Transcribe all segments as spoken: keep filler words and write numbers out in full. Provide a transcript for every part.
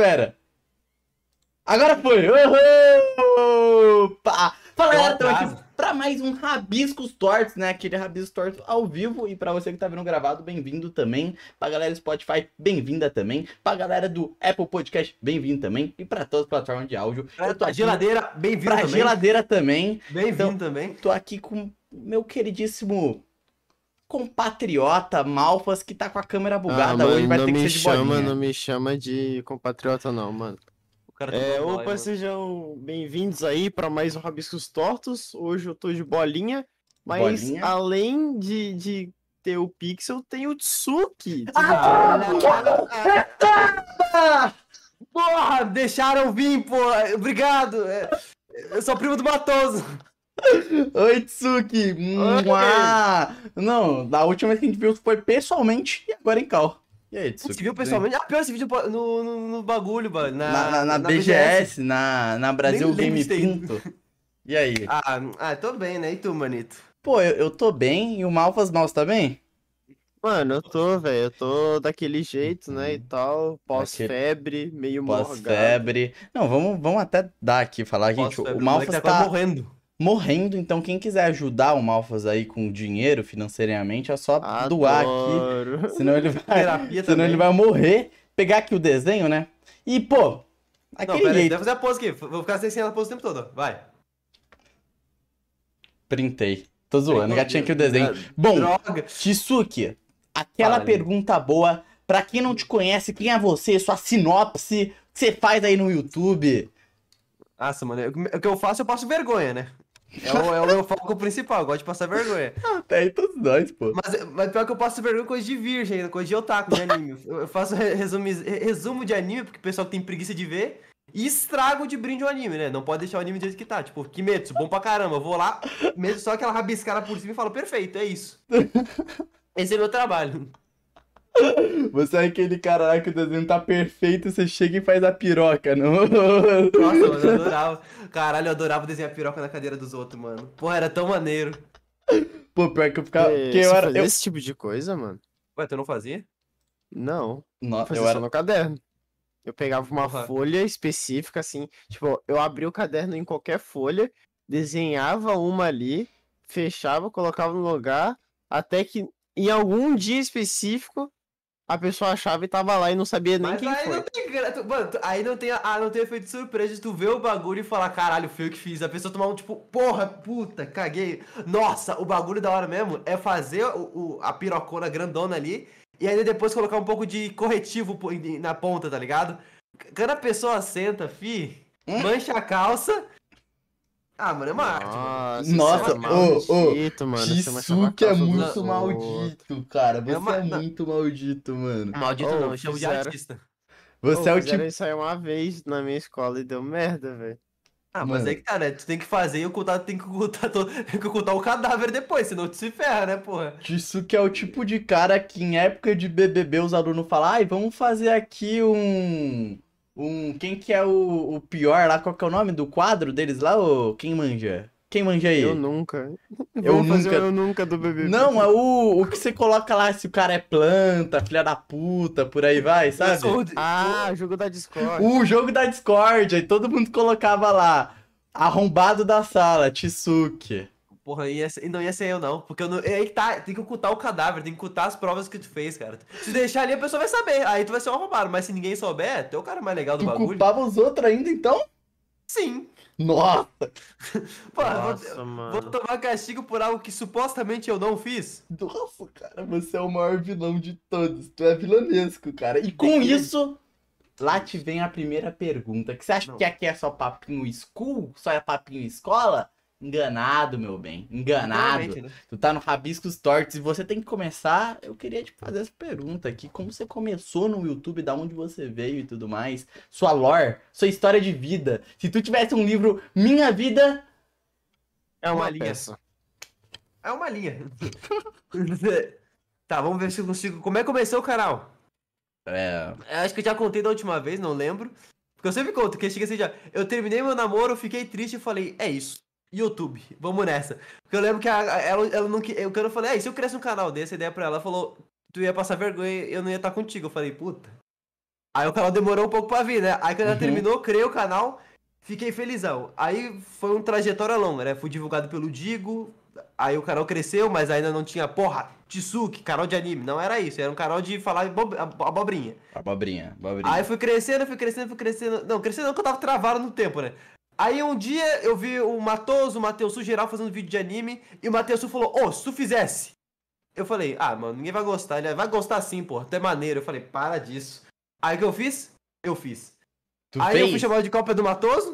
Espera. Agora foi! Opa! Fala, galera, estamos aqui para mais um Rabiscos Tortos, né? Aquele Rabiscos Tortos ao vivo. E para você que tá vendo gravado, bem-vindo também. Pra galera do Spotify, bem-vinda também. Pra galera do Apple Podcast, bem-vindo também. E pra todas as plataformas de áudio. Eu tô aqui geladeira, bem-vindo também. Pra geladeira também. Bem-vindo então, também. Tô aqui com meu queridíssimo compatriota Malfas, que tá com a câmera bugada. Ah, hoje mano, vai não ter que me ser de chama, bolinha. Não me chama de compatriota não, mano. O cara tá É, dando opa, bola, sejam bem-vindos aí pra mais um Rabiscos Tortos. Hoje eu tô de bolinha, mas Bolinha. além de, de ter o Pixel, tem o Tsuki. Ah, porra, deixaram vir, porra. Obrigado. É, eu sou primo do Matoso. Oi, Tsuki! Mua! Não, da última vez que a gente viu foi pessoalmente e agora em cal. E aí, Tsuki? Você viu pessoalmente? Ah, pior esse vídeo no, no, no bagulho, mano. Na, Na, na, na, na B G S, na, na Brasil Nem Game lembro de ter ido. Pinto. E aí? Ah, ah, tô bem, né? E tu, manito? Pô, eu, eu tô bem e o Malfas Maus tá bem? Mano, eu tô, velho, eu tô daquele jeito, né, e tal, pós-febre, meio morgado. Pós-febre. Não, vamos, vamos até dar aqui, falar, gente, o, o Malfas tá, tá tá morrendo. morrendo, então quem quiser ajudar o Malfas aí com dinheiro financeiramente, é só Adoro. doar aqui, senão ele vai, Terapia senão também. ele vai morrer. Pegar aqui o desenho, né? E, pô, Não, aquele pera aí, jeito... deve fazer a pose aqui. Vou ficar sem a pose o tempo todo. Vai. Printei. Tô zoando, Meu já tinha aqui o Deus, desenho. Deus. Bom, Droga. Tsuki, aquela Fala, pergunta boa. Pra quem não te conhece, quem é você? Sua sinopse, o que você faz aí no YouTube? Nossa, mano, eu- o que eu faço, eu passo vergonha, né? É o, é o meu foco principal, eu gosto de passar vergonha. Até aí todos nós, pô. Mas, mas pior que eu passo vergonha com coisa de virgem, coisa de otaku, de anime. Eu, eu faço re- resumi- resumo de anime, porque o pessoal tem preguiça de ver, e estrago de brinde o anime, né? Não pode deixar o anime do jeito que tá. Tipo, Kimetsu, bom pra caramba. Eu vou lá, mesmo só aquela rabiscada por cima e falo, perfeito, é isso. Esse é meu trabalho. Você é aquele cara lá que o desenho tá perfeito, você chega e faz a piroca, não? Nossa, mano, eu adorava. Caralho, eu adorava desenhar piroca na cadeira dos outros, mano. Porra, era tão maneiro. Pô, pior que eu ficava... É, Porque eu você era... fazia Eu... esse tipo de coisa, mano? Ué, tu não fazia? Não, Não, fazia eu só era... no caderno. Eu pegava uma Porra. folha específica, assim, tipo, eu abria o caderno em qualquer folha, desenhava uma ali, fechava, colocava no lugar, até que em algum dia específico a pessoa achava e tava lá e não sabia nem Mas quem aí foi. não tem gra- tu- Mano, tu- aí não tem, ah, não tem efeito de surpresa de tu ver o bagulho e falar, caralho, foi eu que fiz. A pessoa tomar um tipo, porra, puta, caguei. Nossa, o bagulho da hora mesmo é fazer o, o- a pirocona grandona ali e aí depois colocar um pouco de corretivo po- em- na ponta, tá ligado? Quando a pessoa senta, fi, Hum? mancha a calça. Ah, mano, é uma arte, mano. Nossa, você é ô, ô, maldito, mano. Você manchava a Tsuki é calça dos muito outros. maldito, cara. Você É uma- é não. muito maldito, mano. Maldito Ô, não, eu chamo de fizeram- artista. Você Ô, é o fizeram tipo... isso aí uma vez na minha escola e deu merda, velho. Ah, mas Mano. aí que tá, né? Tu tem que fazer e ocultar, tem que ocultar, todo, tem que ocultar o cadáver depois, senão tu se ferra, né, porra? Tsuki é o tipo de cara que em época de B B B os alunos falam, ai, vamos fazer aqui um... um quem que é o, o pior lá, qual que é o nome do quadro deles lá, ô? Quem manja? Quem manja aí? Eu nunca. Eu Vamos fazer nunca- o eu nunca do bebê. Não, é o, o que você coloca lá, se o cara é planta, filha da puta, por aí vai, Eu sabe? sou o de- Ah, jogo da Discord. O jogo da Discord, aí todo mundo colocava lá, arrombado da sala, Tsuki. Porra, ia ser, não ia ser eu não, porque eu não, é aí que tá, tem que ocultar o cadáver, tem que ocultar as provas que tu fez, cara. Se deixar ali a pessoa vai saber, aí tu vai ser um arrombado, mas se ninguém souber, tu é o cara mais legal do Tu bagulho. culpava os outros ainda, então? Sim. Nossa! Porra, Nossa, vou, mano. vou tomar castigo por algo que supostamente eu não fiz. Nossa, cara, você é o maior vilão de todos. Tu é vilanesco, cara. E com Tem que- isso, lá te vem a primeira pergunta. Que você acha Não. que aqui é só papinho school? Só é papinho escola? Enganado, meu bem. Enganado. Literalmente, né? Tu tá no Rabiscos Tortos e você tem que começar. Eu queria te fazer essa pergunta aqui. Como você começou no YouTube, da onde você veio e tudo mais? Sua lore, sua história de vida. Se tu tivesse um livro Minha Vida. É uma Uma linha. peça. É uma linha. Tá, vamos ver se eu consigo. Como é que começou o canal? É. Eu acho que eu já contei da última vez, não lembro. Porque eu sempre conto, que chega assim já. Eu terminei meu namoro, fiquei triste e falei, é isso. YouTube, vamos nessa. Porque eu lembro que a, a- ela, ela não que- eu, quando eu falei, é, e se eu criasse um canal desse, a ideia pra ela, ela falou, tu ia passar vergonha e eu não ia estar contigo. Eu falei, puta. Aí o canal demorou um pouco pra vir, né? Aí quando ela Uhum. terminou, eu criei o canal, fiquei felizão. Aí foi uma trajetória longa, né? Fui divulgado pelo Digo, aí o canal cresceu, mas ainda não tinha, porra, Tsuki, canal de anime. Não era isso, era um canal de falar abo- ab- abobrinha. Abobrinha, abobrinha. Aí fui crescendo, fui crescendo, fui crescendo. Não, crescendo não, que eu tava travado no tempo, né? Aí um dia eu vi o Matoso, o Mateusu geral fazendo vídeo de anime, e o Mateusu falou, ô, se tu fizesse. Eu falei, ah, mano, ninguém vai gostar. Ele vai gostar sim, pô, até maneiro. Eu falei, para disso. Aí o que eu fiz? Eu fiz. Tu Aí fez? eu fui chamado de cópia do Matoso.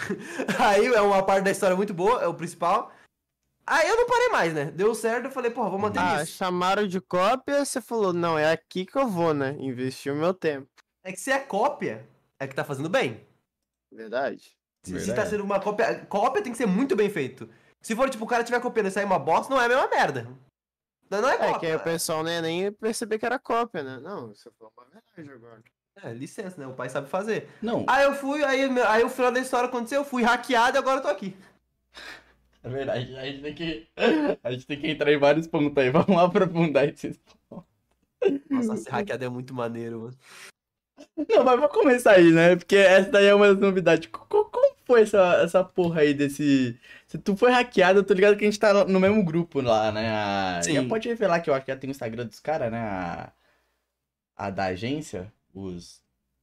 Aí é uma parte da história muito boa, é o principal. Aí eu não parei mais, né? Deu certo, eu falei, porra, vou manter Ah, isso. chamaram de cópia, você falou, não, é aqui que eu vou, né? Investir o meu tempo. É que se é cópia, é que tá fazendo bem. Verdade? Se, se Verdade. tá sendo uma cópia. Cópia tem que ser muito bem feito. Se for, tipo, o cara tiver copiando e sair uma bosta, não é a mesma merda. Não, não é É que cópia. aí o pessoal não ia nem perceber que era cópia, né? Não, você falou uma verdade agora. É, licença, né? O pai sabe fazer. Não, Aí eu fui, aí, meu- aí o final da história aconteceu, eu fui hackeado e agora eu tô aqui. é verdade. A gente tem que. A gente tem que entrar em vários pontos aí. Vamos aprofundar esses. Nossa, ser hackeado é muito maneiro, mano. Não, mas vamos começar aí, né? Porque essa daí é uma das novidades. Co- co- Como foi essa, essa porra aí desse. Se tu foi hackeado, eu tô ligado que a gente tá no mesmo grupo lá, né? A... Sim. Já pode revelar que eu acho que já tem o Instagram dos caras, né? A... a da agência, os.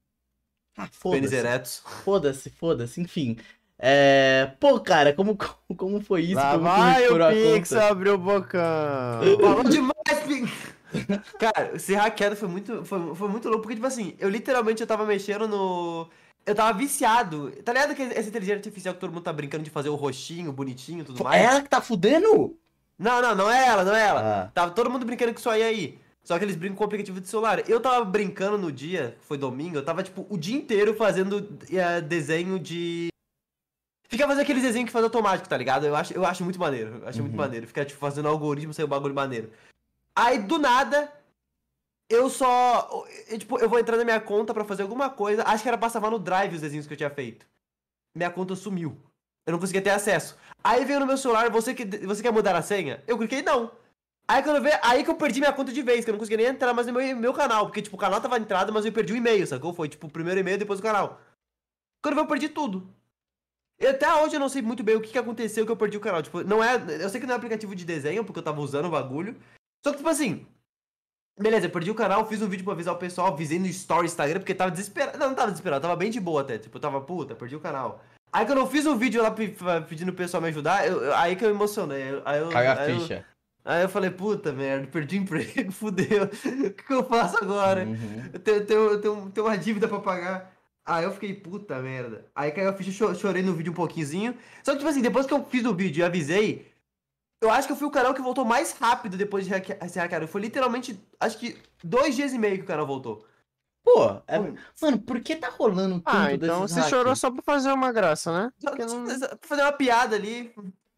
Ah, Pênis foda-se. eretos. Foda-se, foda-se, enfim. É... Pô, cara, como, como, como foi isso? Lá como vai tu o estourou a Pix, conta? abriu o bocão. Falou demais, Pink! Cara, ser hackeado foi muito, foi, foi muito louco, porque, tipo assim, eu literalmente eu tava mexendo no. Eu tava viciado. Tá ligado que essa inteligência artificial que todo mundo tá brincando de fazer o roxinho, bonitinho e tudo É mais? ela que tá fudendo? Não, não, não é ela, não é ela. Ah. Tava todo mundo brincando com isso aí aí. Só que eles brincam com o aplicativo de celular. Eu tava brincando no dia, foi domingo, eu tava, tipo, o dia inteiro fazendo eh, desenho de. Fica fazendo aqueles desenhos que faz automático, tá ligado? Eu acho, eu acho muito maneiro. Eu acho muito Uhum. maneiro. Ficar, tipo, fazendo algoritmo, sair um bagulho maneiro. Aí, do nada, eu só. Eu, tipo, eu vou entrar na minha conta pra fazer alguma coisa. Acho que era pra salvar no Drive os desenhos que eu tinha feito. Minha conta sumiu. Eu não conseguia ter acesso. Aí veio no meu celular, você, que, você quer mudar a senha? Eu cliquei não. Aí quando eu vi, aí que eu perdi minha conta de vez, que eu não conseguia nem entrar mais no meu, meu canal. Porque, tipo, o canal tava entrado, mas eu perdi o e-mail, sacou? Foi, tipo, o primeiro e-mail, depois o canal. Quando eu vi, eu perdi tudo. E até hoje eu não sei muito bem o que, que aconteceu que eu perdi o canal. Tipo, não é. Eu sei que não é aplicativo de desenho, porque eu tava usando o bagulho. Só que, tipo assim. Beleza, eu perdi o canal, fiz um vídeo pra avisar o pessoal, avisei no story Instagram, porque tava desesperado. Não, não tava desesperado, tava bem de boa até. Tipo, eu tava, puta, perdi o canal. Aí quando eu fiz um vídeo lá pe- pedindo o pessoal me ajudar, eu- eu- aí que eu emocionei. Aí eu, Caiu a aí eu- ficha. Aí eu falei, puta merda, perdi o emprego, fudeu. O que, que eu faço agora? Uhum. Eu tenho, eu tenho, eu tenho, tenho uma dívida pra pagar. Aí eu fiquei, puta merda. Aí caiu a ficha, cho- chorei no vídeo um pouquinhozinho. Só que, tipo assim, depois que eu fiz o vídeo e avisei, eu acho que eu fui o canal que voltou mais rápido depois de hacke- ser hackeado. Foi literalmente, acho que dois dias e meio que o canal voltou. Pô, é... mano, por que tá rolando tanto Ah, então desses você hacks? chorou só pra fazer uma graça, né? Só Porque não... pra fazer uma piada ali.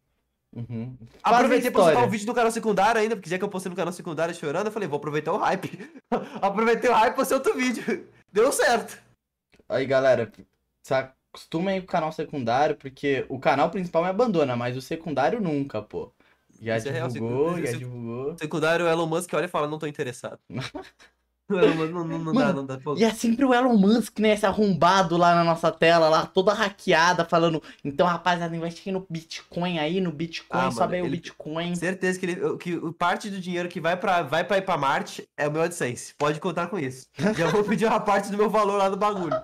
Uhum. Aproveitei pra história. soltar o vídeo do canal secundário ainda, porque já que eu postei no canal secundário chorando, eu falei, vou aproveitar o hype. Aproveitei o hype e postei outro vídeo. Deu certo. Aí, galera, se acostumem com o canal secundário, porque o canal principal me abandona, mas o secundário nunca, pô. Já Isso é real, divulgou, secu- já secu- divulgou. Secundário, o Elon Musk olha e fala, não tô interessado. O Elon Musk não, não, não dá, Mano, não dá. Pô, E é sempre o Elon Musk, né? Esse arrombado lá na nossa tela, lá, toda hackeada, falando. Então, rapaziada, investe no Bitcoin aí, no Bitcoin, Ah, sobe mano, aí o ele- Bitcoin. certeza que, ele, que o- parte do dinheiro que vai pra, vai pra ir pra Marte é o meu AdSense. Pode contar com isso. Já vou pedir uma parte do meu valor lá do bagulho.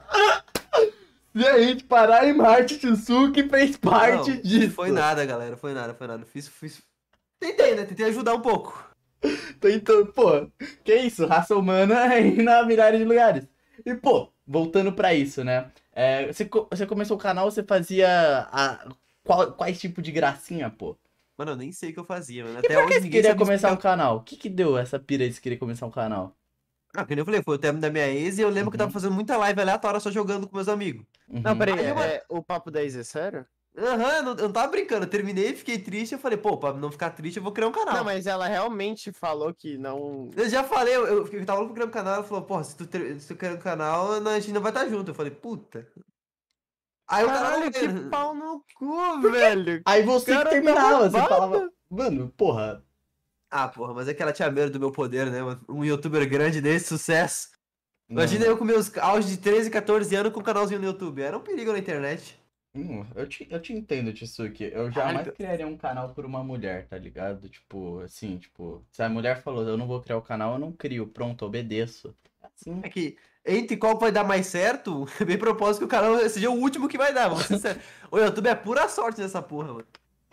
E a gente parar em Marte, Tsuki fez parte Não, disso. Foi nada, galera. Foi nada, foi nada. Fiz, fiz... Tentei, né? Tentei ajudar um pouco. Então, pô, que isso? Raça humana aí na milhares de lugares. E, pô, voltando pra isso, né? É, você, co- você começou o canal, você fazia a, qual, quais tipos de gracinha, pô? Mano, eu nem sei o que eu fazia, mano. E Até por que hoje você ninguém queria sabe começar um explicar. canal? O que que deu essa pira de você querer começar um canal? Ah, que nem eu falei, foi o término da minha ex e eu lembro que eu tava Uhum. fazendo muita live aleatória só jogando com meus amigos. Não, Uhum. peraí, Aí eu- é, o papo dez é sério? Aham, eu, não, eu não tava brincando. Eu terminei, fiquei triste. Eu falei, pô, pra não ficar triste, eu vou criar um canal. Não, mas ela realmente falou que não... Eu já falei, eu, eu, eu tava louco pra criar um canal. Ela falou, pô, se tu, ter- se tu criar um canal, não, a gente não vai estar junto. Eu falei, puta. Aí o canal Caralho, não que veio. pau no cu, velho. Aí você Cara, que terminava, você tá falava, mano, porra, Ah, porra, mas é que ela tinha medo do meu poder, né? mano? Um youtuber grande desse sucesso. Imagina Não. eu com meus auge de treze, quatorze anos com um canalzinho no YouTube. Era um perigo na internet. Hum, eu te, eu te entendo, Tsuki. Eu jamais criaria um canal por uma mulher, tá ligado? Tipo, assim, tipo, se a mulher falou, eu não vou criar o canal, eu não crio. Pronto, obedeço. Assim. É que entre qual vai dar mais certo, é bem propósito que o canal seja o último que vai dar, vamos ser sérios. O YouTube é pura sorte nessa porra, mano.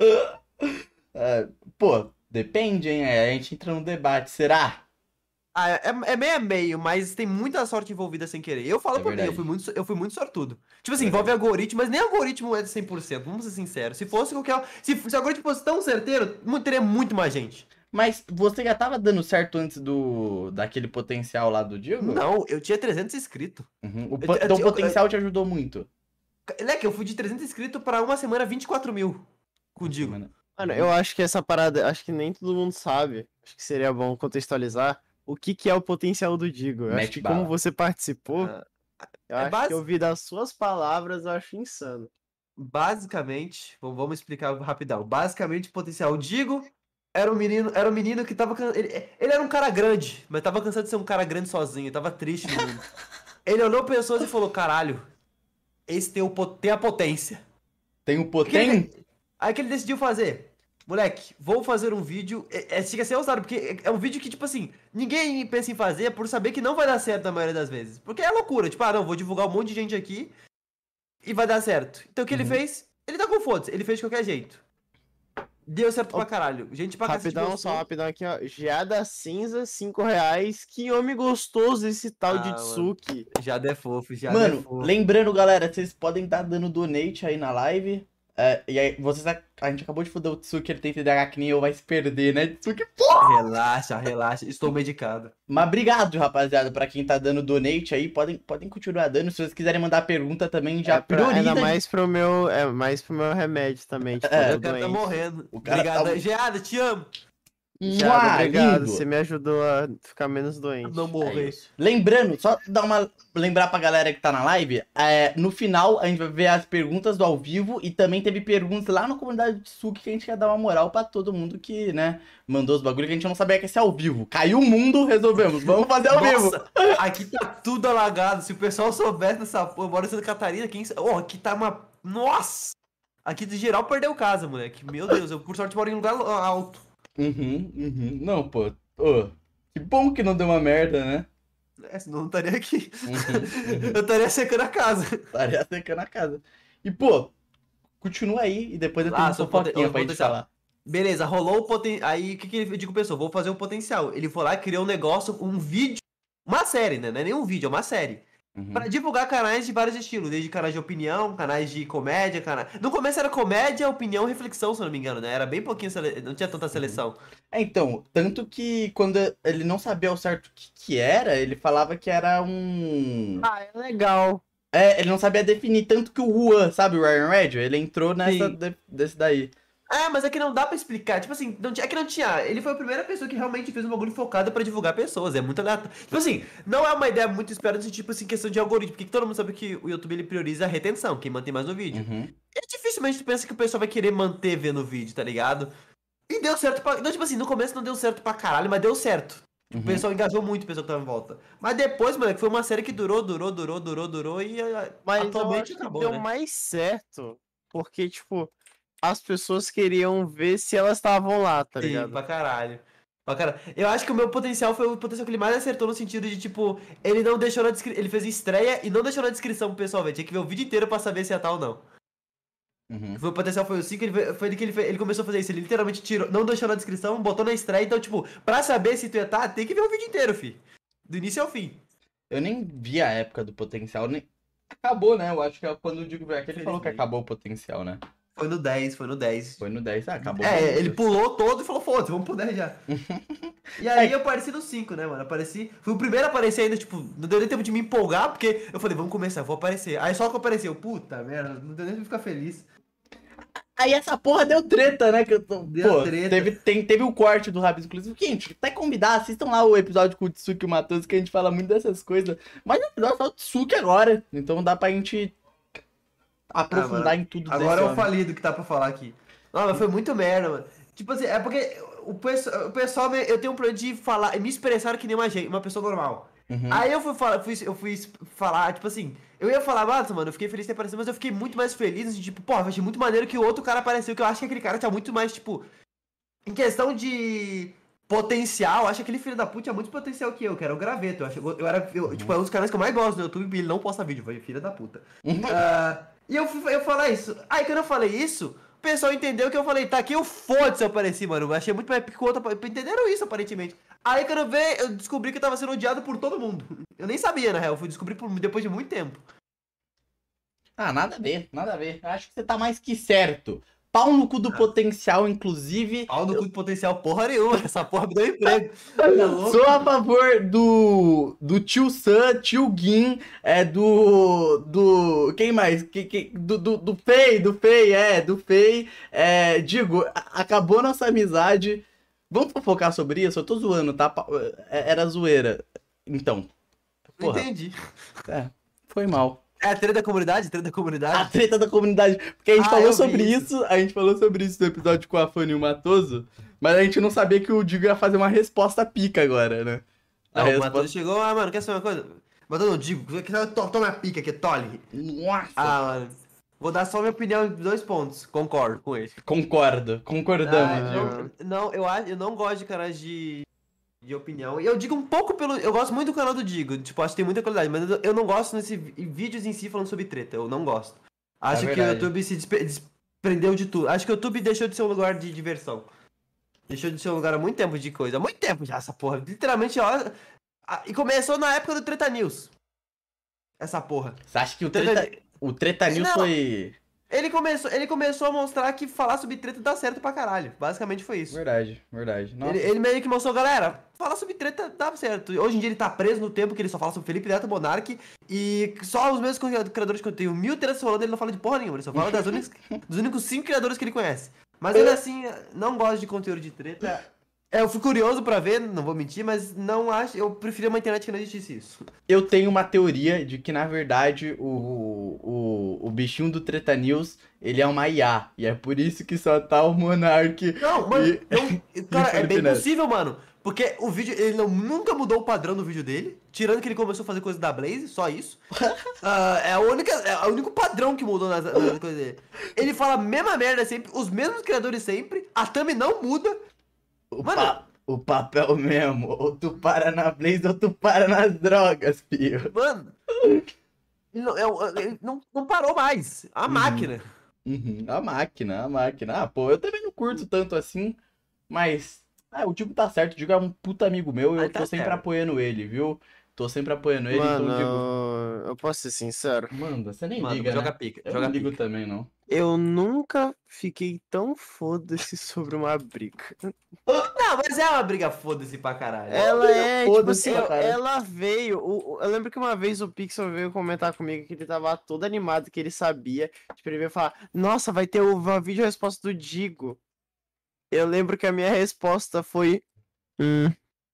É, pô, depende, hein? Aí a gente entra num debate. Será? Ah, é, é meio a meio, mas tem muita sorte envolvida sem querer. Eu falo É por mim, eu verdade. fui muito, eu fui muito sortudo. Tipo assim, É envolve verdade. algoritmo, mas nem algoritmo é de cem por cento, vamos ser sinceros. Se fosse qualquer. Se, se o algoritmo fosse tão certeiro, mu- teria muito mais gente. Mas você já tava dando certo antes do daquele potencial lá do Diego? Não, eu tinha trezentos inscritos. Uhum. O Eu- po- eu- então o eu- potencial te ajudou muito. Leque, eu fui de trezentos inscritos pra uma semana vinte e quatro mil. Contigo. Mano. Mano, Uhum. eu acho que essa parada, acho que nem todo mundo sabe. Acho que seria bom contextualizar o que que é o potencial do Digo. Eu Mete acho que bala. como você participou, Ah, eu é acho base- que ouvir das suas palavras eu acho insano. Basicamente, v- vamos explicar rapidão. Basicamente, o potencial. O Digo era um menino, era um menino que tava. can- Ele, ele era um cara grande, mas tava cansado de ser um cara grande sozinho, tava triste no mundo. Ele olhou pessoas e falou: caralho, esse tem, o, po- tem a potência. Tem o O que ele poten? de- Aí que ele decidiu fazer. Moleque, vou fazer um vídeo. É, é, chega a ser ousado, porque é, é um vídeo que, tipo assim, ninguém pensa em fazer por saber que não vai dar certo na maioria das vezes. Porque é loucura, tipo, ah, não, vou divulgar um monte de gente aqui e vai dar certo. Então o que ele Uhum. fez? Ele tá com foda-se, ele fez de qualquer jeito. Deu certo Ó, pra caralho. Gente pra cacete Rapidão, gostou. só rapidão aqui, ó. Geada cinza, cinco reais. Que homem gostoso esse tal de Ah, mano. Tsuki. Já é fofo, já é Mano, fofo. lembrando, galera, vocês podem estar dando donate aí na live. É, e aí, vocês. A, a gente acabou de foder o Tsuki, ele tem T D A H que nem eu, vai se perder, né? Tsuki. Relaxa, relaxa. Estou medicado. Mas obrigado, rapaziada, pra quem tá dando donate aí. Podem, podem continuar dando. Se vocês quiserem mandar pergunta também, já É pra- prioriza. ainda mais pro meu, é mais pro meu remédio também, tipo, É, eu O tô cara tá doente. morrendo. O cara Obrigado. tá- Geada, te amo. Geada, Mua, obrigado, lindo. você me ajudou a ficar menos doente. Não É morrer. isso. Lembrando, só dar uma. Lembrar pra galera que tá na live, é, no final a gente vai ver as perguntas do ao vivo e também teve perguntas lá na comunidade de Tsuki que a gente quer dar uma moral pra todo mundo que, né, mandou os bagulho que a gente não sabia que ia ser ao vivo. Caiu o mundo, resolvemos. Vamos fazer ao vivo. Nossa, aqui tá tudo alagado. Se o pessoal soubesse dessa porra, eu moro em Santa Catarina, quem. Oh, aqui tá uma. Nossa! Aqui de geral perdeu casa, moleque. Meu Deus, eu por sorte moro em lugar alto. Uhum, uhum. Não, pô. Ô, que bom que não deu uma merda, né? É, senão eu não estaria aqui. Uhum, Eu estaria secando a casa. Estaria secando a casa. E, pô, continua aí e depois eu tenho Ah, uma só poten- fofoquinha o pra gente potencial. falar. Beleza, rolou o potencial. Aí o que, que ele digo pessoal? Vou fazer um potencial. Ele foi lá e criou um negócio, um vídeo. Uma série, né? Não é nem um vídeo, é uma série. Uhum. Pra divulgar canais de vários estilos, desde canais de opinião, canais de comédia, canais. No começo era comédia, opinião, reflexão, se eu não me engano, né? Era bem pouquinho, sele... não tinha tanta seleção. É, então, tanto que quando ele não sabia ao certo o que, que era, ele falava que era um. Ah, é legal. É, ele não sabia definir, tanto que o Juan, sabe, o Ryan Radio, ele entrou nessa Sim. de- desse daí. É, mas é que não dá pra explicar. Tipo assim, não tinha, é que não tinha. Ele foi a primeira pessoa que realmente fez um bagulho focado pra divulgar pessoas. É muito aleatório. Tipo assim, não é uma ideia muito esperada nesse tipo assim, questão de algoritmo. Porque todo mundo sabe que o YouTube ele prioriza a retenção, quem mantém mais no vídeo. Uhum. E dificilmente tu pensa que o pessoal vai querer manter vendo o vídeo, tá ligado? E deu certo pra. Não, tipo assim, no começo não deu certo pra caralho, mas deu certo. Uhum. O pessoal engajou muito, o pessoal que tava em volta. Mas depois, moleque, foi uma série que durou, durou, durou, durou, durou e ah, Mas atualmente eu acho acabou, que deu né? mais certo. Porque, tipo, as pessoas queriam ver se elas estavam lá, tá Sim, ligado? pra caralho. Pra caralho. Eu acho que o meu potencial foi o potencial que ele mais acertou no sentido de, tipo, ele não deixou na descrição. Ele fez estreia e não deixou na descrição pro pessoal ver. Tinha que ver o vídeo inteiro pra saber se ia tal ou não. Uhum. Foi o potencial foi o cinco, ele fe- foi ele que ele, fe- ele começou a fazer isso. Ele literalmente tirou, não deixou na descrição, botou na estreia. Então, tipo, pra saber se tu ia estar, tem que ver o vídeo inteiro, fi. Do início ao fim. Eu nem vi a época do potencial, nem. Acabou, né? Eu acho que é quando o Digo veio aqui, ele falou que Felizmente. acabou o potencial, né? Foi no dez, foi no dez. Foi no dez, ah, acabou. É, com ele isso. pulou todo e falou, foda-se, vamos pro dez já. E aí eu apareci no cinco, né, mano? Apareci. Fui o primeiro a aparecer ainda, tipo, não deu nem tempo de me empolgar, porque eu falei, vamos começar, vou aparecer. Aí só que apareceu, puta merda, não deu nem pra ficar feliz. Aí essa porra deu treta, né? Que eu tô... Deu Pô, treta. Teve, tem, teve o corte do Rabis, inclusive. Gente, até convidar, assistam lá o episódio com o Tsuki e o Matheus, que a gente fala muito dessas coisas. Mas o episódio é só o Tsuki agora. Então dá pra gente aprofundar Ah, em tudo Agora desse eu homem. falei do que tá pra falar aqui. Não, mas foi muito merda, mano. Tipo assim, é porque o pessoal, o pessoal me- eu tenho um problema de falar, me expressar que nem uma, gente, uma pessoa normal. Uhum. Aí eu fui falar, fui, eu fui falar, tipo assim, eu ia falar, mano, mano, eu fiquei feliz de ter aparecido, mas eu fiquei muito mais feliz, assim, tipo, pô, eu achei muito maneiro que o outro cara apareceu, que eu acho que aquele cara tinha muito mais, tipo, em questão de potencial, eu acho que aquele filho da puta tinha muito potencial que eu, que era o Graveto, eu, acho, eu era, eu, Uhum. tipo, é um dos canais que eu mais gosto no YouTube, e ele não posta vídeo, foi filho da puta. Uhum. Ah, e eu fui eu falar isso, aí quando eu falei isso, o pessoal entendeu que eu falei, tá aqui eu foda-se eu apareci, mano, eu achei muito mais pico que o outro, entenderam isso, aparentemente. Aí quando eu ver, eu descobri que eu tava sendo odiado por todo mundo. Eu nem sabia, na real, eu fui descobrir por, depois de muito tempo. Ah, nada a ver, nada a ver. Eu acho que você tá mais que certo. Pau no cu do Ah. potencial, inclusive. Pau no cu de potencial porra nenhuma, essa porra me deu emprego. Tá louco? Sou a favor do do tio Sam, tio Gin, é do do quem mais? Que, que, do, do do Fei, do Fei, é, do Fei. É, digo, a- acabou nossa amizade. Vamos fofocar sobre isso? Eu tô zoando, tá? Pa- é- Era zoeira. Então, Não porra, entendi. é, foi mal. É a treta da comunidade? Treta da A comunidade? treta da comunidade. Porque a gente Ah, falou eu vi sobre isso. isso. A gente falou sobre isso no episódio com a Fanny e o Matoso, mas a gente não sabia que o Digo ia fazer uma resposta pica agora, né? A Não, o resposta. Matheus chegou, ah, mano, quer saber uma coisa? Matheus, não digo, toma a pica aqui, tole. Nossa! Ah, mano, vou dar só minha opinião em dois pontos, concordo com ele. Concordo, concordamos, Ah, Digo. eu, não, eu, acho- eu não gosto de canais de, de opinião. E eu digo um pouco pelo. Eu gosto muito do canal do Digo. Tipo, acho que tem muita qualidade. Mas eu, eu não gosto nesses vídeos em si falando sobre treta. Eu não gosto. Acho que o verdade. YouTube se despe- desprendeu de tudo. Acho que o YouTube deixou de ser um lugar de diversão. Deixou de ser um lugar há muito tempo de coisa. Há muito tempo já, essa porra. Literalmente, ó. a- E começou na época do Treta News. Essa porra. Você acha que o Treta, o Treta News Não. foi. Ele começou, ele começou a mostrar que falar sobre treta dá certo pra caralho. Basicamente foi isso. Verdade, verdade. Nossa. Ele, ele meio que mostrou, galera, falar sobre treta dá certo. Hoje em dia ele tá preso no tempo que ele só fala sobre Felipe Neto Monark e só os mesmos criadores que eu tenho mil tretas falando, ele não fala de porra nenhuma, ele só fala das únicas, dos únicos cinco criadores que ele conhece. Mas ele assim, não gosta de conteúdo de treta. É, eu fui curioso pra ver, não vou mentir, mas não acho, eu preferia uma internet que não existisse isso. Eu tenho uma teoria de que, na verdade, o, o, o bichinho do Treta News, ele é uma I A. E é por isso que só tá o Monark. Não, mano, e- não, cara, é Felipe bem Neto. possível, mano. Porque o vídeo, ele não, nunca mudou o padrão do vídeo dele. Tirando que ele começou a fazer coisa da Blaze, só isso. Ah, é, a única, é o único padrão que mudou nas, nas coisas dele. Ele fala a mesma merda sempre, os mesmos criadores sempre. A thumb não muda. O, Mano. pa- o papel mesmo. Ou tu para na Blaze ou tu para nas drogas, filho. Mano, ele não, é- ele não, não parou mais. A Uhum. máquina. Uhum, a máquina, a máquina. Ah, pô, eu também não curto tanto assim, mas. Ah, o Digo tá certo, o Digo é um puta amigo meu e Ah, eu tô tá sempre certo. apoiando ele, viu? Tô sempre apoiando ele, Mano, então digo. eu posso ser sincero. Manda, você nem Mano, liga, joga né? pica. Eu Joga não ligo pica. também, não. Eu nunca fiquei tão foda-se sobre uma briga. Não, mas é uma briga foda-se pra caralho. Ela é, tipo foda-se assim, pra caralho. ela veio. o- o- eu lembro que uma vez o Pixel veio comentar comigo que ele tava todo animado, que ele sabia. Tipo, ele veio falar: Nossa, vai ter uma vídeo resposta do Digo. Eu lembro que a minha resposta foi. Hum.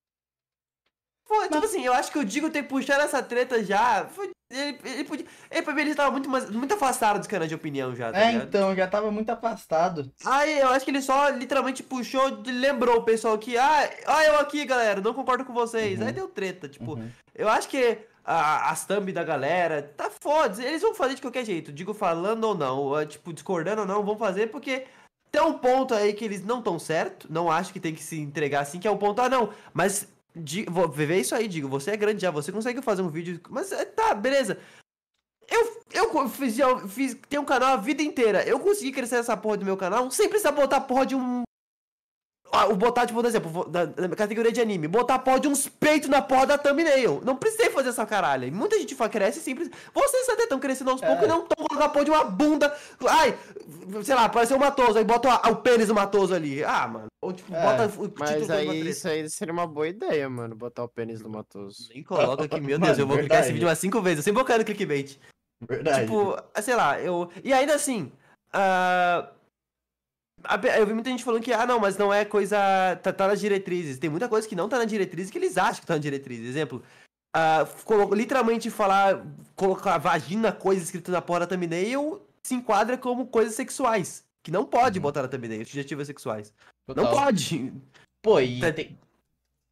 Foi, tipo assim, eu acho que o Digo ter puxado essa treta já. Foi, ele, ele podia. Ele, pra mim, ele tava muito, mais- muito afastado dos canais de opinião já, tá É, ligado? então, já tava muito afastado. Aí eu acho que ele só literalmente puxou, lembrou o pessoal que, ah, ó, eu aqui, galera, não concordo com vocês. Uhum. Aí deu treta, tipo, Uhum. eu acho que a, as thumb da galera, tá foda, eles vão fazer de qualquer jeito, digo falando ou não, ou, tipo, discordando ou não, vão fazer porque tem um ponto aí que eles não tão certo, não acho que tem que se entregar assim, que é o ponto, ah, não, mas, di- vou ver isso aí, digo, você é grande já, você consegue fazer um vídeo, mas é, tá, beleza. Eu, eu fiz, eu fiz, tenho um canal a vida inteira. Eu consegui crescer essa porra do meu canal sem precisar botar a porra de um. Ah, o botar, tipo, por exemplo, vou- da, da categoria de anime, botar a porra de uns peitos na porra da thumbnail. Não precisei fazer essa caralho. E muita gente fa- cresce simples. Vocês até estão crescendo aos É. poucos e não estão colocando a porra de uma bunda. Ai, sei lá, apareceu um matoso, aí bota o, o pênis do matoso ali. Ah, mano. Ou tipo, É, bota o título Mas de uma aí treta. isso aí seria uma boa ideia, mano. Botar o pênis do Matoso. Nem coloca aqui, meu Mano, Deus, eu vou clicar esse verdade. vídeo umas cinco vezes. Eu sempre vou cair no clickbait. Verdade. Tipo, sei lá, eu. E ainda assim. ah, a pe- Eu vi muita gente falando que, ah, não, mas não é coisa. Tá, tá nas diretrizes. Tem muita coisa que não tá na diretriz que eles acham que tá na diretriz. Exemplo, ah, colo- literalmente falar, colocar vagina, coisa escrita na porra da thumbnail, se enquadra como coisas sexuais. Que não pode Uhum. botar na thumbnail, sujetivas sexuais. Total. Não pode. Pô, e Tá- tem,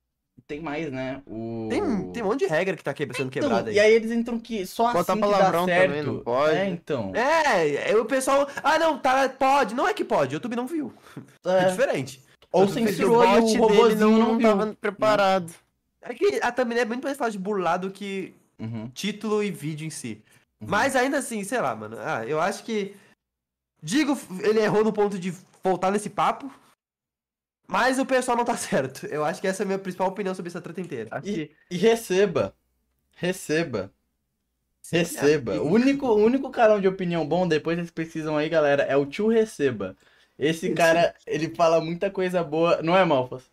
tem mais, né? O... Tem, tem um monte de regra que tá que- sendo Então, quebrada aí. e aí eles entram que só Botar assim que dá palavrão certo. também, não pode. É, então. É, aí o pessoal. Ah, não, tá, pode. Não é que pode, o YouTube não viu. É, É. diferente. Ou YouTube fez censurou o e o bot dele robozinho não, não, não viu. tava preparado. É que a thumbnail é muito mais fácil de burlar do que Uhum, título e vídeo em si. uhum. Mas ainda assim, sei lá, mano. Ah, eu acho que. Digo, ele errou no ponto de voltar nesse papo. Mas o pessoal não tá certo. Eu acho que essa é a minha principal opinião sobre essa treta inteira. Acho E, que. e receba. Receba. Receba. É, O único, o único canal de opinião bom, depois vocês pesquisam aí, galera, é o Tio Receba. Esse cara, ele fala muita coisa boa. Não é, Malfas?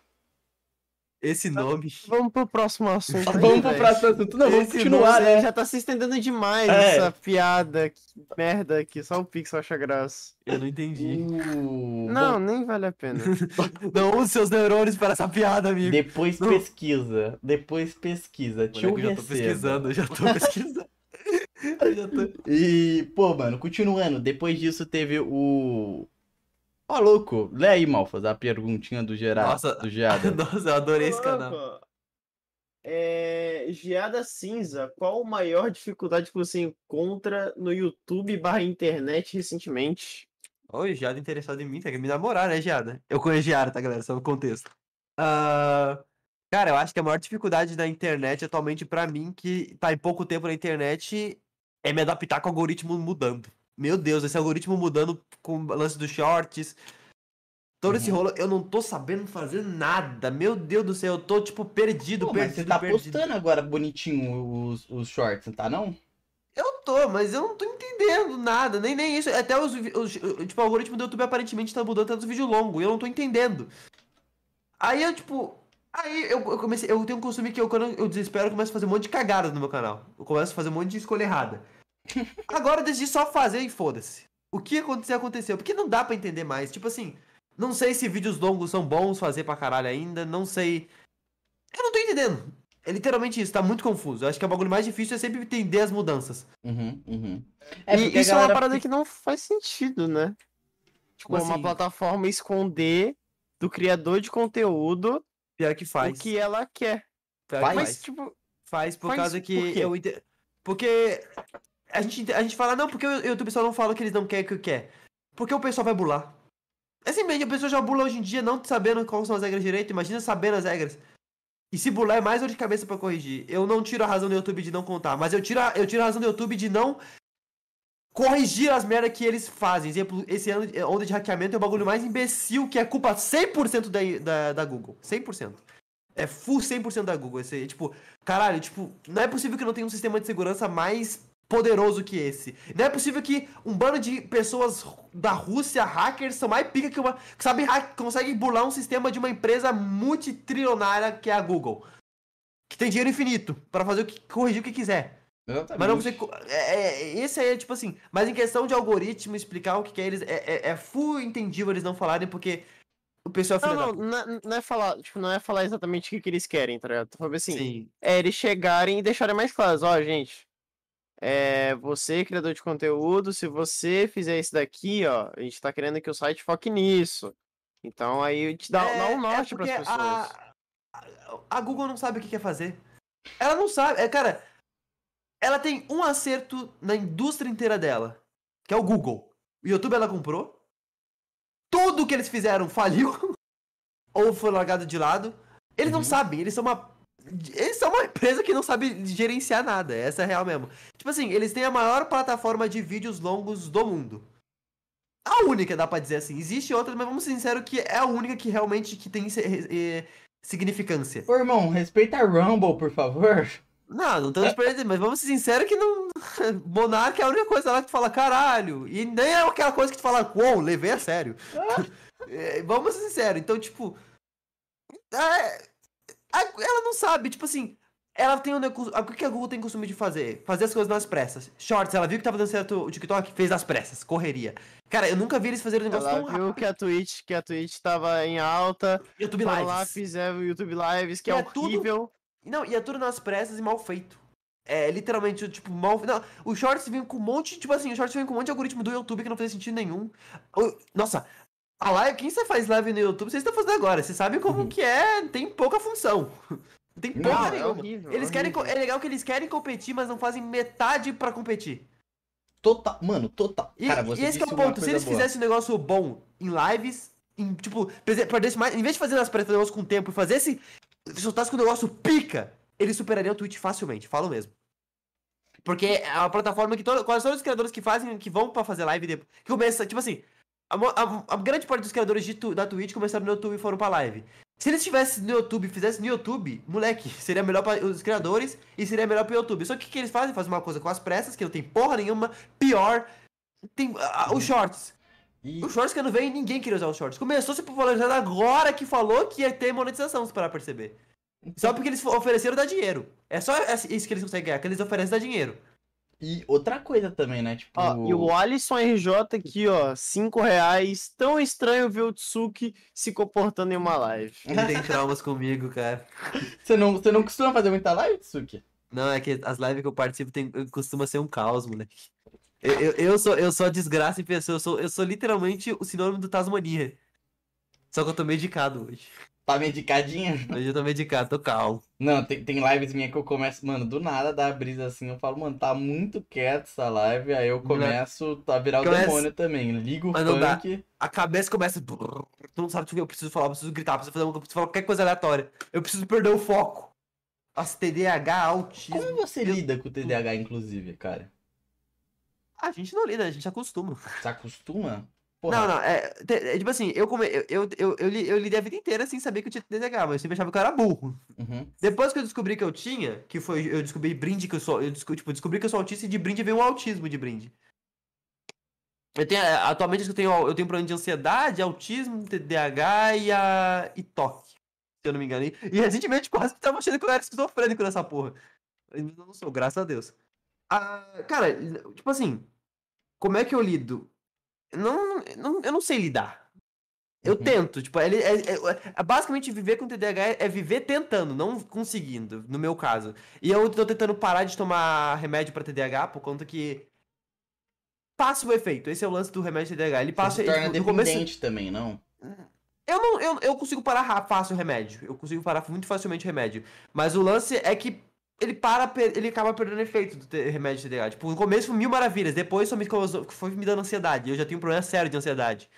Esse nome. Vamos pro próximo assunto. aí, Vamos pro velho. próximo assunto. Não, vamos Esse continuar, Nossa, né? já tá se estendendo demais É. essa piada. Que merda que só o Pixel acha graça. Eu não entendi. Uh, Não, bom, nem vale a pena. Não use seus neurônios para essa piada, amigo. depois Não. pesquisa. Depois pesquisa. Tio Moleque, eu já tô Receba. pesquisando, eu já tô pesquisando. Eu já tô... E, pô, mano, continuando. Depois disso teve o. Ó, louco. Lê aí, Malfas, a perguntinha do Gerard. Nossa. Do Geada. Nossa, eu adorei esse canal. Opa. É, Geada Cinza, qual a maior dificuldade que você encontra no YouTube barra internet recentemente? Oi, Giada interessado em mim, tem que me namorar, né, Giada? Eu conheço Giada, tá, galera? Só no contexto. Ah, cara, eu acho que a maior dificuldade da internet atualmente pra mim, que tá em pouco tempo na internet, é me adaptar com o algoritmo mudando. Meu Deus, esse algoritmo mudando com o lance dos shorts. Todo esse Uhum. rolo, eu não tô sabendo fazer nada. Meu Deus do céu, eu tô, tipo, perdido, Pô, mas perdido, você tá perdido. postando agora bonitinho os, os shorts, não tá não? Eu tô, mas eu não tô entendendo nada, nem, nem isso. Até os, vi- os- Tipo, o algoritmo do YouTube aparentemente tá mudando até dos vídeos longos, e eu não tô entendendo. Aí eu, tipo. Aí eu, eu comecei. Eu tenho um costume que eu, quando eu desespero, eu começo a fazer um monte de cagada no meu canal. Eu começo a fazer um monte de escolha errada. Agora eu decidi só fazer e foda-se. O que aconteceu, aconteceu. Porque não dá pra entender mais. Tipo assim, não sei se vídeos longos são bons fazer pra caralho ainda, não sei. Eu não tô entendendo. É literalmente isso, tá muito confuso. Eu acho que é o bagulho mais difícil é sempre entender as mudanças. Uhum, uhum. E porque a isso é uma galera parada fica- que não faz sentido, né? Tipo, Como uma assim? plataforma esconder do criador de conteúdo Pior que faz. o que ela quer. Pior Faz? que Mas, faz. tipo, Faz por Faz causa por que quê? eu entendo. Porque a gente, a gente fala, não, porque o YouTube só não fala que eles não querem que eu quer. Porque o pessoal vai bular. É simplesmente a pessoa já bula hoje em dia, não sabendo quais são as regras direito. Imagina sabendo as regras. E se bular é mais dor de cabeça pra corrigir. Eu não tiro a razão do YouTube de não contar, mas eu tiro a, eu tiro a razão do YouTube de não corrigir as merdas que eles fazem. Exemplo, esse ano de- onda de hackeamento é o bagulho mais imbecil, que é culpa cem por cento da, da, da Google. cem por cento. É full cem por cento da Google. Esse, tipo, caralho, tipo, não é possível que não tenha um sistema de segurança mais poderoso que esse. Não é possível que um bando de pessoas da Rússia, hackers, são mais pica que uma. Que sabem hack, conseguem burlar um sistema de uma empresa multitrilionária que é a Google. Que tem dinheiro infinito pra fazer o que corrigir o que quiser. Exatamente. Mas não você. É, é, esse aí é tipo assim. Mas em questão de algoritmo, explicar o que, que é eles. É, é, é full entendível eles não falarem, porque o pessoal é filho não, da não, puta. não, é- não é falar, tipo, não é falar exatamente o que, que eles querem, tá ligado? Tô falando assim, Sim. é eles chegarem e deixarem mais claros, ó, gente, é, você, criador de conteúdo, se você fizer isso daqui, ó, a gente tá querendo que o site foque nisso. Então aí te dá, dá um norte porque pras pessoas. A, a, a Google não sabe o que quer fazer. Ela não sabe. É, cara, ela tem um acerto na indústria inteira dela, que é o Google. O YouTube ela comprou. Tudo que eles fizeram faliu. Ou foi largado de lado. Eles não Uhum. sabem, eles são uma. Eles são uma empresa que não sabe gerenciar nada. Essa é a real mesmo. Tipo assim, eles têm a maior plataforma de vídeos longos do mundo. A única, dá pra dizer assim. Existe outras, mas vamos ser sinceros que é a única que realmente que tem eh, eh, significância. Ô, irmão, respeita a Rumble, por favor. Não, não estamos perdendo, mas vamos ser sinceros que não. Monark é a única coisa lá que tu fala caralho. E nem é aquela coisa que tu fala, uou, levei a sério. É, vamos ser sinceros, então, tipo. é, a- ela não sabe, tipo assim. Ela tem um. necu- O que que a Google tem costume de fazer? Fazer as coisas nas pressas. Shorts, ela viu que tava dando certo o TikTok, fez nas pressas, correria. Cara, eu nunca vi eles fazerem um negócio Ela tão viu rápido. que a Twitch, que a Twitch tava em alta, YouTube foram lá, Lives. fizeram o YouTube Lives, que E é é tudo- horrível. Não, e é tudo nas pressas e mal feito. É literalmente, tipo, mal. Não, o Shorts vem com um monte. Tipo assim, o Shorts vem com um monte de algoritmo do YouTube que não faz sentido nenhum. O- Nossa, A live, quem você faz live no YouTube, vocês estão fazendo agora. Vocês sabem como Uhum. que é, tem pouca função. Não tem Não, porra é nenhuma. horrível, Eles querem, co- horrível. é legal que eles querem competir, mas não fazem metade pra competir. Total, mano, total. E, Cara, e você esse que é disse o uma ponto. Se coisa eles boa. fizessem um negócio bom em lives, em, tipo, prese- perdesse mais, em vez de fazer nas pretas negócio com tempo e fazer esse. Soltasse com o negócio pica, eles superariam o Twitch facilmente, falo mesmo. Porque é uma plataforma que todo, quase todos os criadores que fazem, que vão pra fazer live depois. Que começa, tipo assim, a, mo- a- a grande parte dos criadores de tu- da Twitch começaram no YouTube e foram pra live. Se eles estivessem no YouTube, fizessem no YouTube, moleque, seria melhor para os criadores e seria melhor pro YouTube. Só que o que eles fazem? Fazem uma coisa com as pressas, que não tem porra nenhuma, pior. Tem ah, os shorts. E- Os shorts que não veio, ninguém queria usar os shorts. Começou a se popularizar agora que falou que ia ter monetização, se parar pra perceber. Só porque eles ofereceram dar dinheiro. É só isso que eles conseguem ganhar, que eles oferecem dar dinheiro. E outra coisa também, né? Tipo. Ó, e o Alisson R J aqui, ó, cinco reais. Tão estranho ver o Tsuki se comportando em uma live. Ele tem traumas comigo, cara. Você não, você não costuma fazer muita live, Tsuki? Não, é que as lives que eu participo tem, costuma ser um caos, moleque. Eu, eu, eu, sou, eu sou a desgraça em pessoa, eu sou, eu sou literalmente o sinônimo do Tasmania. Só que eu tô medicado hoje. Tá medicadinha? Hoje eu tô medicado, tô calmo. Não, tem, tem lives minha que eu começo, mano, do nada dá a brisa assim, eu falo, mano, tá muito quieto essa live, aí eu começo a virar o Começa- demônio também, ligo o Mas não dá. funk. A cabeça começa. Tu não sabe o que eu preciso falar, eu preciso gritar, eu preciso fazer uma, eu preciso falar qualquer coisa aleatória. Eu preciso perder o foco. Nossa, T D A H, autismo. Como você lida com o T D A H, inclusive, cara? A gente não lida, a gente acostuma. Você acostuma? Não, não, é, te- é tipo assim, eu, come, eu, eu, eu, eu, li- eu lidei a vida inteira sem saber que eu tinha T D A H, mas eu sempre achava que eu era burro. Uhum. Depois que eu descobri que eu tinha, que foi, eu descobri brinde que eu sou, eu desco- tipo, descobri que eu sou autista e de brinde veio um autismo de brinde. Eu tenho, é, atualmente eu tenho, eu tenho problema de ansiedade, autismo, T D A H e a e toque, se eu não me engano. E, e recentemente quase que tava achando que eu era esquizofrênico nessa porra. Eu não sou, graças a Deus. Ah, cara, tipo assim, como é que eu lido? Não, não, eu não sei lidar. Eu Uhum. tento, tipo, ele é, é- é- basicamente viver com T D A H é, é viver tentando, não conseguindo, no meu caso. E eu tô tentando parar de tomar remédio pra T D A H por conta que passa o efeito. Esse é o lance do remédio T D A H. Ele Você passa se torna tipo, no começo. dependente também, não? Eu não, eu, eu consigo parar ra- fácil o remédio. Eu consigo parar muito facilmente o remédio. Mas o lance é que ele para, per- ele acaba perdendo efeito do te- remédio T D A H. Tipo, no começo mil maravilhas, depois só me causou, foi me dando ansiedade. Eu já tenho um problema sério de ansiedade.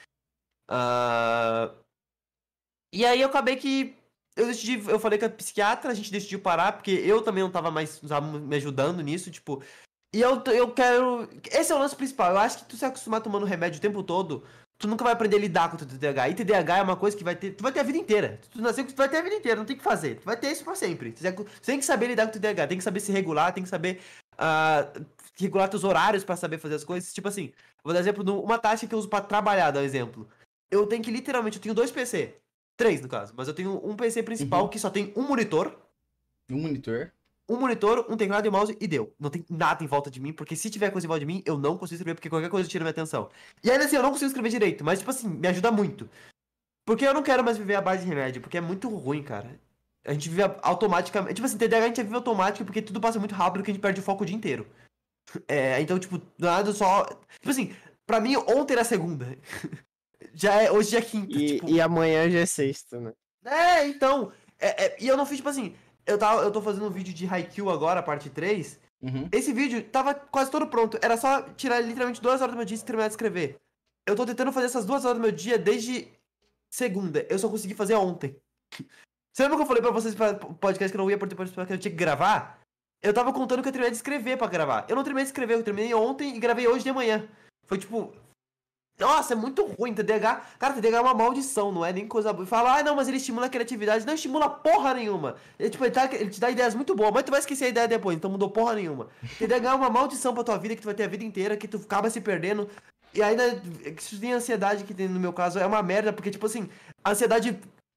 Ah, E aí eu acabei que eu decidi, eu falei com a psiquiatra, a gente decidiu parar, porque eu também não tava mais tava me ajudando nisso, tipo. E eu, eu quero. Esse é o lance principal. Eu acho que tu se acostumar tomando remédio o tempo todo, tu nunca vai aprender a lidar com o teu T D A H. E T D A H é uma coisa que vai ter. Tu vai ter a vida inteira. Tu nasceu que tu vai ter a vida inteira, não tem o que fazer. Tu vai ter isso pra sempre. Tu tem que saber lidar com o T D A H, tem que saber se regular, tem que saber ah, regular teus horários pra saber fazer as coisas. Tipo assim, vou dar exemplo de uma tática que eu uso pra trabalhar, dar um exemplo. Eu tenho que literalmente, eu tenho dois P C. Três, no caso. Mas eu tenho um P C principal Uhum. que só tem um monitor. Um monitor. Um monitor, um teclado e um mouse e deu. Não tem nada em volta de mim, porque se tiver coisa em volta de mim, eu não consigo escrever, porque qualquer coisa tira minha atenção. E ainda assim, eu não consigo escrever direito, mas tipo assim, me ajuda muito. Porque eu não quero mais viver à base de remédio, porque é muito ruim, cara. A gente vive automaticamente. Tipo assim, T D A H a gente vive automático porque tudo passa muito rápido que a gente perde o foco o dia inteiro. É, então, tipo, do nada só. Tipo assim, pra mim, ontem era segunda. Já é, hoje já é quinta. E, tipo... e amanhã já é sexta, né? É, então. É, é, e eu não fiz, tipo assim. Eu, tava, eu tô fazendo um vídeo de Haikyuu agora, parte três. Uhum. Esse vídeo tava quase todo pronto. Era só tirar literalmente duas horas do meu dia e terminar de escrever. Eu tô tentando fazer essas duas horas do meu dia desde segunda. Eu só consegui fazer ontem. Você lembra que eu falei pra vocês no podcast que eu não ia por depois que eu tinha que gravar? Eu tava contando que eu terminei de escrever pra gravar. Eu não terminei de escrever, eu terminei ontem e gravei hoje de manhã. Foi tipo. Nossa, é muito ruim, T D A H. Cara, T D A H é uma maldição, não é nem coisa boa. Fala, ah, não, mas ele estimula a criatividade. Não estimula porra nenhuma. Ele, tipo, ele, tá- ele te dá ideias muito boas, mas tu vai esquecer a ideia depois, então mudou porra nenhuma. T D A H é uma maldição pra tua vida que tu vai ter a vida inteira, que tu acaba se perdendo. E ainda, se tu tem ansiedade, que tem no meu caso, é uma merda, porque, tipo assim, a ansiedade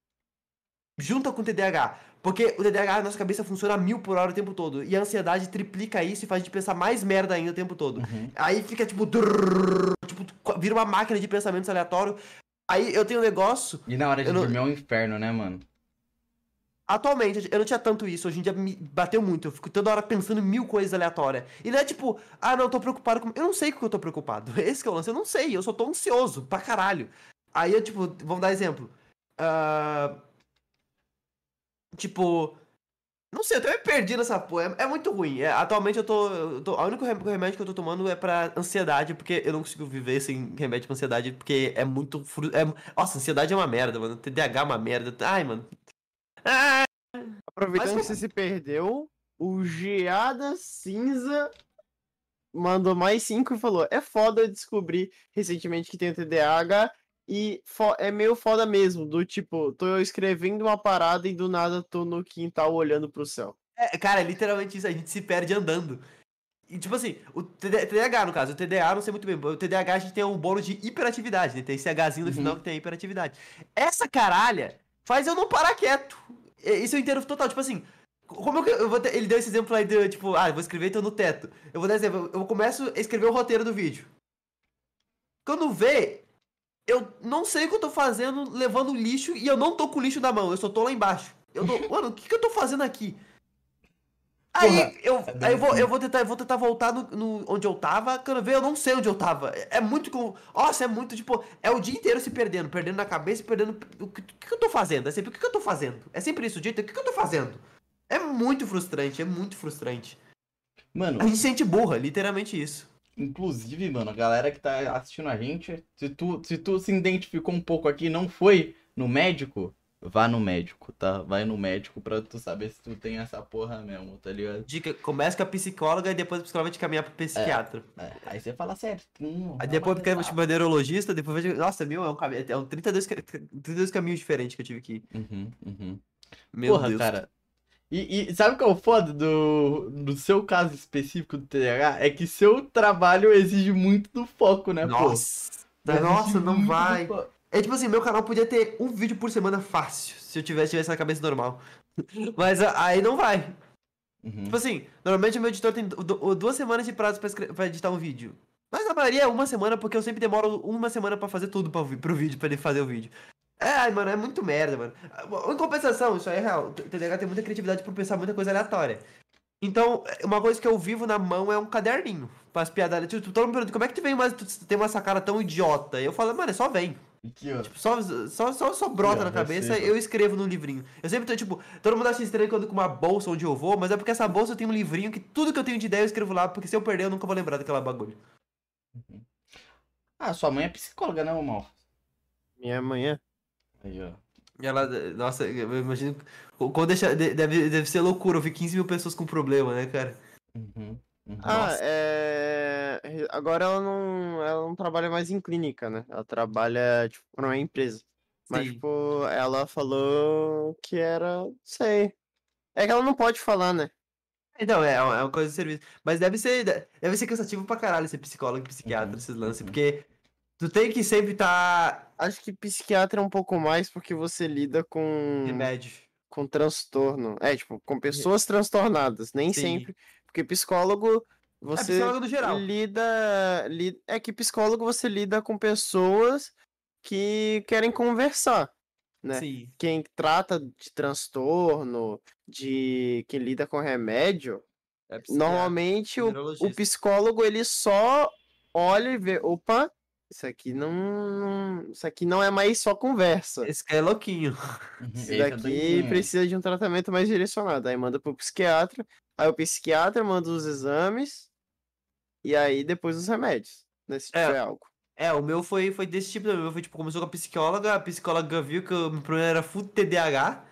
junta com o T D A H. Porque o T D A H na nossa cabeça funciona a mil por hora o tempo todo. E a ansiedade triplica isso e faz a gente pensar mais merda ainda o tempo todo. Uhum. Aí fica tipo. drrrr, tipo, vira uma máquina de pensamentos aleatórios. Aí eu tenho um negócio. E na hora de Eu não- dormir é um inferno, né, mano? Atualmente, eu não tinha tanto isso. Hoje em dia me bateu muito. Eu fico toda hora pensando em mil coisas aleatórias. E não é tipo, ah, não, eu tô preocupado com. Eu não sei com o que eu tô preocupado. Esse que é o lance. Eu não sei. Eu só tô ansioso pra caralho. Aí eu, tipo, vamos dar exemplo. Ah, tipo, não sei, eu até me perdi nessa porra. É, é muito ruim. É, atualmente eu tô, eu tô. O único rem- remédio que eu tô tomando é pra ansiedade, porque eu não consigo viver sem remédio pra ansiedade, porque é muito. Fru... É, nossa, ansiedade é uma merda, mano. T D A H é uma merda. Ai, mano. Ah, Aproveitando Mas que você se perdeu, o Geada Cinza mandou mais cinco e falou: é foda descobrir recentemente que tem T D A H e fo- é meio foda mesmo, do tipo, tô escrevendo uma parada e do nada tô no quintal olhando pro céu. é, cara, é literalmente isso. A gente se perde andando. E tipo assim, o T D T D A H, no caso, o T D A eu não sei muito bem. O T D A H a gente tem um bônus de hiperatividade, né? Tem esse Hzinho no Uhum. final que tem a hiperatividade. Essa caralha faz eu não parar quieto. É, isso eu entendo total. Tipo assim, como eu, eu vou ter, ele deu esse exemplo aí de, tipo, ah, eu vou escrever e tô no teto. Eu vou dar exemplo, eu começo a escrever o roteiro do vídeo. Quando vê, eu não sei o que eu tô fazendo levando lixo e eu não tô com o lixo na mão, eu só tô lá embaixo. Eu tô, mano, o que, que eu tô fazendo aqui? Aí Porra, eu, é bem aí eu vou, assim. eu vou tentar, eu vou tentar voltar no, no- onde eu tava, quando ver, eu não sei onde eu tava. É, é muito com. Nossa, é muito, tipo, é o dia inteiro se perdendo, perdendo na cabeça, perdendo. O que, o que que eu tô fazendo? É sempre o que, que eu tô fazendo? É sempre isso, o dia inteiro, o que, que eu tô fazendo? É muito frustrante, é muito frustrante. A Mano, gente se sente burra, literalmente isso. inclusive, mano, a galera que tá assistindo a gente, se tu, se tu se identificou um pouco aqui e não foi no médico, vá no médico, tá? Vai no médico pra tu saber se tu tem essa porra mesmo, tá ligado? Dica, começa com a psicóloga e depois a psicóloga vai te caminhar pro psiquiatra. É, aí você fala sério, hum, Aí é depois uma porque etapa. tipo, neurologista, depois vai. Nossa, meu, é um caminho. É um trinta e dois, ca- trinta e dois caminhos diferentes que eu tive que ir. Uhum, uhum. Meu Porra, Deus. cara. E, e sabe qual é o foda do, do seu caso específico do T D A H? É que seu trabalho exige muito do foco, né, pô? Nossa, Exige nossa, não muito do vai. foco. É tipo assim, meu canal podia ter um vídeo por semana fácil, se eu tivesse, tivesse na cabeça normal. Mas a- aí não vai. Tipo Uhum. assim, normalmente o meu editor tem du- du- duas semanas de prazo pra, escre- pra editar um vídeo. Mas na maioria é uma semana, porque eu sempre demoro uma semana pra fazer tudo pra, vi- pro vídeo, pra ele fazer o vídeo. É, ai, mano, é muito merda, mano. Em compensação, isso aí é real. O T D A H tem muita criatividade pra pensar muita coisa aleatória. Então, uma coisa que eu vivo na mão é um caderninho. Para as piadas. Tipo, todo mundo pergunta, como é que tu vem, mas tu tem uma sacada tão idiota? E eu falo, mano, é só vem. Aqui, ó. Tipo, só, só, só, só Aqui, brota ó, na cabeça receba. eu escrevo no livrinho. Eu sempre tô, tipo, todo mundo acha estranho quando com uma bolsa onde eu vou, mas é porque essa bolsa eu tenho um livrinho que tudo que eu tenho de ideia eu escrevo lá, porque se eu perder eu nunca vou lembrar daquela bagulho. Ah, sua mãe é psicóloga, né, Mal? Minha manhã. Aí, ó. E ela, nossa, eu imagino. Quando deixa, de- deve, deve ser loucura ouvir quinze mil pessoas com problema, né, cara? Uhum, uhum. Ah, Nossa. é. Agora ela não, ela não trabalha mais em clínica, né? Ela trabalha, tipo, pra uma empresa. Mas, Sim. tipo, ela falou que era. Sei. É que ela não pode falar, né? Então, é, é uma é uma coisa de serviço. Mas deve ser, deve ser cansativo pra caralho ser psicólogo e psiquiatra, Uhum, esses lances. uhum. Porque tu tem que sempre tá Acho que psiquiatra é um pouco mais porque você lida com, remédio. com transtorno. É, tipo, com pessoas transtornadas. Nem Sim. sempre. Porque psicólogo, É você psicólogo no geral. lida, li- É que psicólogo você lida com pessoas que querem conversar, né? Sim. Quem trata de transtorno, de quem lida com remédio, É psiquiatra. normalmente o, o Neurologista. psicólogo ele só olha e vê, opa, isso aqui não, não- isso aqui não é mais só conversa. Esse cara é louquinho. Uhum. Isso Esse é daqui doidinho. precisa de um tratamento mais direcionado. Aí manda pro psiquiatra, aí o psiquiatra manda os exames e aí depois os remédios, né, se É. tiver algo. É, o meu foi, foi desse tipo. O meu foi tipo, começou com a psicóloga, a psicóloga viu que o meu problema era full T D A H.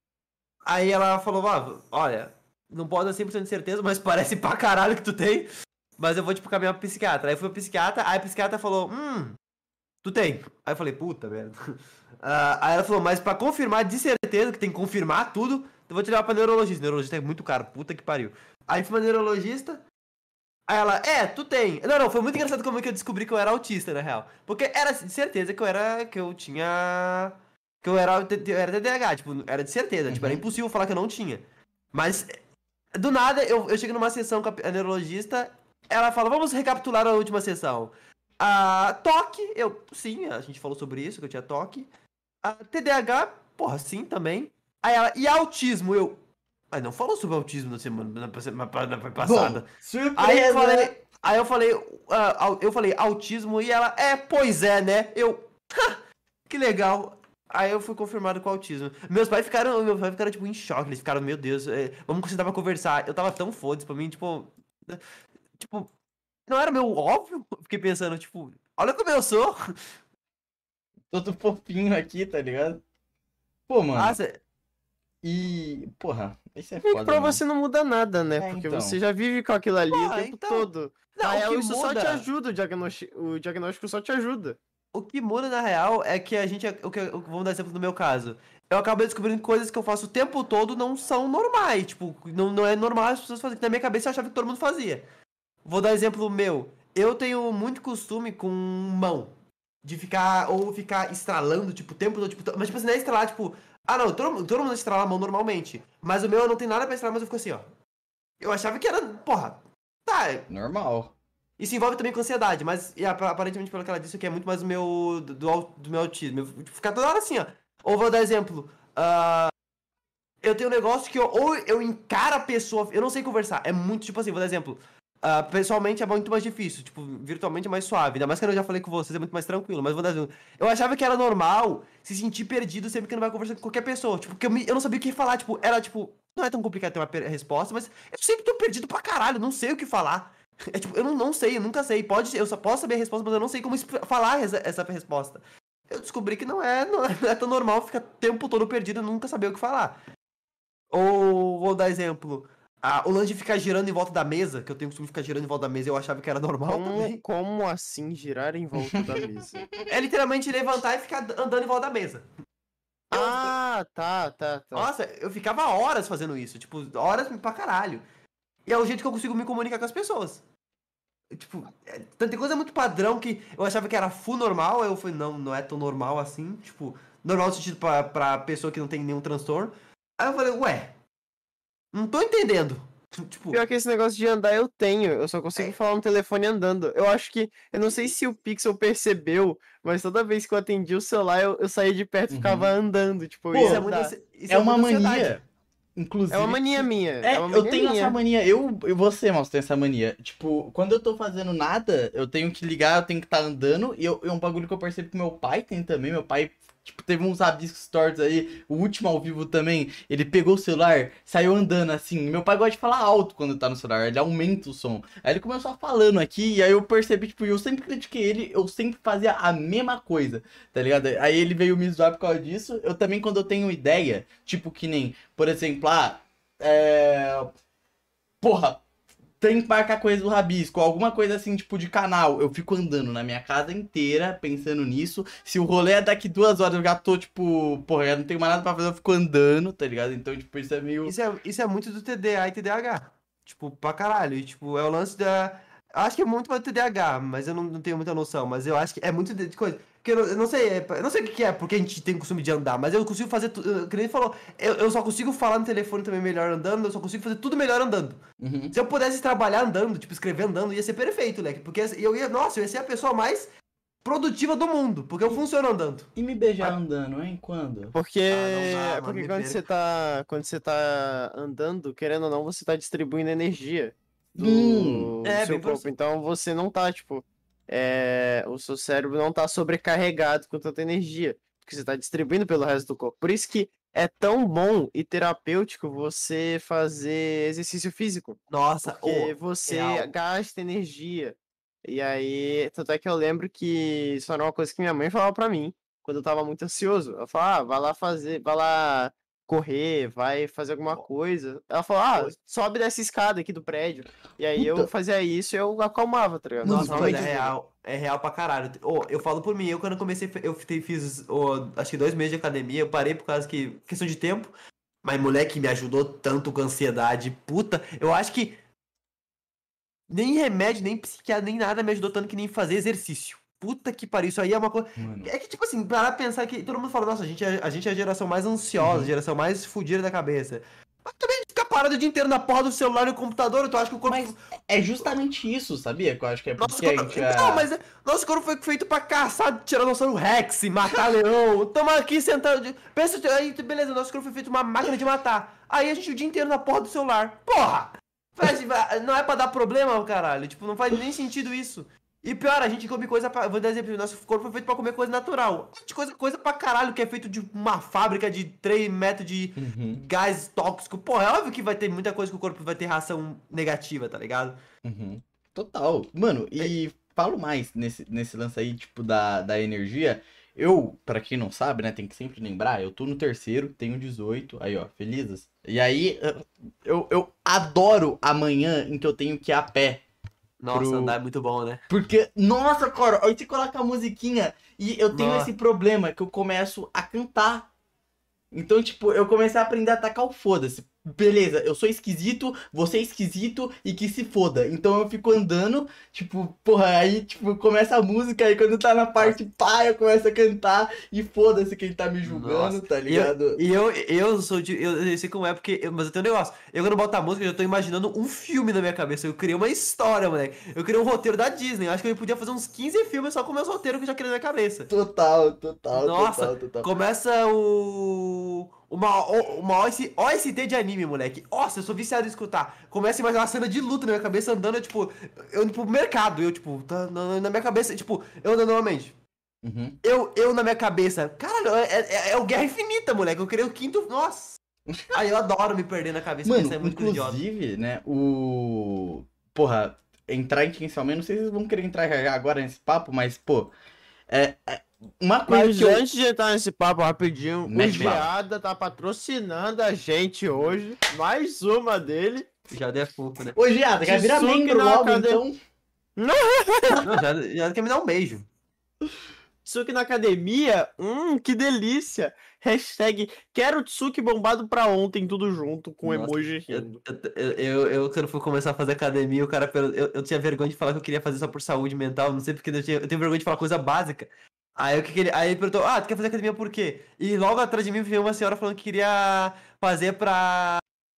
Aí ela falou, ah, olha, não pode dar cem por cento de certeza, mas parece pra caralho que tu tem. Mas eu vou, tipo, caminhar pro psiquiatra. Aí fui pro psiquiatra, aí a psiquiatra falou, hum, tu tem. Aí eu falei, puta merda. Ah, aí ela falou, mas pra confirmar de certeza, que tem que confirmar tudo, eu vou te levar pra neurologista. Neurologista é muito caro, puta que pariu. Aí fui pra neurologista, aí ela, é, tu tem. Não, não, foi muito engraçado como é que eu descobri que eu era autista, na real. Porque era de certeza que eu era, que eu tinha... Que eu era, eu era T D A H, tipo, era de certeza. Tipo, era Uhum. impossível falar que eu não tinha. Mas, do nada, eu, eu cheguei numa sessão com a neurologista, ela fala, vamos recapitular a última sessão. Ah, toque, eu, sim, a gente falou sobre isso, que eu tinha toque. Ah, T D A H, porra, sim, também. Aí ela, e autismo, eu... Mas não falou sobre autismo na semana, na, na, na, na passada. Bom, surpresa! Aí eu falei, aí eu falei, ah, au- eu falei autismo e ela, é, pois é, né? Eu, que legal. Aí eu fui confirmado com autismo. Meus pais ficaram, meus pais ficaram, tipo, em choque. Eles ficaram, meu Deus, é, vamos sentar pra conversar. Eu tava tão foda-se pra mim, tipo... Tipo, não era meu óbvio? Eu fiquei pensando, tipo, olha como eu sou. Todo fofinho aqui, tá ligado? Pô, mano. Ah, cê... E, porra, isso é É que foda, pra mano. você não muda nada, né? É, Porque então. você já vive com aquilo ali o Ah, tempo então. todo. Não, Na o real, que isso só te muda- ajuda, o diagnóstico, o diagnóstico só te ajuda. O que muda, na real, é que a gente... O que, o- vamos dar exemplo no meu caso. Eu acabei descobrindo que coisas que eu faço o tempo todo não são normais. Tipo, não, não é normal as pessoas fazerem. Na minha cabeça eu achava que todo mundo fazia. Vou dar exemplo meu. Eu tenho muito costume com mão. De ficar, ou ficar estralando, tipo, o tempo todo, tipo, mas tipo assim, não é estralar, tipo, ah não, todo, todo mundo estrala a mão normalmente, mas o meu eu não tenho nada pra estralar, mas eu fico assim, ó. Eu achava que era, porra, tá, Normal. isso envolve também com ansiedade, mas e, ap- aparentemente pelo que ela disse, que é muito mais do meu, do, do, au- do meu autismo, eu fico- ficar toda hora assim, ó. Ou vou dar exemplo, ah, eu tenho um negócio que eu, ou eu encaro a pessoa, eu não sei conversar, é muito, tipo assim, vou dar exemplo. Ah, pessoalmente é muito mais difícil, tipo, virtualmente é mais suave. Ainda mais que eu já falei com vocês, é muito mais tranquilo. Mas vou dar exemplo. Eu achava que era normal se sentir perdido sempre que não vai conversar com qualquer pessoa. Tipo, porque eu, me- eu não sabia o que falar. Tipo, era tipo, não é tão complicado ter uma per- resposta, mas eu sempre tô perdido pra caralho, não sei o que falar. É tipo, eu não, não sei, eu nunca sei. Pode, eu só posso saber a resposta, mas eu não sei como expl- falar essa, essa resposta. Eu descobri que não é, não é, não é tão normal ficar o tempo todo perdido e nunca saber o que falar. Ou, vou dar exemplo, ah, o lance de ficar girando em volta da mesa, que eu tenho costume de ficar girando em volta da mesa, eu achava que era normal Como, também. como assim girar em volta da mesa? É literalmente levantar e ficar andando em volta da mesa. Ah, tá, tá, tá. Nossa, eu ficava horas fazendo isso, tipo, horas pra caralho. E é o jeito que eu consigo me comunicar com as pessoas. Tipo, é, tem coisa muito padrão que eu achava que era full normal, aí eu falei, não, não é tão normal assim, tipo, normal no sentido pra, pra pessoa que não tem nenhum transtorno. Aí eu falei, ué, não tô entendendo. Tipo, Pior que esse negócio de andar eu tenho, eu só consigo falar no telefone andando. Eu acho que, eu não sei se o Pixel percebeu, mas toda vez que eu atendi o celular, eu, eu saía de perto e Uhum. ficava andando, tipo, eu Pô, ia isso é, muito, andar. ansi- isso É uma muita mania. ansiedade. Inclusive. É uma mania que- minha, É, é uma eu mania tenho minha. essa mania. Eu e você, Maus, tem essa mania. Tipo, quando eu tô fazendo nada, eu tenho que ligar, eu tenho que estar andando. E eu- é um bagulho que eu percebo que meu pai tem também. Meu pai, tipo, teve uns rabiscos tortos aí. O último ao vivo também. Ele pegou o celular, saiu andando assim. Meu pai gosta de falar alto quando tá no celular. Ele aumenta o som. Aí ele começou falando aqui. E aí eu percebi, tipo, eu sempre critiquei ele. Eu sempre fazia a mesma coisa, tá ligado? Aí ele veio me zoar por causa disso. Eu também, quando eu tenho ideia, tipo, que nem, por exemplo, ah. É... Porra, tem que marcar coisa do Rabisco, alguma coisa assim, tipo de canal. Eu fico andando na minha casa inteira pensando nisso. Se o rolê é daqui duas horas, eu já tô, tipo, porra, eu não tenho mais nada pra fazer, eu fico andando, tá ligado? Então, tipo, isso é meio. Isso é, isso é muito do T D A e T D A H. Tipo, pra caralho. E, tipo, é o lance da. Acho que é muito mais do T D A H, mas eu não, não tenho muita noção. Mas eu acho que é muito de de coisa. Porque eu, não- eu não sei, é- eu não sei o que que é, porque a gente tem costume de andar, mas eu consigo fazer tudo. Que nem ele falou, eu, eu só consigo falar no telefone também melhor andando, eu só consigo fazer tudo melhor andando. Uhum. Se eu pudesse trabalhar andando, tipo, escrever andando, ia ser perfeito, leque. Porque eu ia, nossa, eu ia ser a pessoa mais produtiva do mundo, porque eu funciono andando. E me beijar andando, hein? Quando? Porque, Ah, não dá, mano, porque me quando perca. você tá, quando você tá andando, querendo ou não, você tá distribuindo energia do, Hum, do é, seu bem corpo. você. Então você não tá, tipo, é, o seu cérebro não tá sobrecarregado com tanta energia, porque você tá distribuindo pelo resto do corpo. Por isso que é tão bom e terapêutico você fazer exercício físico, Nossa, porque ô, você real. gasta energia. E aí, tanto é que eu lembro que isso era uma coisa que minha mãe falava pra mim quando eu tava muito ansioso. Ela falava, ah, vai lá fazer, vai lá correr, vai fazer alguma coisa. Ela falou, ah, sobe dessa escada aqui do prédio. E aí eu Puta. fazia isso e eu acalmava, tá ligado? Mano, Nossa, fala mas aí. é real. É real pra caralho. Ô, eu falo por mim, eu quando comecei, eu fi- fiz, ô, acho que dois meses de academia, eu parei por causa que, questão de tempo. Mas, moleque, me ajudou tanto com ansiedade. Puta, eu acho que nem remédio, nem psiquiatra, nem nada me ajudou tanto que nem fazer exercício. Puta que pariu, isso aí é uma coisa. Mano. É que, tipo assim, parar pra pensar que todo mundo fala, nossa, a gente é a, gente é a geração mais ansiosa, Uhum. a geração mais fodida da cabeça. Mas também ficar parado o dia inteiro na porra do celular e do computador, tu acha que o corpo. Mas é justamente isso, sabia? Que eu acho que é Nosso porque a corpo... gente é... Não, mas é- nosso corpo foi feito pra caçar Tiranossauro Rex, matar leão. Tamo aqui sentado. Pensa, aí, beleza, nosso corpo foi feito uma máquina de matar. Aí a gente o dia inteiro na porra do celular. Porra! Faz- Não é pra dar problema, caralho. Tipo, não faz nem sentido isso. E pior, a gente come coisa pra... Vou dar exemplo, nosso corpo foi feito pra comer coisa natural. De coisa, coisa pra caralho que é feito de uma fábrica de três metros de Uhum. gás tóxico. Pô, é óbvio que vai ter muita coisa que o corpo vai ter reação negativa, tá ligado? Uhum. Total. Mano, e falo mais nesse, nesse lance aí, tipo, da, da energia. Eu, pra quem não sabe, né, tem que sempre lembrar, eu tô no terceiro, tenho dezoito, aí ó, felizes. E aí, eu, eu adoro a manhã em que eu tenho que ir a pé. Nossa, Pro- andar é muito bom, né? Porque, nossa, cara, aí você coloca a musiquinha e eu tenho Nossa. esse problema que eu começo a cantar. Então, tipo, eu comecei a aprender a tacar o foda-se. Beleza, eu sou esquisito, você é esquisito e que se foda. Então eu fico andando, tipo, porra, aí, tipo, começa a música, aí quando tá na parte pá, eu começo a cantar e foda-se quem tá me julgando, Nossa. tá E eu, ligado? e eu, eu sou de. Eu, eu sei como é, porque. eu- mas eu tenho um negócio. Eu quando boto a música, eu já tô imaginando um filme na minha cabeça. Eu criei uma história, moleque. Eu criei um roteiro da Disney. Eu acho que eu podia fazer uns quinze filmes só com meus roteiros que eu já criei na minha cabeça. Total, total, Nossa, total, total. começa o. Uma, uma O S, O S T de anime, moleque. Nossa, eu sou viciado em escutar. Começa a imaginar uma cena de luta na minha cabeça andando, eu, tipo, eu indo pro mercado. Eu, tipo, tá na, na minha cabeça, tipo, eu andando normalmente. Uhum. Eu, eu na minha cabeça, caralho, é, é, é o Guerra Infinita, moleque. Eu criei o quinto. Nossa. Aí eu adoro me perder na cabeça, Mano, porque isso é muito idiota. inclusive, né, o... Porra, entrar intencionalmente, não sei se vocês vão querer entrar já já agora nesse papo, mas, pô, é... é uma coisa Mas que eu... antes de entrar nesse papo rapidinho, Mete o Geada tá patrocinando a gente hoje. Mais uma dele. Já é fofo, né? Ô, Giada, quer virar Tsuki membro na logo, cade- então? Não, já, já quer me dar um beijo. Tsuki na academia? Hum, que delícia. Hashtag quero Tsuki bombado pra ontem, tudo junto, com Nossa, emoji Eu, rindo. eu, eu, eu, quando fui começar a fazer academia, o cara, per- eu, eu tinha vergonha de falar que eu queria fazer só por saúde mental, não sei porque eu, tinha, eu tenho vergonha de falar coisa básica. Aí, o que que ele, aí ele perguntou, ah, tu quer fazer academia por quê? E logo atrás de mim veio uma senhora falando que queria fazer pra,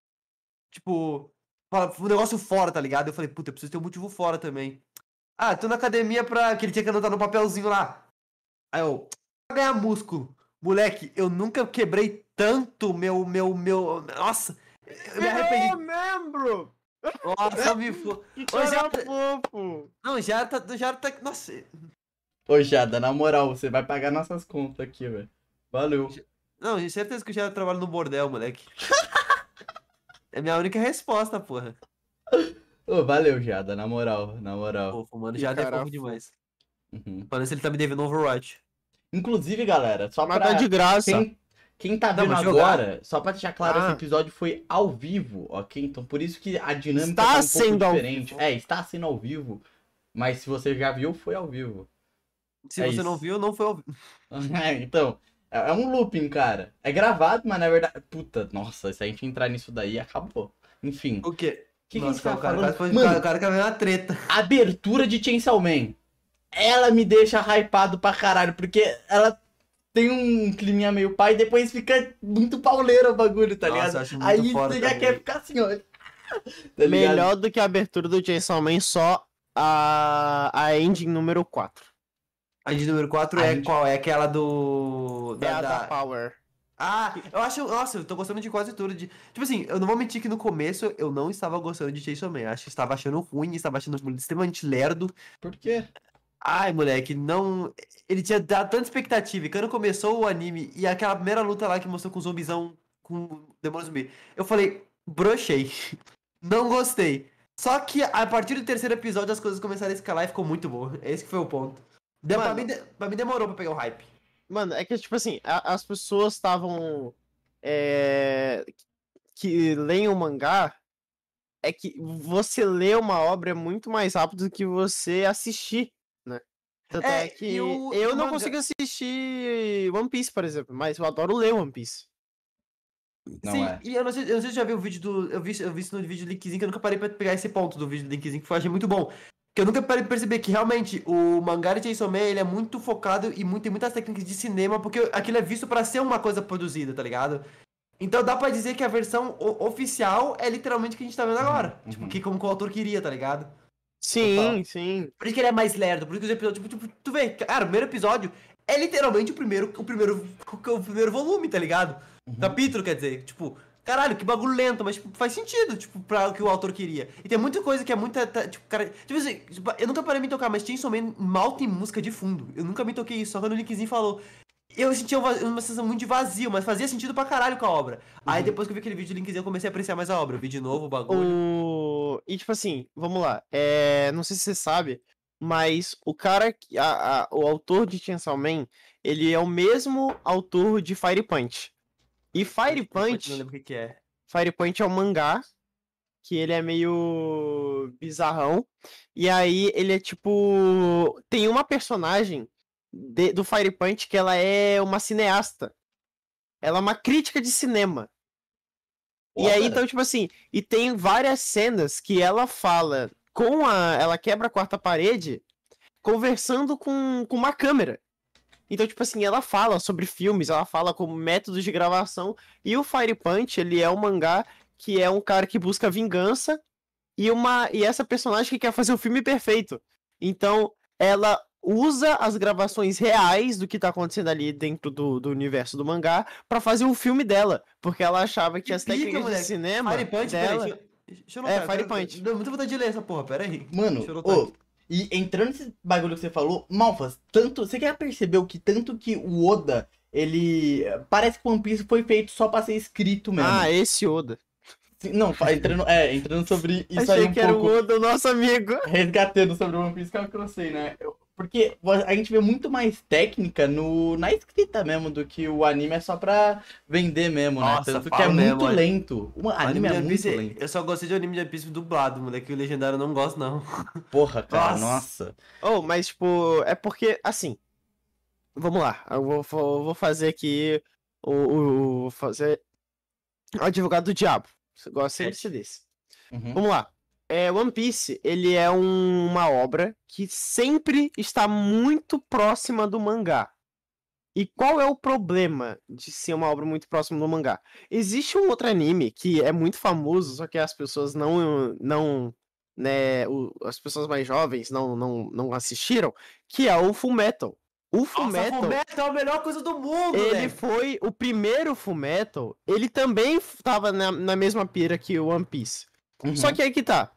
tipo, pra- um negócio fora, tá ligado? Eu falei, puta, eu preciso ter um motivo fora também. Ah, tô na academia pra, que ele tinha que anotar no papelzinho lá. Aí eu, pra ganhar músculo. Moleque, eu nunca quebrei tanto meu, meu, meu, nossa, eu me arrependi. Ô, membro! Nossa, me fo... Que Ô, já, cara fofo! não, já tá, já tá, nossa, Ô, Giada, na moral, você vai pagar nossas contas aqui, velho. Valeu. não, de certeza que eu já trabalho no bordel, moleque. É minha única resposta, porra. Ô, valeu, Giada, na moral, na moral. Fofo, mano, Que já é cara fofo fofo. demais. Uhum. Parece que ele tá me devendo Overwatch. Inclusive, galera, só Mas pra... tá de graça. Quem, quem tá Não, vendo mas jogar- agora, só pra deixar claro, Ah. esse episódio foi ao vivo, ok? Então por isso que a dinâmica Está tá um sendo pouco ao diferente. vivo. É, está sendo ao vivo. Mas se você já viu, foi ao vivo. Se É você isso. não viu, não foi ao vivo. É, então, é é um looping, cara. É gravado, mas na verdade... Puta, nossa, se a gente entrar nisso daí, acabou. Enfim, o O quê? que, que a Nossa, gente tá o cara, falando? quase foi, Mano, o cara quer ver uma treta. abertura de Chainsaw Man. Ela me deixa hypado pra caralho, porque ela tem um climinha meio pai e depois fica muito pauleiro o bagulho, tá Nossa, ligado? eu acho muito Aí foda você já também. quer ficar assim, ó. Tá ligado? Melhor do que a abertura do Chainsaw Man, só a, a ending número quatro. A de número quatro A é gente- qual? É aquela do... É Da, a da da- Power. Ah, eu acho... Nossa, eu tô gostando de quase tudo. De... Tipo assim, eu não vou mentir que no começo eu não estava gostando de Chainsaw Man. Eu acho que estava achando ruim, estava achando extremamente lerdo. Por quê? Ai, moleque, não... Ele tinha dado tanta expectativa. E quando começou o anime e aquela primeira luta lá que mostrou com o zumbizão, com o demônio zumbi, eu falei, brochei. Não gostei. Só que a partir do terceiro episódio as coisas começaram a escalar e ficou muito bom. Esse que foi o ponto. Deu, pra, Mano. mim, de- pra mim demorou pra pegar o hype. Mano, é que, tipo assim, a- as pessoas estavam. É, que leem o mangá. É que você ler uma obra é muito mais rápido do que você assistir, né? Tanto é, É, que e o- eu o não mangá- consigo assistir One Piece, por exemplo, mas eu adoro ler One Piece. Não Sim, é. e eu não, sei, eu não sei se você já viu o vídeo do... Eu vi, eu vi isso no vídeo do Linkzinho, que eu nunca parei pra pegar esse ponto do vídeo do Linkzinho, que eu achei muito bom. Que eu nunca parei pra perceber que realmente o mangá de Chainsaw Man, ele é muito focado e muito, tem muitas técnicas de cinema, porque aquilo é visto pra ser uma coisa produzida, tá ligado? Então dá pra dizer que a versão o- oficial é literalmente o que a gente tá vendo agora. Uhum, Tipo, uhum. que como o autor queria, tá ligado? Sim, Total. sim. Por isso que ele é mais lerdo, por isso que os episódios, tipo, tipo, tu vê, cara, o primeiro episódio é literalmente o primeiro, o primeiro, o primeiro volume, tá ligado? Uhum. Capítulo, quer dizer, tipo, caralho, que bagulho lento, mas tipo, faz sentido, tipo, pra o que o autor queria. E tem muita coisa que é muita, tá, tipo, cara, tipo assim, tipo, eu nunca parei de me tocar, mas Chainsaw Man mal tem música de fundo. Eu nunca me toquei isso, só quando o Nickzinho falou. Eu sentia uma, uma sensação muito de vazio, mas fazia sentido pra caralho com a obra. Aí Uhum. depois que eu vi aquele vídeo do Linkzinho, eu comecei a apreciar mais a obra. Eu vi de novo o bagulho. O... E tipo assim, vamos lá. É... Não sei se você sabe, mas o cara, que- a, a- o autor de Chainsaw Man, ele é o mesmo autor de Fire Punch. E Fire Não Punch, lembro o que que é. Fire Punch é um mangá que ele é meio bizarrão. E aí ele é tipo. Tem uma personagem de- do Fire Punch que ela é uma cineasta. Ela é uma crítica de cinema. E aí, Foda. então, tipo assim, e tem várias cenas que ela fala com a. Ela quebra a quarta parede conversando com, com uma câmera. Então, tipo assim, ela fala sobre filmes, ela fala como métodos de gravação. E o Fire Punch, ele é um mangá que é um cara que busca vingança e uma e essa personagem que quer fazer o filme perfeito. Então, ela usa as gravações reais do que tá acontecendo ali dentro do, do universo do mangá pra fazer um filme dela, porque ela achava que, Que as pica, técnicas de moleque. cinema Fire Punch, peraí, dela deixa, eu- deixa eu é anotar. eu Fire quero- Punch. Deu muita vontade de ler essa porra, peraí. Deixa Mano, eu anotar ô, aqui. e entrando nesse bagulho que você falou, Malfas, tanto. Você já percebeu que tanto que o Oda, ele. Parece que One Piece foi feito só pra ser escrito mesmo. Ah, esse Oda. Sim, não, fa- entrando, é, entrando sobre isso Achei aí um que era pouco. o Oda, o nosso amigo. Resgatando sobre o One Piece, que é o que eu sei, né? Eu- porque a gente vê muito mais técnica no, na escrita mesmo do que o anime é só pra vender mesmo, né? Nossa, Tanto que é falo mesmo, muito olha. lento. O O anime é de One muito Piece, lento. eu só gostei de anime de One Piece dublado, moleque. O legendário eu não gosto, não. Porra, cara, Nossa. nossa. Oh, mas, tipo, é porque, assim, vamos lá. Eu vou, vou, vou fazer aqui o, o, vou fazer o advogado do diabo. Eu gosto sempre de ser desse. Uhum. Vamos lá. É, One Piece, ele é um- uma obra que sempre está muito próxima do mangá. E qual é o problema de ser uma obra muito próxima do mangá? Existe um outro anime que é muito famoso, só que as pessoas não, não, né, o- as pessoas mais jovens não, não, não assistiram, que é o Fullmetal. O Nossa, Fullmetal, Fullmetal é a melhor coisa do mundo, ele moleque. foi o primeiro Fullmetal, ele também estava na, na mesma pira que o One Piece. Uhum. Só que aí que tá.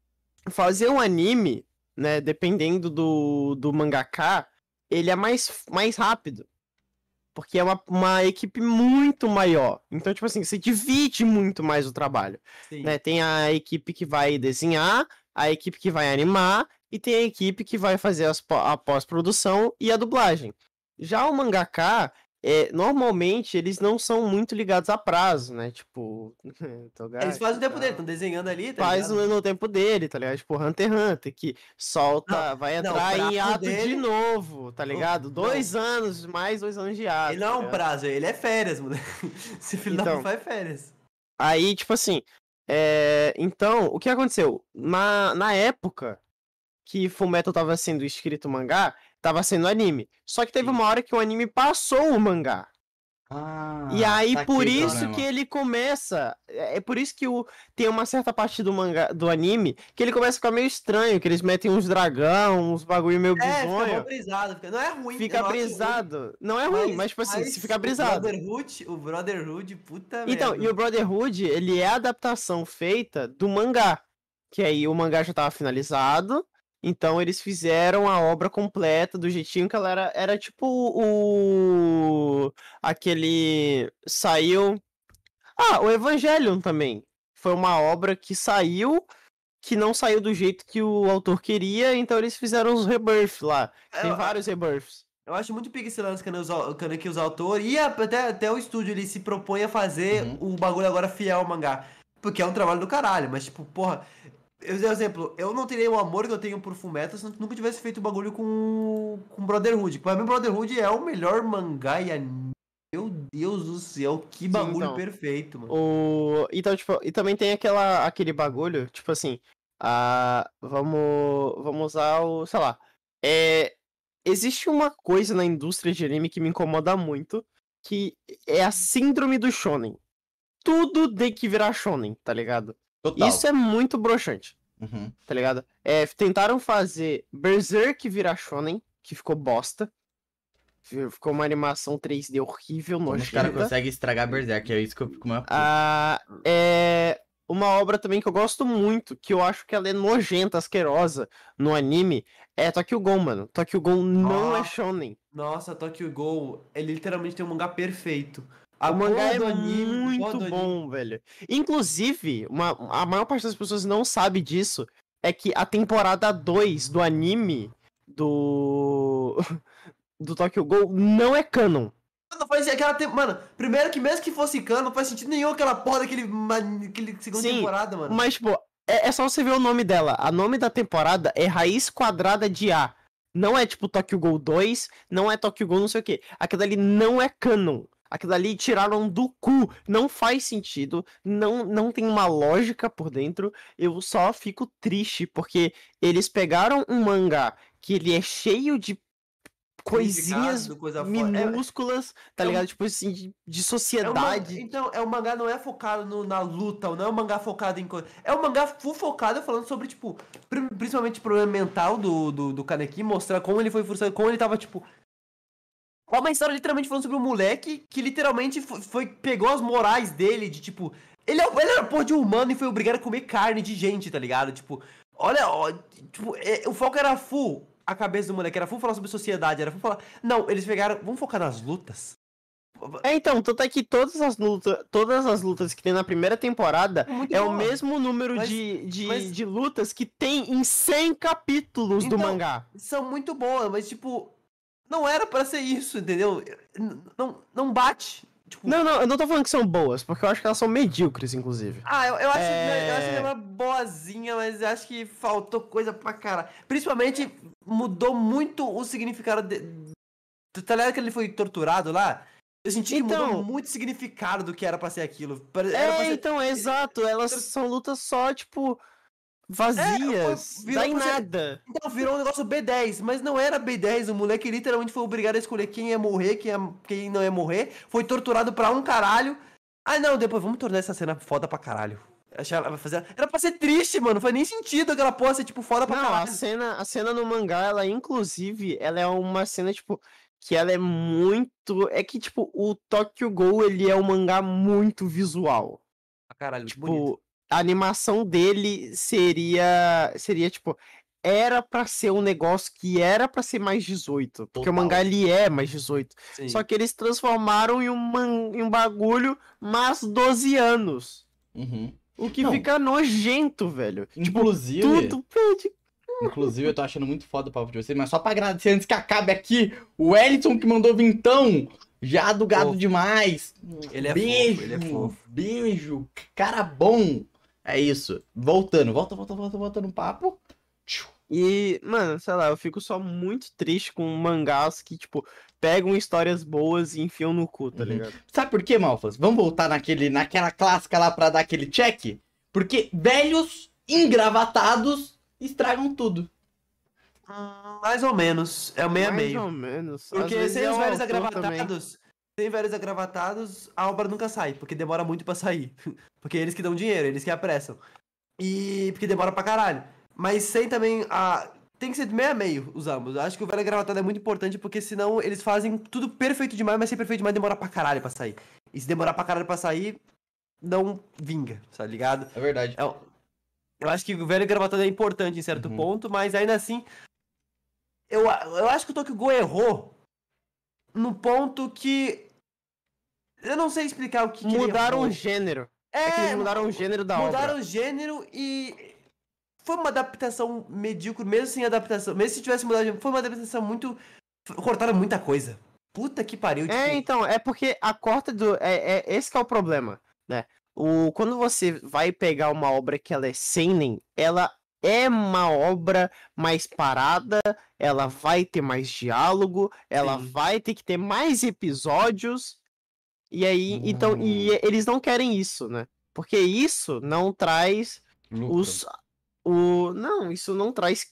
Fazer um anime, né, dependendo do, do mangaka, ele é mais, mais rápido. Porque é uma, uma equipe muito maior. Então, tipo assim, você divide muito mais o trabalho. Sim. Né? Tem a equipe que vai desenhar, a equipe que vai animar, e tem a equipe que vai fazer as, pó- a pós-produção e a dublagem. Já o mangaka, é, normalmente, eles não são muito ligados a prazo, né? Tipo, Togashi Eles fazem o e tempo tal. dele, estão desenhando ali, tá Faz ligado? no, no tempo dele, tá ligado? Tipo, Hunter x Hunter, que solta, Não, vai não, entrar o em prazo ato de dele- novo, tá ligado? não. Dois anos, mais dois anos de ato. Ele não é tá um ligado? prazo, ele é férias, moleque. Esse filho da Então. puta faz férias. Aí, tipo assim, é, então, o que aconteceu? Na, na época que Fullmetal tava sendo escrito mangá, tava sendo anime. Só que teve Sim. uma hora que o anime passou o mangá. Ah, E aí, saquei por o isso problema. que ele começa. É é por isso que o, tem uma certa parte do mangá, do anime, que ele começa a ficar meio estranho, que eles metem uns dragão, uns bagulho meio É, fica bizonho. mó brisado. Fica... Não é ruim, eu Fica não acho ruim, brisado. Não é ruim, mas, tipo assim, mas se fica o brisado. Brotherhood, o Brotherhood, puta Então, merda. e o Brotherhood, ele é a adaptação feita do mangá. Que aí o mangá já tava finalizado. Então eles fizeram a obra completa do jeitinho que ela era. Era tipo o. Aquele. Saiu. Ah, o Evangelion também. Foi uma obra que saiu. Que não saiu do jeito que o autor queria. Então eles fizeram os rebirths lá. Tem Eu- vários rebirths. Eu acho muito pique esse lance quando os, au- quando que os autores e a- até, até o estúdio ele se propõe a fazer Uhum. o bagulho agora fiel ao mangá. Porque é um trabalho do caralho, mas tipo, porra. Eu, por exemplo, eu não teria o amor que eu tenho por Fullmetal se eu nunca tivesse feito o bagulho com, com Brotherhood. Pra mim, Brotherhood é o melhor mangá e anime. Meu Deus do céu, que bagulho então. perfeito, mano. O... Então, tipo, e também tem aquela, aquele bagulho, tipo assim, ah, vamos, vamos usar o, sei lá, é, existe uma coisa na indústria de anime que me incomoda muito, que é a síndrome do shonen. Tudo tem que virar shonen, tá ligado? Total. Isso é muito broxante, Uhum. tá ligado? É, tentaram fazer Berserk virar shonen, que ficou bosta. Ficou uma animação três D horrível, Como os caras nojenta. conseguem estragar Berserk, é isso que eu fico mais... Ah, é uma obra também que eu gosto muito, que eu acho que ela é nojenta, asquerosa no anime, é Tokyo Ghoul, mano. Tokyo Ghoul não é Ah. shonen. Nossa, Tokyo Ghoul, ele literalmente tem um mangá perfeito. A O mangá porra é do anime, a porra muito do anime- bom, velho. Inclusive, uma, a maior parte das pessoas não sabe disso, é que a temporada dois do anime do do Tokyo Ghoul não é canon. Não faz aquela tem... Mano, primeiro que mesmo que fosse cano, não faz sentido nenhum aquela porra daquele man- aquele segunda Sim, temporada, mano. Mas, tipo, é, é só você ver o nome dela. A nome da temporada é Raiz Quadrada de A. Não é tipo Tokyo Ghoul dois, não é Tokyo Ghoul não sei o que. Aquilo ali não é canon. Aquilo ali tiraram do cu. Não faz sentido. Não, não tem uma lógica por dentro. Eu só fico triste porque eles pegaram um mangá que ele é cheio de coisinhas Significado, coisa fora. É- minúsculas, tá é um- ligado? Tipo assim, de, de É um manga- sociedade. Então, é um mangá não é focado no- na luta, não é um mangá focado em coisa. É um mangá full focado falando sobre, tipo, pri- principalmente o problema mental do, do, do Kaneki, mostrar como ele foi frustrado, como ele tava, tipo. É uma história literalmente falando sobre um moleque que literalmente foi, foi- pegou as morais dele, de tipo. Ele, é- ele era porra de humano e foi obrigado a comer carne de gente, tá ligado? Tipo, olha, ó, tipo, é, o foco era full. A cabeça do moleque era full falar sobre sociedade, era full falar. Não, eles pegaram. Vamos focar nas lutas? É, então, tanto é que todas as lutas, todas as lutas que tem na primeira temporada Muito é o boa. mesmo número Mas- de, de, mas- de lutas que tem em cem capítulos do Então, mangá. São muito boas, mas tipo. Não era pra ser isso, entendeu? N- Não, não bate. Tipo, Não, não, eu não tô falando que são boas, porque eu acho que elas são medíocres, inclusive. Ah, eu, eu acho, É. eu acho que ela boazinha, mas eu acho que faltou coisa pra cara. Principalmente, mudou muito o significado de... Tá ligado que ele foi torturado lá? Eu senti que Então- mudou muito o significado do que era pra ser aquilo. Pare- Era É, pra ser... então, é exato, elas são lutas só, tipo, vazias, foi- virou dá em pra ser- nada. Então virou um negócio B dez, mas não era B dez, o moleque literalmente foi obrigado a escolher quem ia morrer, quem, ia- quem não ia morrer, foi torturado pra um caralho. Ah não, depois vamos tornar essa cena foda pra caralho. Achei ela vai fazer... Era pra ser triste, mano, não faz nem sentido aquela porra ser tipo foda pra Não, a caralho. cena, a cena no mangá, ela inclusive, ela é uma cena, tipo, que ela é muito... É que, tipo, o Tokyo Ghoul, ele é um mangá muito visual. Pra caralho, Tipo, bonito. a animação dele seria, seria, tipo, era pra ser um negócio que era pra ser mais dezoito. Porque Total. o mangá, ele é mais dezoito. Sim. Só que eles transformaram em um, man- em um bagulho mais doze anos. Uhum. O que Não. fica nojento, velho. Inclusive, Tudo pede. inclusive, eu tô achando muito foda o papo de vocês, mas só pra agradecer antes que acabe aqui, o Wellington que mandou vintão, já do gado Fofo. demais. Ele é beijo, fofo, ele é fofo. beijo, cara bom. É isso. Voltando, volta, volta, volta, volta no papo. Tchiu. E, mano, sei lá, eu fico só muito triste com mangás que, tipo, pegam histórias boas e enfiam no cu, tá Uhum. ligado? Sabe por quê, Malfas? Vamos voltar naquele, naquela clássica lá pra dar aquele check? Porque velhos engravatados estragam tudo. Hum, mais ou menos. É o meio a Mais meio. ou menos. Às Porque vezes sem é os o velhos autor também. agravatados, sem velhos agravatados, a obra nunca sai, porque demora muito pra sair. Porque eles que dão dinheiro, eles que apressam. E porque demora pra caralho. Mas sem também a. Tem que ser meio a meio os ambos. Eu acho que o velho agravatado é muito importante, porque senão eles fazem tudo perfeito demais, mas ser perfeito demais demora pra caralho pra sair. E se demorar pra caralho pra sair, não vinga, tá ligado? É verdade. É, eu acho que o velho gravatado é importante em certo Uhum. ponto, mas ainda assim. Eu, eu acho que o Tokyo Ghoul errou no ponto que. Eu não sei explicar o que, que ele Mudaram errou. o gênero. É, É que eles mudaram o gênero da mudaram obra. o gênero e. Foi uma adaptação medíocre, mesmo sem adaptação. Mesmo se tivesse mudado de gênero, foi uma adaptação muito. Cortaram muita coisa. Puta que pariu. É, tipo, então, é porque a corta do. É, é, esse que é o problema, né? O, quando você vai pegar uma obra que ela é seinen, ela é uma obra mais parada, ela vai ter mais diálogo, ela Sim. vai ter que ter mais episódios. E aí, então, Hum. e eles não querem isso, né? Porque isso não traz Lucro. os. O, não, isso não traz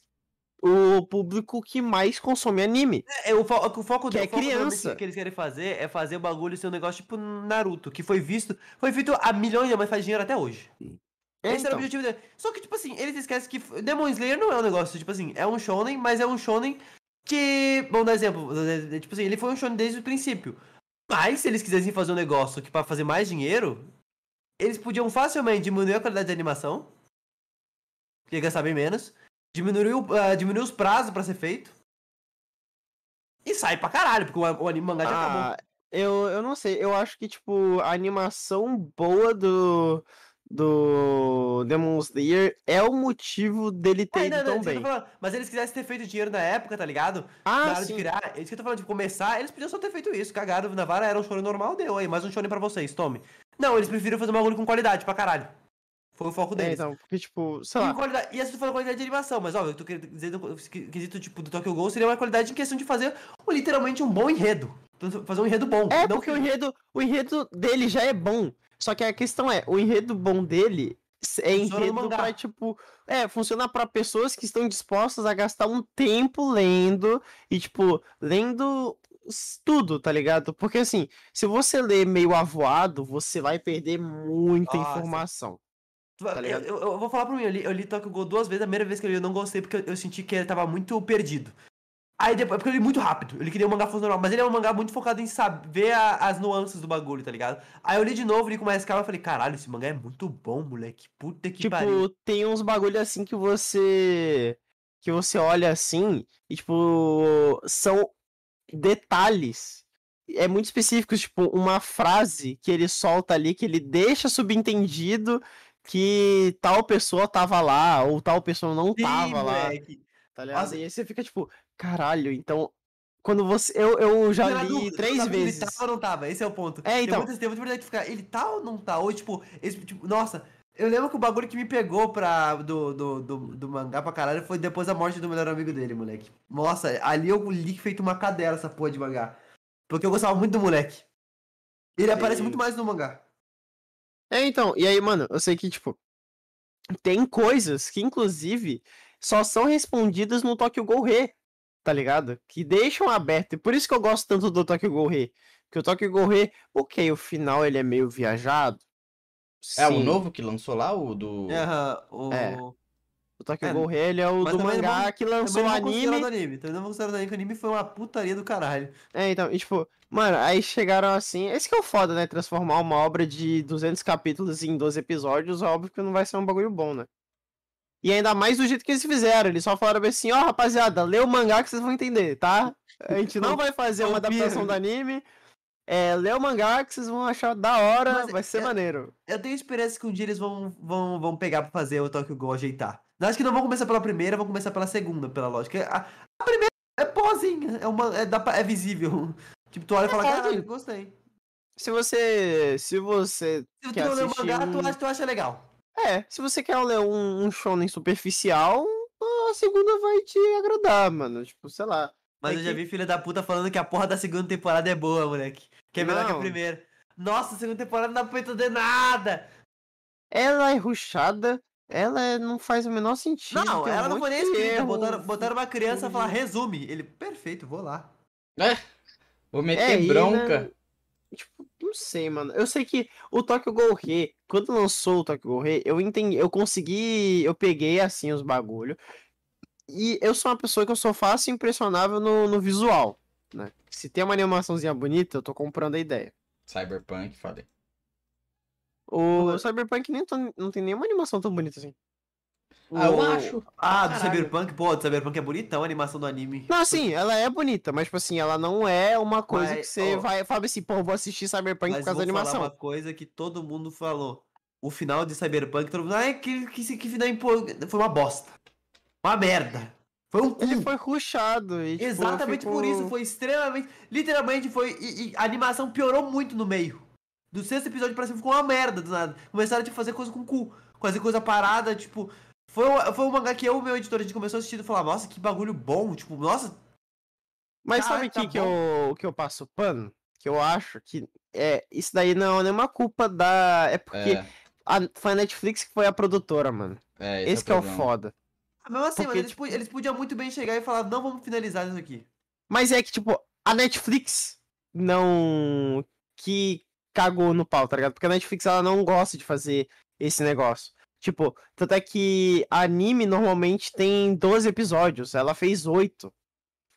o público que mais consome anime. É, o, fo o foco Que do- é o foco realmente criança. que eles querem fazer é fazer o bagulho ser um negócio tipo Naruto, que foi visto, foi feito há milhões de anos, mas faz dinheiro até hoje. É, Esse era então. o objetivo dele. Só que, tipo assim, eles esquecem que Demon Slayer não é um negócio, tipo assim, é um shonen, mas é um shonen Que, vamos dar exemplo, tipo assim, ele foi um shonen desde o princípio. Mas se eles quisessem fazer um negócio que pra fazer mais dinheiro, eles podiam facilmente diminuir a qualidade de animação, que ia gastar bem menos, diminuir, o, uh, diminuir os prazos pra ser feito, e sai pra caralho, porque o, o anime mangá já Ah, acabou. eu, eu não sei, eu acho que, tipo, a animação boa do, do Demon Slayer é o motivo dele ter É, ido não, não, tão isso que eu bem. tô falando. Mas eles quisessem ter feito dinheiro na época, tá ligado? Ah, Na hora de sim. criar, é isso que eu tô falando, de começar, eles podiam só ter feito isso. Cagaram na vara, era um shonen normal, deu aí, mais um shonen pra vocês, tome. Não, eles preferiram fazer um bagulho com qualidade pra caralho. Foi o foco É, deles. então, porque, tipo, sei E, lá, qualidade, e essa tu falou qualidade de animação, mas óbvio, eu tô querendo dizer, no quesito tipo do Tokyo Ghoul seria uma qualidade em questão de fazer um, literalmente um bom enredo. Fazer um enredo bom. é não porque que... o enredo, o enredo dele já é bom. Só que a questão é, o enredo bom dele é Funciona no enredo mangá. pra, tipo... É, funciona pra pessoas que estão dispostas a gastar um tempo lendo e, tipo, lendo tudo, tá ligado? Porque, assim, se você ler meio avoado, você vai perder muita Nossa. informação. Tu- Tá eu, ligado? eu, eu vou falar pra mim, eu li, eu li Tokyo Ghoul duas vezes, a primeira vez que eu li eu não gostei porque eu, eu senti que ele tava muito perdido. Aí depois, porque eu li muito rápido, eu li que nem um mangá fosse normal, mas ele é um mangá muito focado em saber a- as nuances do bagulho, tá ligado? Aí eu li de novo, li com mais calma e falei, caralho, esse mangá é muito bom, moleque, puta que Tipo, pariu. tem uns bagulho assim que você... Que você olha assim e, tipo, são detalhes. É muito específico, tipo, uma frase que ele solta ali, que ele deixa subentendido que tal pessoa tava lá, ou tal pessoa não Sim, tava lá, moleque. tá ligado? Nossa, E aí você fica tipo, caralho, então, quando você. Eu, eu já fica na li dúvida, tu não três sabe se ele vezes. tá ou não tava, esse é o ponto. É, Tem então, muitas, tem muita verdade de ficar, ele tá ou não tá? Ou tipo, esse, tipo, nossa, eu lembro que o bagulho que me pegou pra, do, do, do, do mangá pra caralho foi depois da morte do melhor amigo dele, moleque. Nossa, ali eu li feito uma cadela essa porra de mangá. Porque eu gostava muito do moleque. Ele aparece muito sim. mais no mangá. É, então, e aí, mano, eu sei que, tipo, tem coisas que, inclusive, só são respondidas no Tokyo Ghoul Re, tá ligado? Que deixam aberto. E por isso que eu gosto tanto do Tokyo Ghoul Re. Que o Tokyo Ghoul Re, ok, o final ele é meio viajado. É o Sim, novo que lançou lá, o do. Aham, é. o... O Tokyo É, Ghoul Re, ele é o mas do também não mangá vamos, que também lançou não o vou considerar do anime. anime. Também não vou considerar do anime, que o anime foi uma putaria do caralho. É, então, e tipo, mano, aí chegaram assim. Esse que é o foda, né? Transformar uma obra de duzentos capítulos em doze episódios, óbvio que não vai ser um bagulho bom, né? E ainda mais do jeito que eles fizeram. Eles só falaram assim, ó, rapaziada, lê o mangá que vocês vão entender, tá? A gente não vai fazer uma Confia. adaptação do anime. É, lê o mangá que vocês vão achar da hora, Mas vai ser é- maneiro. Eu tenho esperança que um dia eles vão, vão, vão pegar pra fazer o Tokyo Ghoul ajeitar. Eu acho que não vão começar pela primeira, vão começar pela segunda, pela lógica. A, a primeira é boazinha, é, uma, é, dá pra- é visível. Tipo, tu olha e fala, É, caralho, gente. gostei. Se você. Se você Se tu quer não lê o assistir mangá, tu um. acha, tu acha legal. É, se você quer ler um, um shonen superficial, a segunda vai te agradar, mano. Tipo, sei lá. Mas É eu já que- vi filha da puta falando que a porra da segunda temporada é boa, moleque. Que é melhor que a Não. primeira. Nossa, a segunda temporada não dá pra entender nada. Ela é rushada, ela é- não faz o menor sentido. Não, tem um ela não monte foi nem de escrita. erro, Botaram, botaram uma criança a falar fugindo. resume. Ele, perfeito, vou lá. É, vou É, meter e, bronca. né, tipo, não sei, mano. Eu sei que o Tokyo Ghoul Re, quando lançou o Tokyo Ghoul Re, eu entendi, eu consegui, eu peguei assim os bagulho. E eu sou uma pessoa que eu sou fácil e impressionável no, no visual, né? Se tem uma animaçãozinha bonita, eu tô comprando a ideia. Cyberpunk, falei. O Cyberpunk nem tô- não tem nenhuma animação tão bonita assim. Ah, eu O- acho. Ah, do Caralho. Cyberpunk, pô, do Cyberpunk é bonitão a animação do anime. Não, assim, ela é bonita, mas, tipo assim, ela não é uma coisa Mas, que você ó, vai fala assim, pô, eu vou assistir Cyberpunk por Mas causa da vou falar animação. uma coisa que todo mundo falou. O final de Cyberpunk, todo mundo, ai, que, que, que final empol... foi uma bosta. Uma merda. Foi um cu. Ele foi rushado e, tipo, Exatamente ficou- por isso, foi extremamente. Literalmente foi. E, e a animação piorou muito no meio. Do sexto episódio pra cima ficou uma merda do nada. Começaram a tipo, fazer coisa com cu. Fazer coisa parada, tipo. Foi, o- foi um mangá que eu e o meu editor a gente começou a assistir e falar, nossa, que bagulho bom. Tipo, nossa. Mas Caralho, sabe o tá que, que, bom. eu, que eu passo pano? Que eu acho que é, isso daí não é nenhuma culpa da. É porque É, a, foi a Netflix que foi a produtora, mano. é, esse, Esse é que é o problema. foda. Ah, mesmo assim, Porque, mano, eles, tipo- po- eles podiam muito bem chegar e falar, não vamos finalizar isso aqui. Mas é que, tipo, a Netflix não. Que cagou no pau, tá ligado? Porque a Netflix ela não gosta de fazer esse negócio. Tipo, tanto é que anime normalmente tem doze episódios, ela fez oito.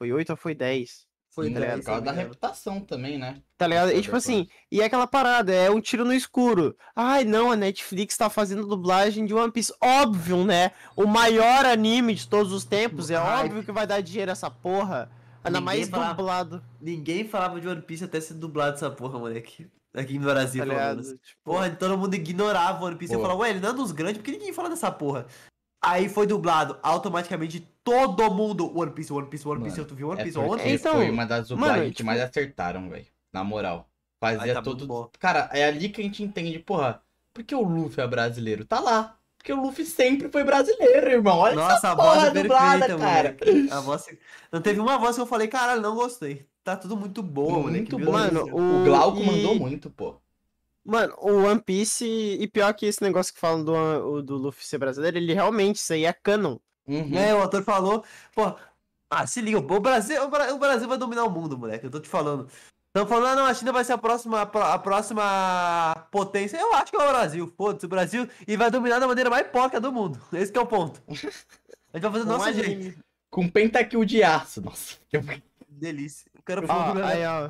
Foi oito ou foi dez? Foi Sim, dez, por causa se da não me engano. reputação também, né? Tá ligado? E Foi tipo depois. assim, e é aquela parada, é um tiro no escuro. Ai, não, a Netflix tá fazendo dublagem de One Piece. Óbvio, né? O maior anime de todos os tempos, é Ai, óbvio que vai dar dinheiro essa porra. Ainda Ninguém mais falava- dublado, Ninguém falava de One Piece até ser dublado essa porra, moleque. Aqui no Brasil, tá pelo ligado? menos. Tipo, Porra, todo mundo ignorava One Piece. Eu Pô. falava, ué, ele não é um dos grandes, por que ninguém fala dessa porra? Aí foi dublado, automaticamente todo mundo, One Piece, One Piece, One Piece, Mano, tu viu One É Piece porque ontem? Então, foi uma das dublagens mano, que tipo- mais acertaram, velho. Na moral. Ai, Fazia tá muito todo. bom. Cara, é ali que a gente entende, porra, por que o Luffy é brasileiro? Tá lá. Porque o Luffy sempre foi brasileiro, irmão. Olha Nossa, essa a voz porra é dublada, perfeita, cara. moleque. A voz... Não teve uma voz que eu falei, caralho, não gostei. Tá tudo muito boa, moleque. Muito meu bom. Deus do Mano, céu. O o- Glauco e- mandou muito, pô. Mano, o One Piece, e pior que esse negócio que falam do, o- do Luffy ser brasileiro, ele realmente, isso aí é canon. Uhum. É, o ator falou, pô, ah, se liga, o Brasil, o Bra- o Brasil vai dominar o mundo, moleque, eu tô te falando. Estão falando, ah, não, a China vai ser a próxima, a pró- a próxima potência. Eu acho que é o Brasil, foda-se, o Brasil, e vai dominar da maneira mais porca do mundo. Esse que é o ponto. A gente vai fazer do Um nosso jeito. anime. Com pentakill de aço. Nossa. Delícia. O cara Ó, falou, aí, ó.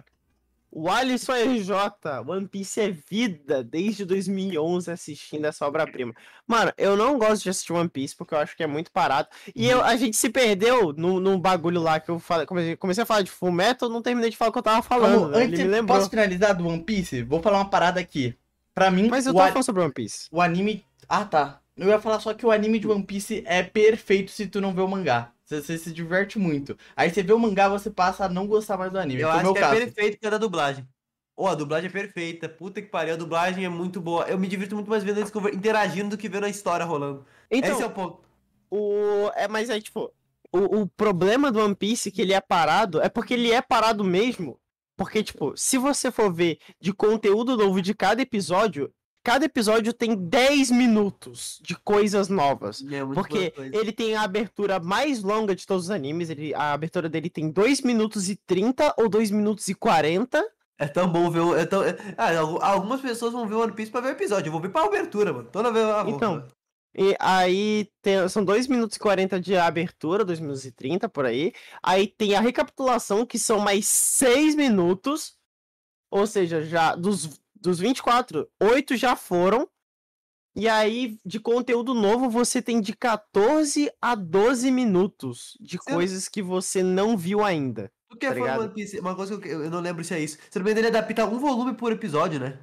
O Alisson R J, One Piece é vida desde dois mil e onze assistindo essa obra-prima. Mano, eu não gosto de assistir One Piece porque eu acho que é muito parado. E eu, a gente se perdeu no, no bagulho lá que eu falei, comecei, comecei a falar de Fullmetal, não terminei de falar o que eu tava falando. Vamos, né? antes, Ele me lembrou. posso finalizar do One Piece? Vou falar uma parada aqui. Pra mim, Mas eu o, tava a- falando sobre One Piece. o anime. Ah, tá. Eu ia falar só que o anime de One Piece é perfeito se tu não vê o mangá. Você, você se diverte muito. Aí você vê o mangá, você passa a não gostar mais do anime. eu Foi o acho meu que caso. é perfeito por causa da dublagem. Ô, a dublagem é perfeita. Puta que pariu, a dublagem é muito boa. Eu me divirto muito mais vendo eles conver- interagindo do que vendo a história rolando. Então, Esse é o ponto. o... É, mas aí, tipo, o, o problema do One Piece que ele é parado é porque ele é parado mesmo. Porque, tipo, se você for ver de conteúdo novo de cada episódio, cada episódio tem dez minutos de coisas novas. É muito Porque boa coisa. ele tem a abertura mais longa de todos os animes. Ele, a abertura dele tem dois minutos e trinta ou dois minutos e quarenta. É tão bom ver o. É tão... é- Ah, algu- algumas pessoas vão ver One Piece pra ver o episódio. Eu vou ver pra abertura, mano. Toda vez eu vou. Então, e aí tem- são dois minutos e quarenta de abertura, dois minutos e trinta por aí. Aí tem a recapitulação, que são mais seis minutos. Ou seja, já dos, dos vinte e quatro, oito já foram. E aí, de conteúdo novo, você tem de quatorze a doze minutos de Você- coisas que você não viu ainda. Tu que é tá fã do ligado? One Piece, uma coisa que eu, eu não lembro se é isso. Se não me engano, ele adapta um volume por episódio, né?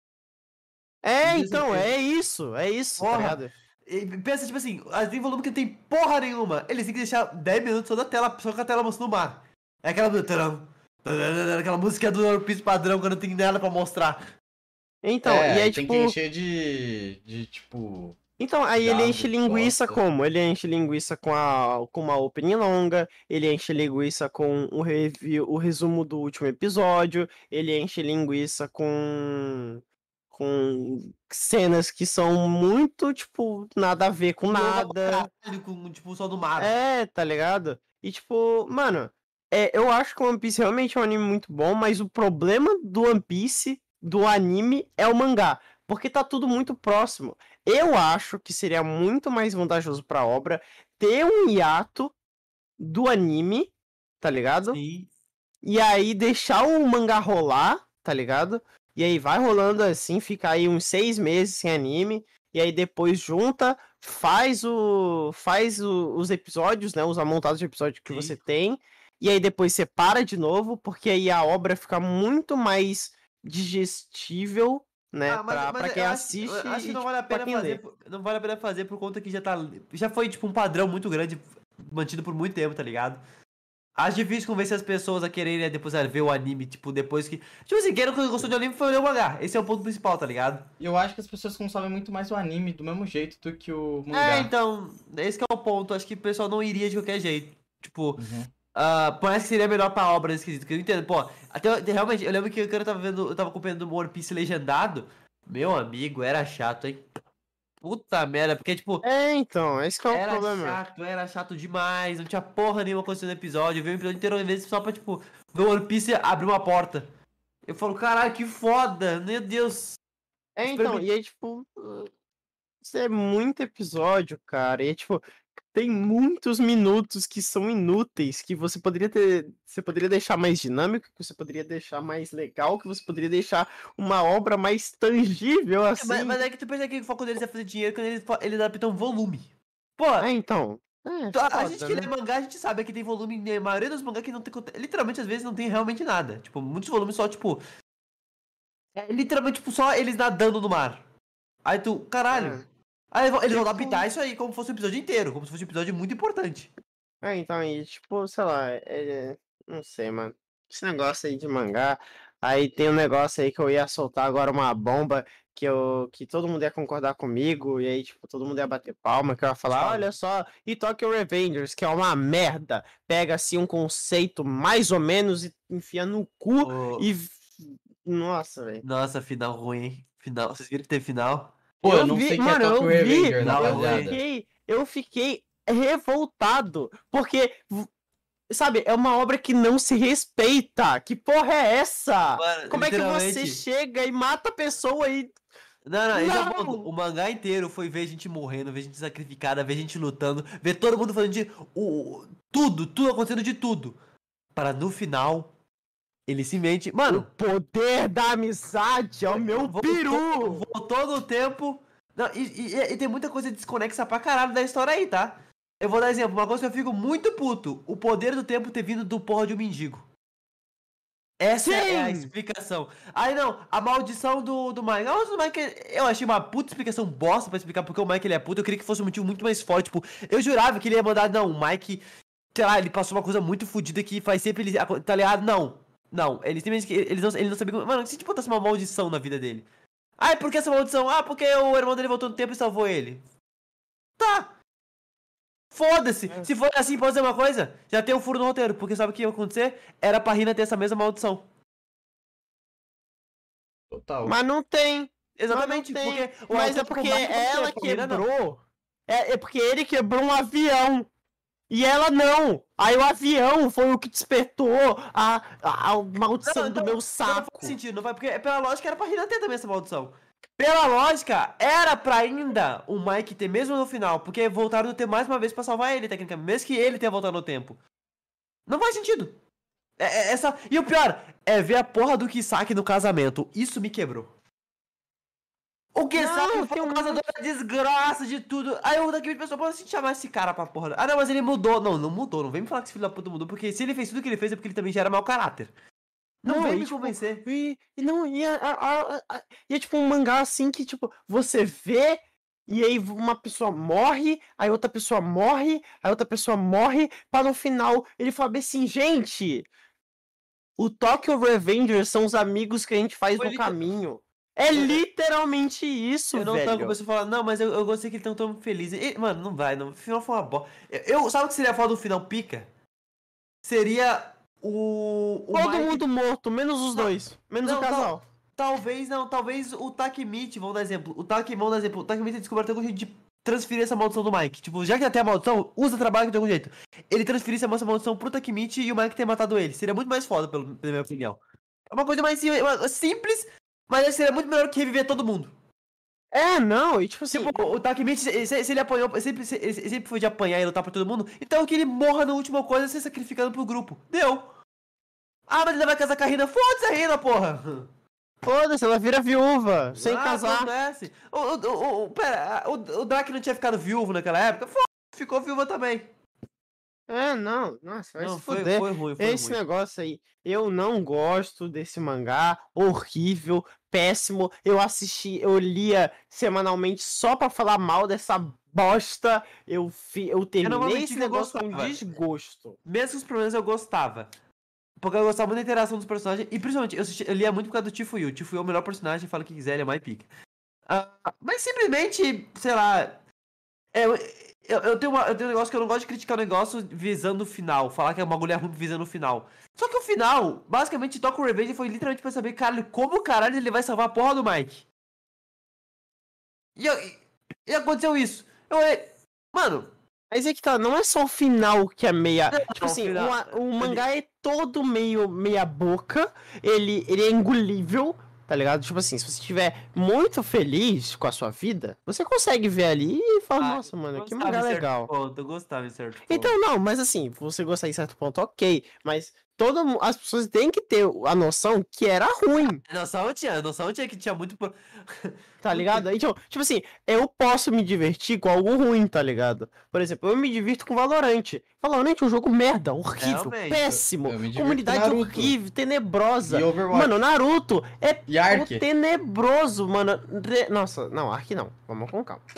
É, Isso então, mesmo. é isso, é isso, tá Porra. ligado? E pensa, tipo assim, tem volume que não tem porra nenhuma. Eles têm que deixar dez minutos só da tela, só com a tela mostrando o mar. É aquela música. taram, taran, aquela música do One Piece padrão quando não tem nada pra mostrar. Então, É, e aí, tem tipo. que encher de. de tipo. Então, aí ele Diabo, enche linguiça bosta. como? Ele enche linguiça com, a, com uma opening longa, ele enche linguiça com o, review, o resumo do último episódio, ele enche linguiça com, com cenas que são muito, tipo, nada a ver com nada. Caralho, com, tipo, só do mar. É, tá ligado? E tipo, mano, é, eu acho que o One Piece realmente é um anime muito bom, mas o problema do One Piece, do anime, é o mangá. Porque tá tudo muito próximo. Eu acho que seria muito mais vantajoso pra obra ter um hiato do anime, tá ligado? Sim. E aí deixar o mangá rolar, tá ligado? E aí vai rolando assim, fica aí uns seis meses sem anime. E aí depois junta, faz o faz o- os episódios, né? Os amontados de episódio que Sim. você tem. E aí depois você para de novo, porque aí a obra fica muito mais digestível, né? Ah, mas- pra, mas pra eu quem acho- assiste eu acho que e não tipo, vale a pra pena quem fazer. lê. por- Não vale a pena fazer por conta que já tá. Já foi, tipo, um padrão muito grande, mantido por muito tempo, tá ligado? Acho difícil convencer as pessoas a quererem né, depois ah, ver o anime, tipo, depois que. Tipo assim, quem não gostou de anime foi ler o mangá. Esse é o ponto principal, tá ligado? E eu acho que as pessoas consomem muito mais o anime do mesmo jeito do que o mangá. É, então, esse que é o ponto. Acho que o pessoal não iria de qualquer jeito. Tipo, Uhum. ah, parece que seria melhor pra obra nesse quesito. Que eu entendo, pô. Até realmente, eu lembro que quando eu tava vendo, eu tava acompanhando o One Piece legendado. Meu amigo, era chato, hein? Puta merda, porque, tipo, É, então, esse que é o era problema. chato, era chato demais. Não tinha porra nenhuma acontecendo no episódio. Eu vi o episódio inteiro, às vezes, só pra, tipo, ver o One Piece abrir uma porta. Eu falo, caralho, que foda, meu Deus. É, então, e aí, tipo, isso é muito episódio, cara. E, tipo, tem muitos minutos que são inúteis, que você poderia ter. Você poderia deixar mais dinâmico, que você poderia deixar mais legal, que você poderia deixar uma obra mais tangível, assim. Mas, mas é que tu pensa que o foco deles é fazer dinheiro quando eles, eles adaptam volume. Pô, É, então. É, tu- a, a foda, gente que né? lê mangá, a gente sabe que tem volume, né, a maioria dos mangá que não tem conte- literalmente às vezes não tem realmente nada. Tipo, muitos volumes só, tipo, é literalmente tipo, só eles nadando no mar. Aí tu, caralho. É. Aí eles vão, eles vão Tipo- adaptar isso aí como se fosse um episódio inteiro, como se fosse um episódio muito importante. É, então, e tipo, sei lá, é, não sei, mano. Esse negócio aí de mangá, aí tem um negócio aí que eu ia soltar agora uma bomba que eu que todo mundo ia concordar comigo, e aí, tipo, todo mundo ia bater palma, que eu ia falar, Fala. olha só, e Tokyo Revengers, que é uma merda. Pega assim um conceito mais ou menos e enfia no cu Ô, e. Nossa, velho. Nossa, final ruim, hein? Final. Vocês viram que teve final? Pô, eu Eu não vi- sei que mano, é Tokyo eu vi, Revenger, não, eu rapaziada. fiquei, eu fiquei revoltado, porque, v- sabe, é uma obra que não se respeita. Que porra é essa? Mano, Como é que você literalmente. chega e mata a pessoa e... Não, não, esse é o Não! ponto. O mangá inteiro foi ver gente morrendo, ver gente sacrificada, ver gente lutando, ver todo mundo fazendo de. O, o- tudo, tudo acontecendo de tudo. Para no final, ele simplesmente. O Mano, poder da amizade é o meu voltou, peru! voltou no tempo. Não, e, e- e tem muita coisa desconexa pra caralho da história aí, tá? Eu vou dar exemplo, uma coisa que eu fico muito puto: o poder do tempo ter vindo do porra de um mendigo. Essa é a Sim! explicação. Aí não, a maldição do, do Mike. A maldição do Mike, eu achei uma puta explicação bosta pra explicar porque o Mike ele é puto. Eu queria que fosse um motivo muito mais forte. Tipo, eu jurava que ele ia mandar. Não, o Mike, sei lá, ele passou uma coisa muito fodida que faz sempre ele. Tá ligado? Não. Não, ele simplesmente. Eles não, ele não sabia. Mano, se a gente botasse uma maldição na vida dele. Ah, por que essa maldição? Ah, porque o irmão dele voltou no tempo e salvou ele. Tá. Foda-se! É. Se for assim, pode dizer uma coisa? Já tem um furo no roteiro, porque sabe o que ia acontecer? Era pra Rina ter essa mesma maldição. Total. Mas não tem. Exatamente, Mas não tem. porque o Mas é autor porque ficou mais ela tempo, a Rina não. quebrou. É, é porque ele quebrou um avião. E ela não. Aí o avião foi o que despertou a, a, a maldição Não, do então, meu Não saco. faz sentido, não vai, porque pela lógica era pra Rina ter também essa maldição. Pela lógica, era pra ainda o Mike ter mesmo no final, porque voltaram no tempo mais uma vez pra salvar ele, tecnicamente, mesmo que ele tenha voltado no tempo. Não faz sentido. É, é- essa... E o pior, é ver a porra do Kisaki no casamento. Isso me quebrou. O Kisaki Não, foi tem o um causador da desgraça de tudo. Aí eu daqui pensou, pô, se chamar esse cara pra porra. Ah, não, mas ele mudou. Não, não mudou. Não vem me falar que esse filho da puta mudou, porque se ele fez tudo que ele fez é porque ele também já era mau caráter. Não, Não, vem e, me tipo, convencer. E, e não, e, a, a- a- a- e é tipo um mangá assim que, tipo, você vê e aí uma pessoa morre, aí outra pessoa morre, aí outra pessoa morre, para no final ele falar bem assim, gente, o Tokyo Revengers são os amigos que a gente faz Foi no liter- caminho. É literalmente isso, Eu não tava velho. começando a falar, não, mas eu, eu gostei que eles estão tão felizes. E, mano, não vai, não. O final foi uma bosta. Eu, eu- sabe o que seria foda do final pica? Seria o. o Todo Mike- mundo morto, menos os Não, dois, menos não, o casal. Talvez, não, talvez o Takemichi, vamos dar exemplo. O Takemichi, vamos dar exemplo. O Takemichi descobriu até algum jeito de transferir essa maldição do Mike. Tipo, já que até a maldição, usa trabalho de algum jeito. Ele transferisse essa maldição pro Takemichi e o Mike ter matado ele. Seria muito mais foda, pelo, pela minha opinião. É uma coisa mais sim- uma- simples, mas seria muito melhor que reviver todo mundo. É, não, e tipo assim, Tipo, o Takemichi, se, se- se ele apanhou, sempre, se- ele sempre foi de apanhar e lutar pra todo mundo, então que ele morra na última coisa se sacrificando pro grupo. Deu. Ah, mas ele vai casar com a Rina. Foda-se a Rina, porra. foda-se, ela vira viúva, sem Ah, casar. acontece. O, o, o, o, pera, o, o Drake não tinha ficado viúvo naquela época? Foda, ficou viúva também. É, não, nossa, vai Não, se foi, fuder. foi ruim, foi Esse ruim. negócio aí, eu não gosto desse mangá, horrível, péssimo. Eu assisti, eu lia semanalmente só pra falar mal dessa bosta. Eu, fi, eu terminei mentir esse que eu negócio com gostava. desgosto. Mesmo os problemas eu gostava. Porque eu gostava muito da interação dos personagens. E principalmente, eu, assisti- eu lia muito por causa do Tifuyu. O Tifuyu é o melhor personagem, fala o que quiser, ele é mais pica. Ah, mas simplesmente, sei lá. é, eu, eu, eu tenho uma, eu tenho um negócio que eu não gosto de criticar o negócio visando o final. Falar que é uma mulher ruim visando o final. Só que o final, basicamente, Tokyo Revenge foi literalmente pra saber, caralho, como caralho ele vai salvar a porra do Mike. E, eu, e, e aconteceu isso. Eu, é, mano. Mas é que tá, não é só o final que é meia. Não, Tipo o assim, final- o, a- o mangá é todo meio meia boca, ele, ele é engolível. tá ligado? Tipo assim, se você estiver muito feliz com a sua vida, você consegue ver ali e falar, Ah, nossa, mano, que gostava mangá em certo legal. ponto, eu gostava em certo ponto. Então, não, mas assim, você gostar em certo ponto, ok. Mas todo, mu- as pessoas têm que ter a noção que era ruim, A noção eu tinha, a noção eu tinha que tinha muito... pro- tá ligado? Então, tipo assim, eu posso me divertir com algo ruim, tá ligado? Por exemplo, eu me divirto com Valorant. Valorant é um jogo merda, horrível, Realmente, péssimo. eu me divirto com Comunidade Naruto. horrível, tenebrosa. E Overwatch. Mano, Naruto é E Ark. o tenebroso, mano. Re- Nossa, não, Ark não. Vamos com calma.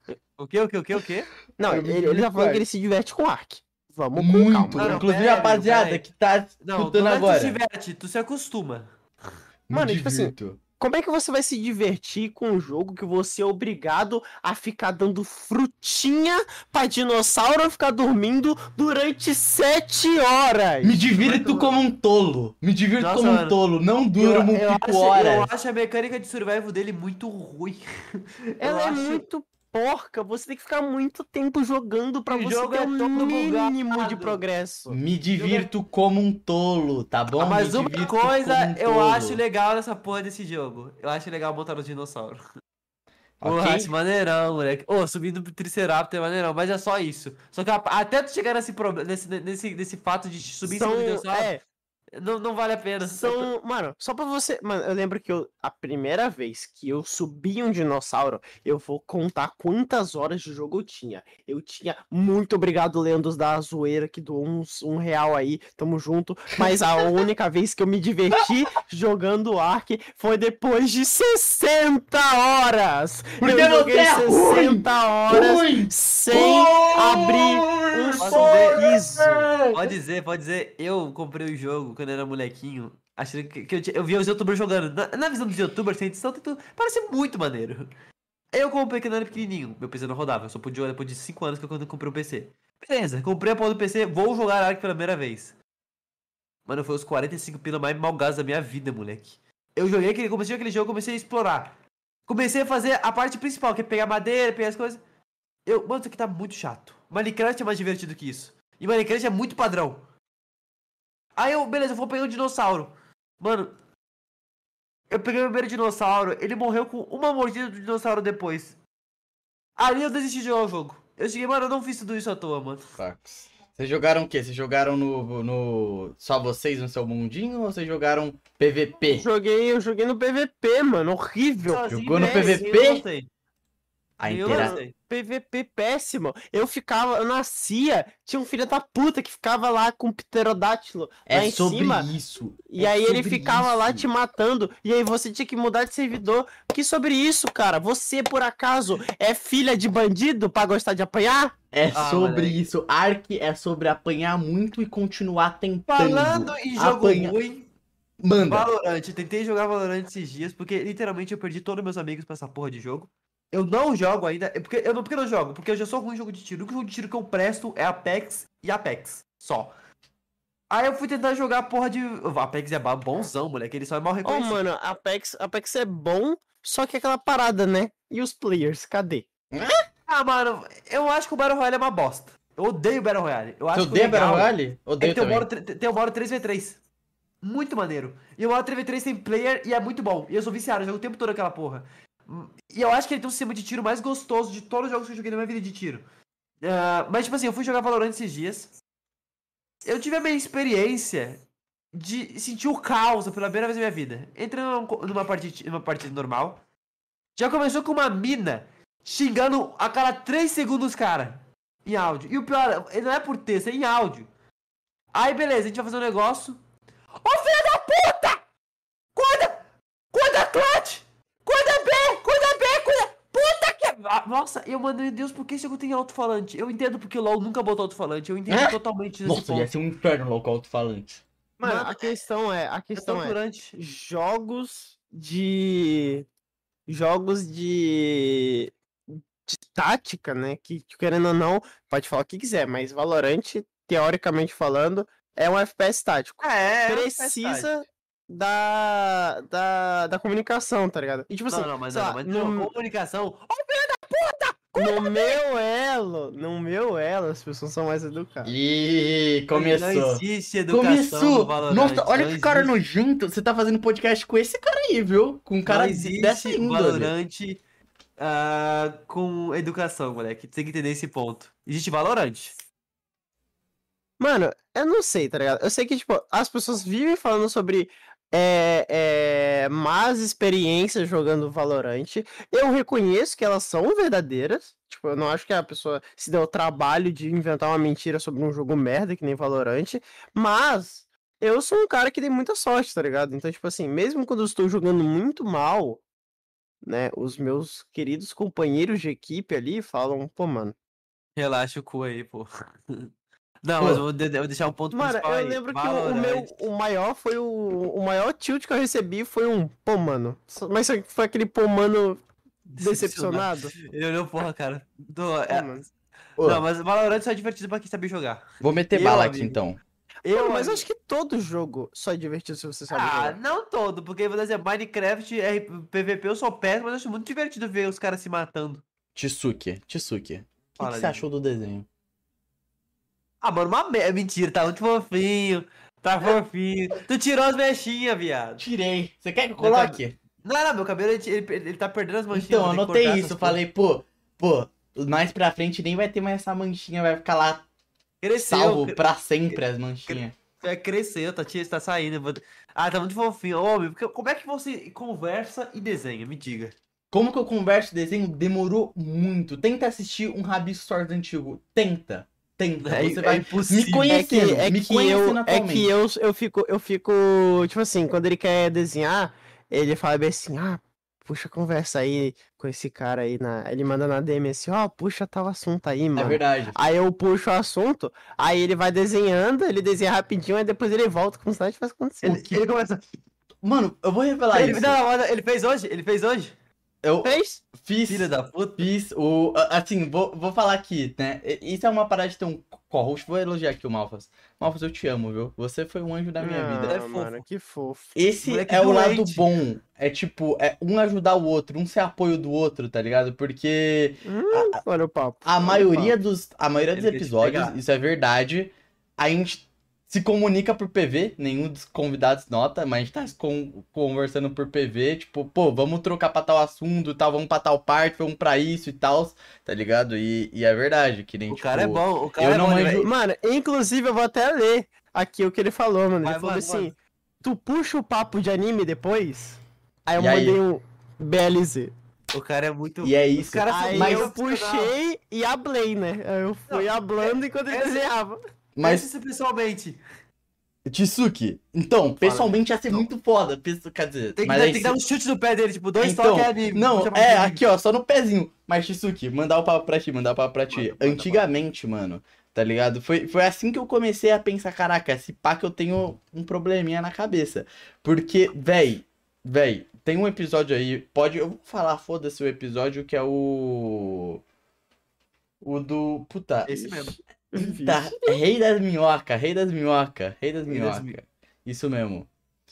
O que, o que, o que, o que? Não, Eu me ele, ele divirto tá com falando Ark. que ele se diverte com Ark. Vamos com Muito. calma. Não, não, Inclusive, pera aí, rapaziada pera aí. que tá Não, escutando não é agora. que se diverte, tu se acostuma. Me Mano, tipo assim, divirto. como é que você vai se divertir com um jogo que você é obrigado a ficar dando frutinha pra dinossauro ficar dormindo durante sete horas? Me divirto como um tolo. Me divirto Nossa, como um mano. tolo. Não durmo eu, eu pico acho, horas. eu acho a mecânica de survival dele muito ruim. Ela eu é acho... muito porca, você tem que ficar muito tempo jogando pra O você jogo ter é um todo mínimo de bugado. progresso. Me divirto como um tolo, tá bom? Ah, mas Me uma divirto coisa como um eu tolo. acho legal nessa porra desse jogo. Eu acho legal montar os dinossauros. Ok? Porra, acho maneirão, moleque. Ô, subindo pro Triceratops é maneirão, mas é só isso. Só que a- até tu chegar nesse, proble- nesse, nesse, nesse fato de subir em cima do São, dinossauro, é, não, não vale a pena. São, mano, só pra você, mano, eu lembro que eu, a primeira vez que eu subi um dinossauro, eu vou contar quantas horas de jogo eu tinha. Eu tinha, muito obrigado, Leandros da Zoeira, que doou uns, um real aí, tamo junto. Mas a única vez que eu me diverti jogando Ark foi depois de sessenta horas. Porque eu joguei você é ruim, sessenta horas ruim, sem abrir um Posso sorriso. Pode dizer, pode dizer, eu comprei o jogo quando eu era molequinho, achando que, que eu, tinha- eu via os youtubers jogando. Na, na visão dos youtubers, sem edição, tem tudo, parece muito maneiro. Eu comprei quando eu era pequenininho, meu P C não rodava, eu só podia jogar depois de cinco anos que eu quando eu comprei o P C. Beleza, comprei a porra do P C, vou jogar Ark pela primeira vez. Mano, foi os quarenta e cinco pila mais mal gastos da minha vida, moleque. Eu joguei aquele, comecei aquele jogo, comecei a explorar. Comecei a fazer a parte principal, que é pegar madeira, pegar as coisas. Eu, mano, isso aqui tá muito chato. Minecraft é mais divertido que isso. E Minecraft é muito padrão. Aí eu, beleza, eu vou pegar um dinossauro. Mano, eu peguei o primeiro dinossauro, ele morreu com uma mordida do dinossauro depois. Ali eu desisti de jogar o jogo. Eu cheguei, mano, eu não fiz tudo isso à toa, mano. Facts. Vocês jogaram o quê? Vocês jogaram no, no. Só vocês no seu mundinho ou vocês jogaram P V P? Joguei, eu joguei no P V P, mano, horrível. Sozinho, Jogou no mesmo, P V P? eu não gostei. A Eu intera... não sei. P V P péssimo. Eu ficava, eu nascia, tinha um filho da puta que ficava lá com o pterodátilo lá É em sobre cima. isso. E É aí ele sobre ficava lá isso. te matando. E aí você tinha que mudar de servidor. Que sobre isso, cara? Você, por acaso, é filha de bandido pra gostar de apanhar? É Ah, sobre moleque. isso. Ark é sobre apanhar muito e continuar tentando. Falando em jogo Apanha- ruim, Manda. Valorant, eu tentei jogar Valorant esses dias, porque literalmente eu perdi todos meus amigos pra essa porra de jogo. Eu não jogo ainda, é porque eu não, porque eu não jogo, porque eu já sou ruim em jogo de tiro. O único jogo de tiro que eu presto é Apex e Apex, só. Aí eu fui tentar jogar a porra de... O Apex é ba- bonzão, moleque, ele só é mal Ô, reconhecido. mano, Apex, Apex é bom, só que é aquela parada, né? E os players, cadê? Ah, mano, eu acho que o Battle Royale é uma bosta. Eu odeio Battle Royale. Eu acho Você que o odeia legal Battle Royale? é Odeio que tem o também. modo, tre- tem o modo três contra três. Muito maneiro. E o modo três contra três tem player e é muito bom. E eu sou viciado, eu jogo o tempo todo aquela porra. Hum, E eu acho que ele tem um sistema de tiro mais gostoso de todos os jogos que eu joguei na minha vida de tiro. Ah, mas, tipo assim, eu fui jogar Valorant esses dias. Eu tive a minha experiência de sentir o caos pela primeira vez na minha vida. Entrei numa, numa, partida, numa partida normal. Já começou com uma mina xingando a cada três segundos, cara. Em áudio. E o pior, não é por texto, é em áudio. Aí, beleza, a gente vai fazer um negócio. Ô, filha da puta! Cuida! Cuida, clutch! Cuida B! Cuida B! Cuida... Puta que... Ah, nossa, eu, mano, meu Deus, por que esse jogo tem alto-falante? Eu entendo porque o LoL nunca botou alto-falante. Eu entendo Hã? totalmente nesse Nossa, ia ponto. ser um inferno local alto-falante. Mano, Mano, a questão é, a É questão é, torturante. jogos de jogos de de tática, né? Que querendo ou não, pode falar o que quiser, mas Valorant, teoricamente falando, é um F P S tático. É, é Precisa da, da da comunicação, tá ligado? E tipo assim, Não, não, mas sei não, lá, mas no- não, comunicação. no meu elo, no meu elo, as pessoas são mais educadas. Ih, Não começou. existe educação Começou! no Valorant. Nossa, olha não que cara existe, nojento. Você tá fazendo podcast com esse cara aí, viu? Com um cara não de- dessa existe índole. Valorant ah, com educação, moleque. Tem que entender esse ponto. Existe Valorant. Mano, eu não sei, tá ligado? Eu sei que, tipo, as pessoas vivem falando sobre é, é, más experiências jogando Valorant. Eu reconheço que elas são verdadeiras. Tipo, eu não acho que a pessoa se deu o trabalho de inventar uma mentira sobre um jogo merda que nem Valorant. Mas eu sou um cara que tem muita sorte, tá ligado? Então, tipo assim, mesmo quando eu estou jogando muito mal, né, os meus queridos companheiros de equipe ali falam, pô, mano. Relaxa o cu aí, pô. Não, Pô. mas eu vou, de- eu vou deixar um ponto Mano, principal eu aí. lembro que o, o Valorant. meu, o maior foi o, o maior tilt que eu recebi foi um, pô, mano. Só- Mas foi aquele pô, mano, decepcionado. Ele olhou, porra, cara. Tô- Pô, é- mano. Ô, Não, mas Valorant só é divertido pra quem sabe jogar. vou meter Eu, bala aqui amigo. então. Eu, Mano, mas eu amigo- acho que todo jogo só é divertido se você sabe Ah, jogar. não todo, porque, por exemplo, Minecraft, R- P V P eu sou péssimo, mas eu acho muito divertido ver os caras se matando. Tisuke, Tisuke. O que, Fala, que você Lidia. achou do desenho? Ah, mano, uma merda. Mentira, tá muito fofinho. Tá fofinho. Tu tirou as mechinhas, viado. Tirei. Você quer que eu Meu cab- coloque? Não, não, meu cabelo, ele, ele, ele tá perdendo as manchinhas. Então, eu vou ter que anotei cortar isso. essas Falei, pô, pô, mais pra frente nem vai ter mais essa manchinha. Vai ficar lá porra. Cresceu. salvo cre- pra sempre as manchinhas. É, cresceu, tá, tia- tá saindo. eu vou- Ah, tá muito fofinho. Ô, meu, porque como é que você conversa e desenha? Me diga. Como que eu converso desenho? Demorou muito. Tenta assistir um Rabisco Stories antigo. Tenta. Tenta. É, Você é vai impossível. me É conhecendo. que, é me que eu, conhecendo é atualmente. que eu, eu fico, eu fico, tipo assim, quando ele quer desenhar, ele fala bem assim, ah, puxa conversa aí com esse cara aí na, ele manda na D M assim, ó, puxa tal assunto aí, É mano. verdade. Aí eu puxo o assunto, aí ele vai desenhando, ele desenha rapidinho, aí depois ele volta como se nada tivesse acontecido. Ele, ele começa. Mano, eu vou revelar Ele, isso. não, não, ele fez hoje? Ele fez hoje? Eu Fez? fiz. Filha da puta. Fiz o. a- Assim, vou, vou falar aqui, né? E- Isso é uma parada de ter um co-host. Vou elogiar aqui o Malfas. Malfas, eu te amo, viu? Você foi um anjo da minha Ah, vida. é fofo. mano, que fofo. Esse moleque é o lado doente. bom. É tipo, é um ajudar o outro, um ser apoio do outro, tá ligado? Porque Hum, olha o papo. a olha o maioria papo. dos, a maioria dos Ele quer te episódios, pegar. isso é verdade, a gente se comunica por P V, nenhum dos convidados nota, mas a gente tá se con- conversando por P V, tipo, pô, vamos trocar pra tal assunto e tal, vamos pra tal parte, vamos pra isso e tal, tá ligado? E, e é verdade, que nem, O tipo, cara é bom, o cara eu é não bom. ele manjo- vai- Mano, inclusive eu vou até ler aqui o que ele falou, mano. Ele Vai, falou mano, assim: mano. tu puxa o papo de anime depois? Aí eu E aí? mandei um B L Z. O cara é muito. E é Os isso. caras são Aí mas- eu profissional. puxei e hablei, né? Aí eu fui Não, hablando enquanto ele essa- desenhava. mas, Mas pessoalmente. Tisuke, então, pessoalmente ia ser Não. muito foda, pesso- quer dizer, Tem que, mas dar, aí tem que dar um chute no pé dele, tipo, dois Então, toques é anime. não, puxa pra é, anime. aqui ó, só no pezinho. Mas, Tisuki, mandar o papo pra ti, mandar o papo pra ti. Manda, manda, Antigamente, mano, tá ligado? Foi, foi assim que eu comecei a pensar, caraca, esse pá que eu tenho um probleminha na cabeça. Porque, véi, véi, tem um episódio aí, pode, eu vou falar, foda-se o episódio que é o... O do, puta... Esse mesmo. Tá, Rei das Minhoca, Rei das Minhoca, Rei das Rei das Minhoca. Isso mesmo.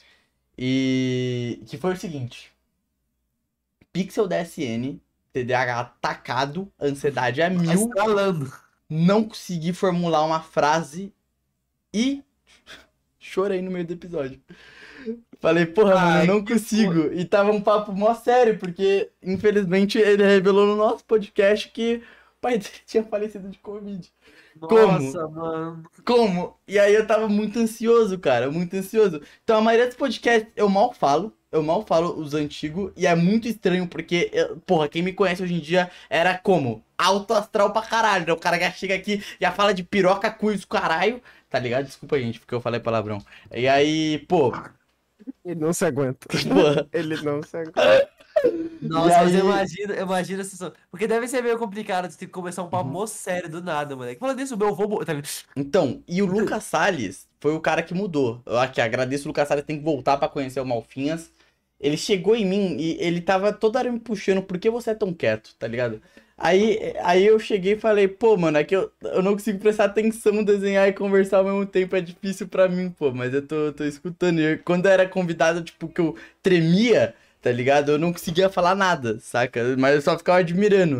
E que foi o seguinte. Pixel D S N, T D A H atacado, ansiedade a Tá mil, estralando. não consegui formular uma frase e chorei no meio do episódio. Falei, porra, mano, Ai, eu não que consigo. E tava um papo mó sério, porque infelizmente ele revelou no nosso podcast que o pai dele tinha falecido de Covid. Como? Nossa, mano. Como? E aí eu tava muito ansioso, cara, muito ansioso. Então a maioria dos podcasts eu mal falo, eu mal falo os antigos, e é muito estranho porque, eu- porra, quem me conhece hoje em dia era como? Alto astral pra caralho, né? O cara já chega aqui, já fala de piroca, cuis, caralho, tá ligado? Desculpa, gente, porque eu falei palavrão. E aí, pô, Ele não se aguenta. porra, Ele não se aguenta. Nossa, E mas aí- eu imagino, eu imagino a situação. Porque deve ser meio complicado de ter que começar um papo Uhum. mó sério do nada, moleque. Falando nisso, o meu avô. mo- Tá ligado? então, e o Lucas Salles foi o cara que mudou. Eu aqui agradeço o Lucas Salles, tem que voltar pra conhecer o Malfinhas. Ele chegou em mim e ele tava toda hora me puxando, por que você é tão quieto, tá ligado? Aí, aí eu cheguei e falei, pô, mano, é que eu, eu não consigo prestar atenção, desenhar e conversar ao mesmo tempo, é difícil pra mim, pô, mas eu tô, tô escutando. E eu- quando eu era convidado, tipo, que eu tremia, tá ligado? Eu não conseguia falar nada, saca? Mas eu só ficava admirando.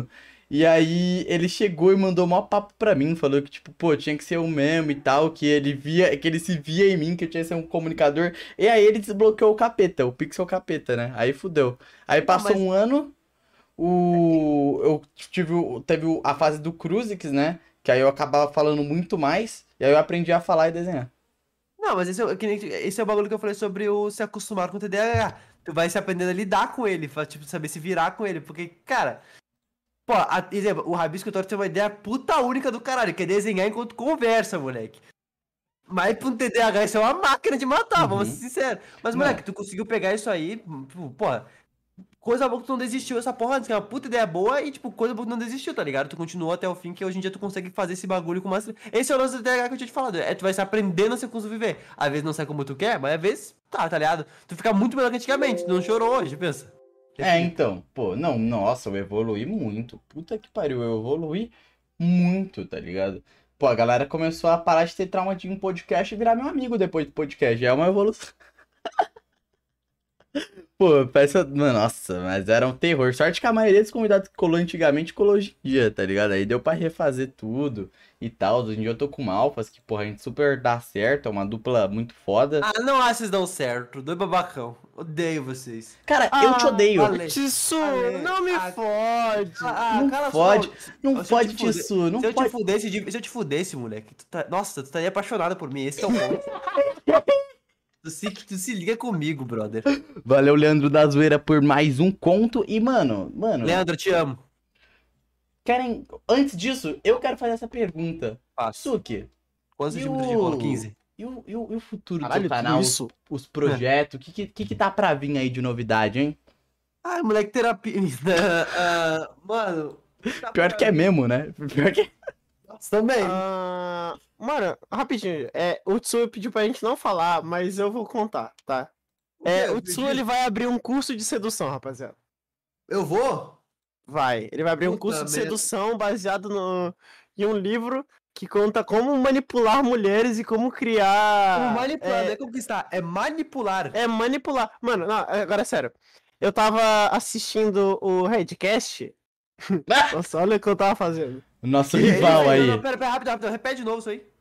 E aí ele chegou e mandou maior papo pra mim, falou que, tipo, pô, tinha que ser um meme e tal, que ele via, que ele se via em mim, que eu tinha que ser um comunicador. E aí ele desbloqueou o capeta, o Pixel Capeta, né? Aí fudeu. Aí passou mas- um ano, o... eu tive, o- teve o- a fase do Cruzix, né? Que aí eu acabava falando muito mais, e aí eu aprendi a falar e desenhar. Não, mas esse é, o- que nem- esse é o bagulho que eu falei sobre o se acostumar com o T D A H. Tu vai se aprendendo a lidar com ele, pra, tipo, saber se virar com ele. Porque, cara, pô, a- exemplo, o Rabisco Torto tem uma ideia puta única do caralho, que é desenhar enquanto conversa, moleque. Mas pra um T D A H isso é uma máquina de matar, vamos Uhum. ser sinceros. Mas, Não. moleque, tu conseguiu pegar isso aí, pô, coisa boa que tu não desistiu, essa porra, que é uma puta ideia boa e, tipo, coisa boa que tu não desistiu, tá ligado? Tu continuou até o fim, que hoje em dia tu consegue fazer esse bagulho com mais... Esse é o lance do T D A H que eu tinha te falado, é tu vai se aprendendo a ser viver. Às vezes não sai como tu quer, mas às vezes tá, tá ligado? Tu fica muito melhor que antigamente, tu não chorou hoje, pensa. É, então, pô, não, nossa, eu evoluí muito. Puta que pariu, eu evoluí muito, tá ligado? Pô, a galera começou a parar de ter trauma de um podcast e virar meu amigo depois do podcast. É uma evolução. Pô, parece. Mano, nossa, mas era um terror. Sorte que a maioria dos convidados que colou antigamente colou hoje em dia, tá ligado? Aí deu pra refazer tudo e tal. Hoje em dia eu tô com uma Alphas que, porra, a gente super dá certo, é uma dupla muito foda. Ah, não acho que vocês dão certo, dois babacão. Odeio vocês. Cara, eu te odeio. Ale. Tissu, Ale, não me ah, fode. Ah, Não cala fode, sua... não Se eu fode, te fuder- Tissu, não se eu pode. te fudesse, de- se eu te fudesse, moleque, tu tá... nossa, tu estaria apaixonado por mim, esse que é o ponto. tu, se, tu se liga comigo, brother. Valeu, Leandro da Zoeira, por mais um conto. E, mano, mano, Leandro, te amo. querem. Antes disso, eu quero fazer essa pergunta. Passo. Suki, Quantos e centímetros de bolo? o... quinze. E o, e o, e o futuro do Caralho, seu tudo canal, os, isso? os projetos, o que, que, que que tá pra vir aí de novidade, hein? Ai, moleque, terapia. Ah, mano. tá Pior pra que é mim. mesmo, né? Pior que Nossa, também. Ah, mano, rapidinho. É, o Tsu pediu pra gente não falar, mas eu vou contar, tá? É, o Tsu ele vai abrir um curso de sedução, rapaziada. Eu vou? Vai. Ele vai abrir um Puta curso de merda. sedução baseado no, em um livro que conta como manipular mulheres e como criar. O manipular, é, não é conquistar, é manipular. É manipular. Mano, não, agora é sério. Eu tava assistindo o Redcast. Ah! Nossa, olha o que eu tava fazendo. o nosso E- e- rival não, aí. Não, pera, pera, rápido, rápido, repete de novo isso aí.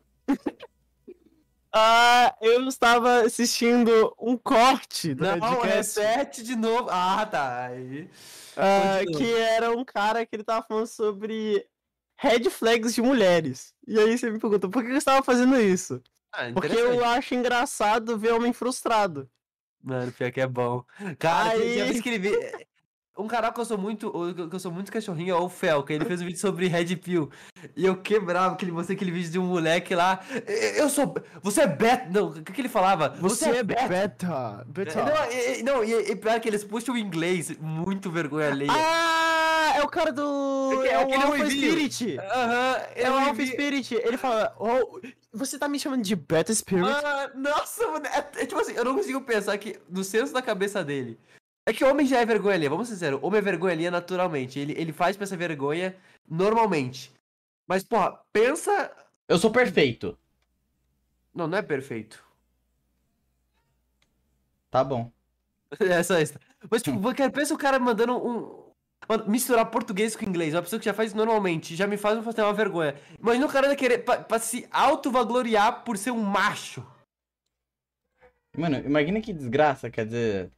Ah, eu estava assistindo um corte do Não, Redcast. repete de novo. Ah, tá. Aí. ah, continua. que era um cara que ele tava falando sobre red flags de mulheres. E aí você me pergunta, por que eu estava fazendo isso? Ah, Porque interessante. eu acho engraçado ver homem frustrado. Mano, pior que é bom. Cara, Aí- você já escrevi. Um canal que eu sou muito. Que eu sou muito cachorrinho é o Felca. Ele fez um vídeo sobre Red Pill. E eu quebrava aquele, mostrei aquele vídeo de um moleque lá. Eu sou. Você é beta. Não, o que, que ele falava? Você, é beta. Beta. Não, e, e- não, e, e pior que eles puxam o inglês. Muito vergonha alheia. Ah, é o cara do. É É o aquele Alpha ruivinho. Spirit. Aham, É o eu Alpha vi- Spirit. Ele fala, oh, você tá me chamando de Beta Spirit? Ah, nossa, mano. É, é tipo assim, eu não consigo pensar que no senso da cabeça dele. É que homem já é vergonha alheia, vamos ser sinceros. Homem é vergonha alheia naturalmente. Ele, ele faz pra essa vergonha normalmente. Mas, porra, pensa. Eu sou perfeito. Não, não é perfeito. Tá bom. É só isso. Mas, tipo, porque pensa o cara mandando um. Mano, misturar português com inglês. Uma pessoa que já faz isso normalmente, já me faz me fazer uma vergonha. Imagina o cara ainda querer pra, pra se auto-vagloriar por ser um macho. Mano, imagina que desgraça, quer dizer.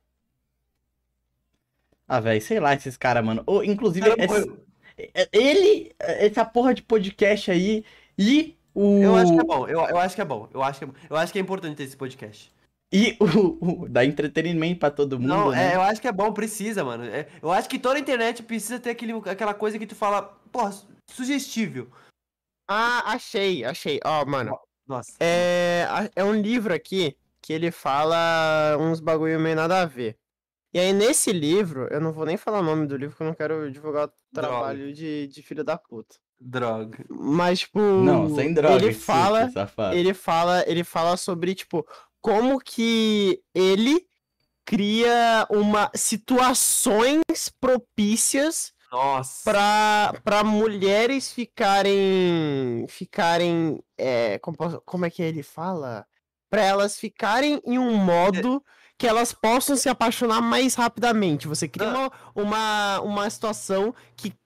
Ah, velho, sei lá esses caras, mano. Ou, inclusive, Cara, esse- eu- é- ele, essa porra de podcast aí e o. Eu acho que é bom, eu, eu acho que é bom. Eu acho que é, eu acho que é importante ter esse podcast. E o, o- dá entretenimento pra todo mundo, Não, né? é, eu acho que é bom, precisa, mano. É, eu acho que toda a internet precisa ter aquele, aquela coisa que tu fala, porra, sugestível. Ah, achei, achei. Ó, mano, Nossa. é, a- é um livro aqui que ele fala uns bagulho meio nada a ver. E aí, nesse livro, eu não vou nem falar o nome do livro, porque eu não quero divulgar o Droga. trabalho de, de filho da puta. Droga. Mas, tipo, Não, sem droga, ele esse fala, safado. ele fala, ele fala sobre, tipo, como que ele cria uma situações propícias Nossa. para para mulheres ficarem ficarem é, como, posso- como é que ele fala? Para elas ficarem em um modo que elas possam se apaixonar mais rapidamente. Você cria Ah. uma, uma, uma situação que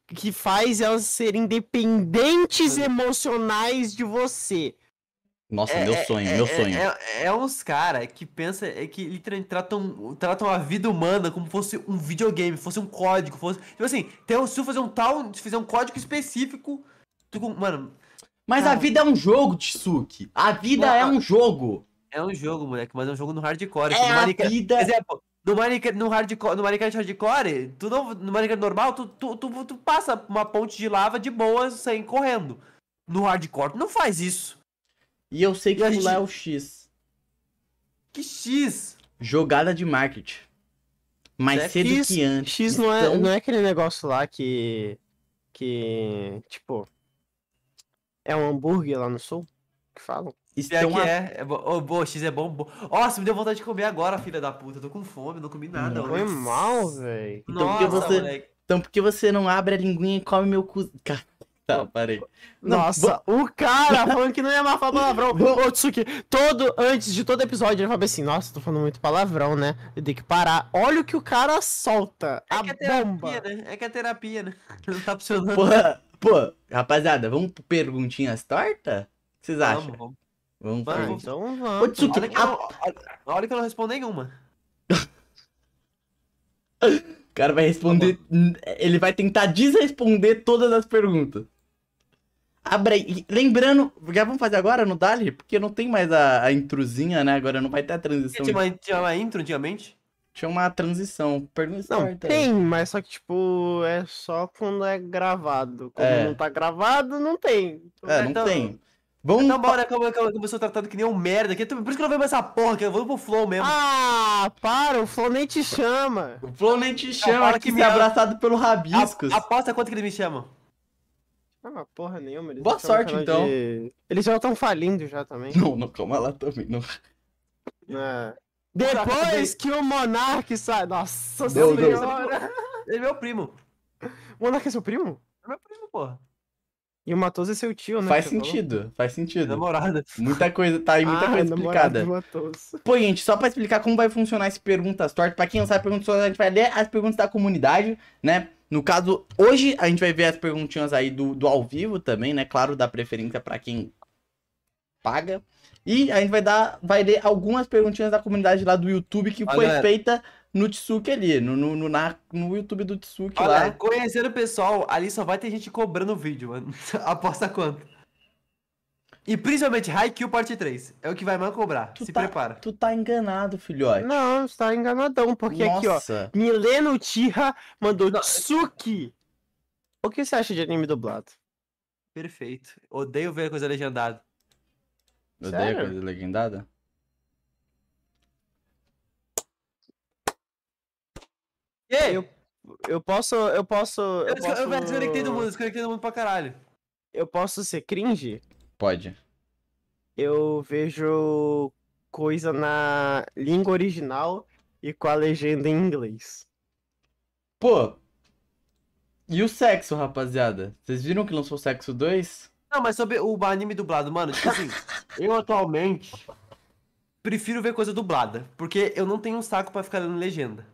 que faz elas serem dependentes emocionais de você. Nossa, meu sonho, meu sonho. É, é, é uns caras que pensam, é que literalmente tratam, tratam a vida humana como fosse um videogame, fosse um código, fosse. Tipo assim, tem, se tu fazer um tal, se fizer um código específico, tu, mano. Mas cara, a vida é um jogo, Tsuki. A vida Não, é um jogo. É um jogo, moleque, mas é um jogo no hardcore. É no a Minecraft, vida. Por exemplo, no Minecraft, no hardcore, no Minecraft hardcore, tu não, no Minecraft normal, tu, tu, tu, tu passa uma ponte de lava de boas sem correndo. No hardcore, tu não faz isso. E eu sei que E a pular gente- é o X. Que X. Jogada de marketing. Mais Certo. cedo X, que antes. X não é, Estão- não é aquele negócio lá que. Que. Tipo. É um hambúrguer lá no sul? Que falam? Pior Estão que a- é. é bo... Ô, boa, X é bom, bom. Nossa, me deu vontade de comer agora, filha da puta. Eu tô com fome, não comi nada. Não. Foi antes. mal, velho. Então, porque Nossa, você- moleque. Então por que você não abre a linguinha e come meu cu... Ca- Tá, parei. Não, Nossa, o cara falando que não ia mais falar palavrão. Ô, Tsuki, todo, antes de todo episódio, ele fala assim, nossa, tô falando muito palavrão, né? Eu tenho que parar. Olha o que o cara solta. É a que é bomba. terapia, né? É que é terapia, né? Não tá funcionando. Porra, pô, rapaziada, vamos pro perguntinhas tortas? O que vocês acham? Vamos, vamos. Vamos Vamos, Ah, pro- vamos. então Ô, vamos. Tsuki, Olha que, eu não, olha, olha que eu não respondo nenhuma. o cara vai responder. Ele vai tentar desresponder todas as perguntas. Abre aí. Lembrando, já vamos fazer agora no Dali? Porque não tem mais a, a intrusinha, né? Agora não vai ter a transição. Tinha uma, tinha uma intro antigamente? Tinha uma transição. Pergunta Não, torta. tem, mas só que, tipo, é só quando é gravado. Como É. não tá gravado, não tem. É, não Então- tem. Vamos. Então bora, como como- começou tratando que nem um merda aqui. Por isso que eu não vejo mais essa porra, que eu vou pro flow mesmo. Ah, para, o Flow nem te chama. O Flow nem te chama fala aqui que se me ama. abraçado pelo Rabiscos. A- aposta quanto que eles me chamam. Ah, porra nenhuma. Eles Boa são um sorte, canal então. de- Eles já estão falindo já também. Não, não, calma lá também, não. É. Depois que o Monark sai. Nossa Deu, deu. senhora! Ele é meu primo. O Monark é seu primo? É meu primo, porra. E o Matoso é seu tio, né? Faz que você sentido, faz sentido. Namorada. Muita coisa, tá aí falou? muita Ah, coisa namorado explicada. do Matoso. Pô, gente, só pra explicar como vai funcionar esse Perguntas Tortas, pra quem não sabe, Perguntas Tortas, a gente vai ler as perguntas da comunidade, né? No caso, hoje a gente vai ver as perguntinhas aí do, do ao vivo também, né? Claro, dá preferência pra quem paga. E a gente vai dar, vai ler algumas perguntinhas da comunidade lá do YouTube que Olha, foi galera. feita no Tsuki ali, no, no, no, na- no YouTube do Tsuki Olha, lá. conhecendo o pessoal, ali só vai ter gente cobrando vídeo, mano. Aposta quanto? E principalmente Haikyuu parte três. É o que vai mais cobrar. Tu Se tá, prepara. Tu tá enganado, filhote. Não, você tá enganadão, porque aqui, ó. Nossa. Mileno Uchiha mandou Tsuki. O que você acha de anime dublado? Perfeito. Odeio ver coisa legendada. Eu Sério? dei a coisa legendada? E aí? Eu, eu posso. Eu posso. Eu, Eu eu, posso. eu desconectei do mundo, desconectei do mundo pra caralho. Eu posso ser cringe? Pode. Eu vejo coisa na língua original e com a legenda em inglês. Pô. E o sexo, rapaziada? Vocês viram que lançou o Sexo dois? Não, mas sobre o anime dublado, mano, tipo assim, eu atualmente prefiro ver coisa dublada, porque eu não tenho um saco pra ficar lendo legenda.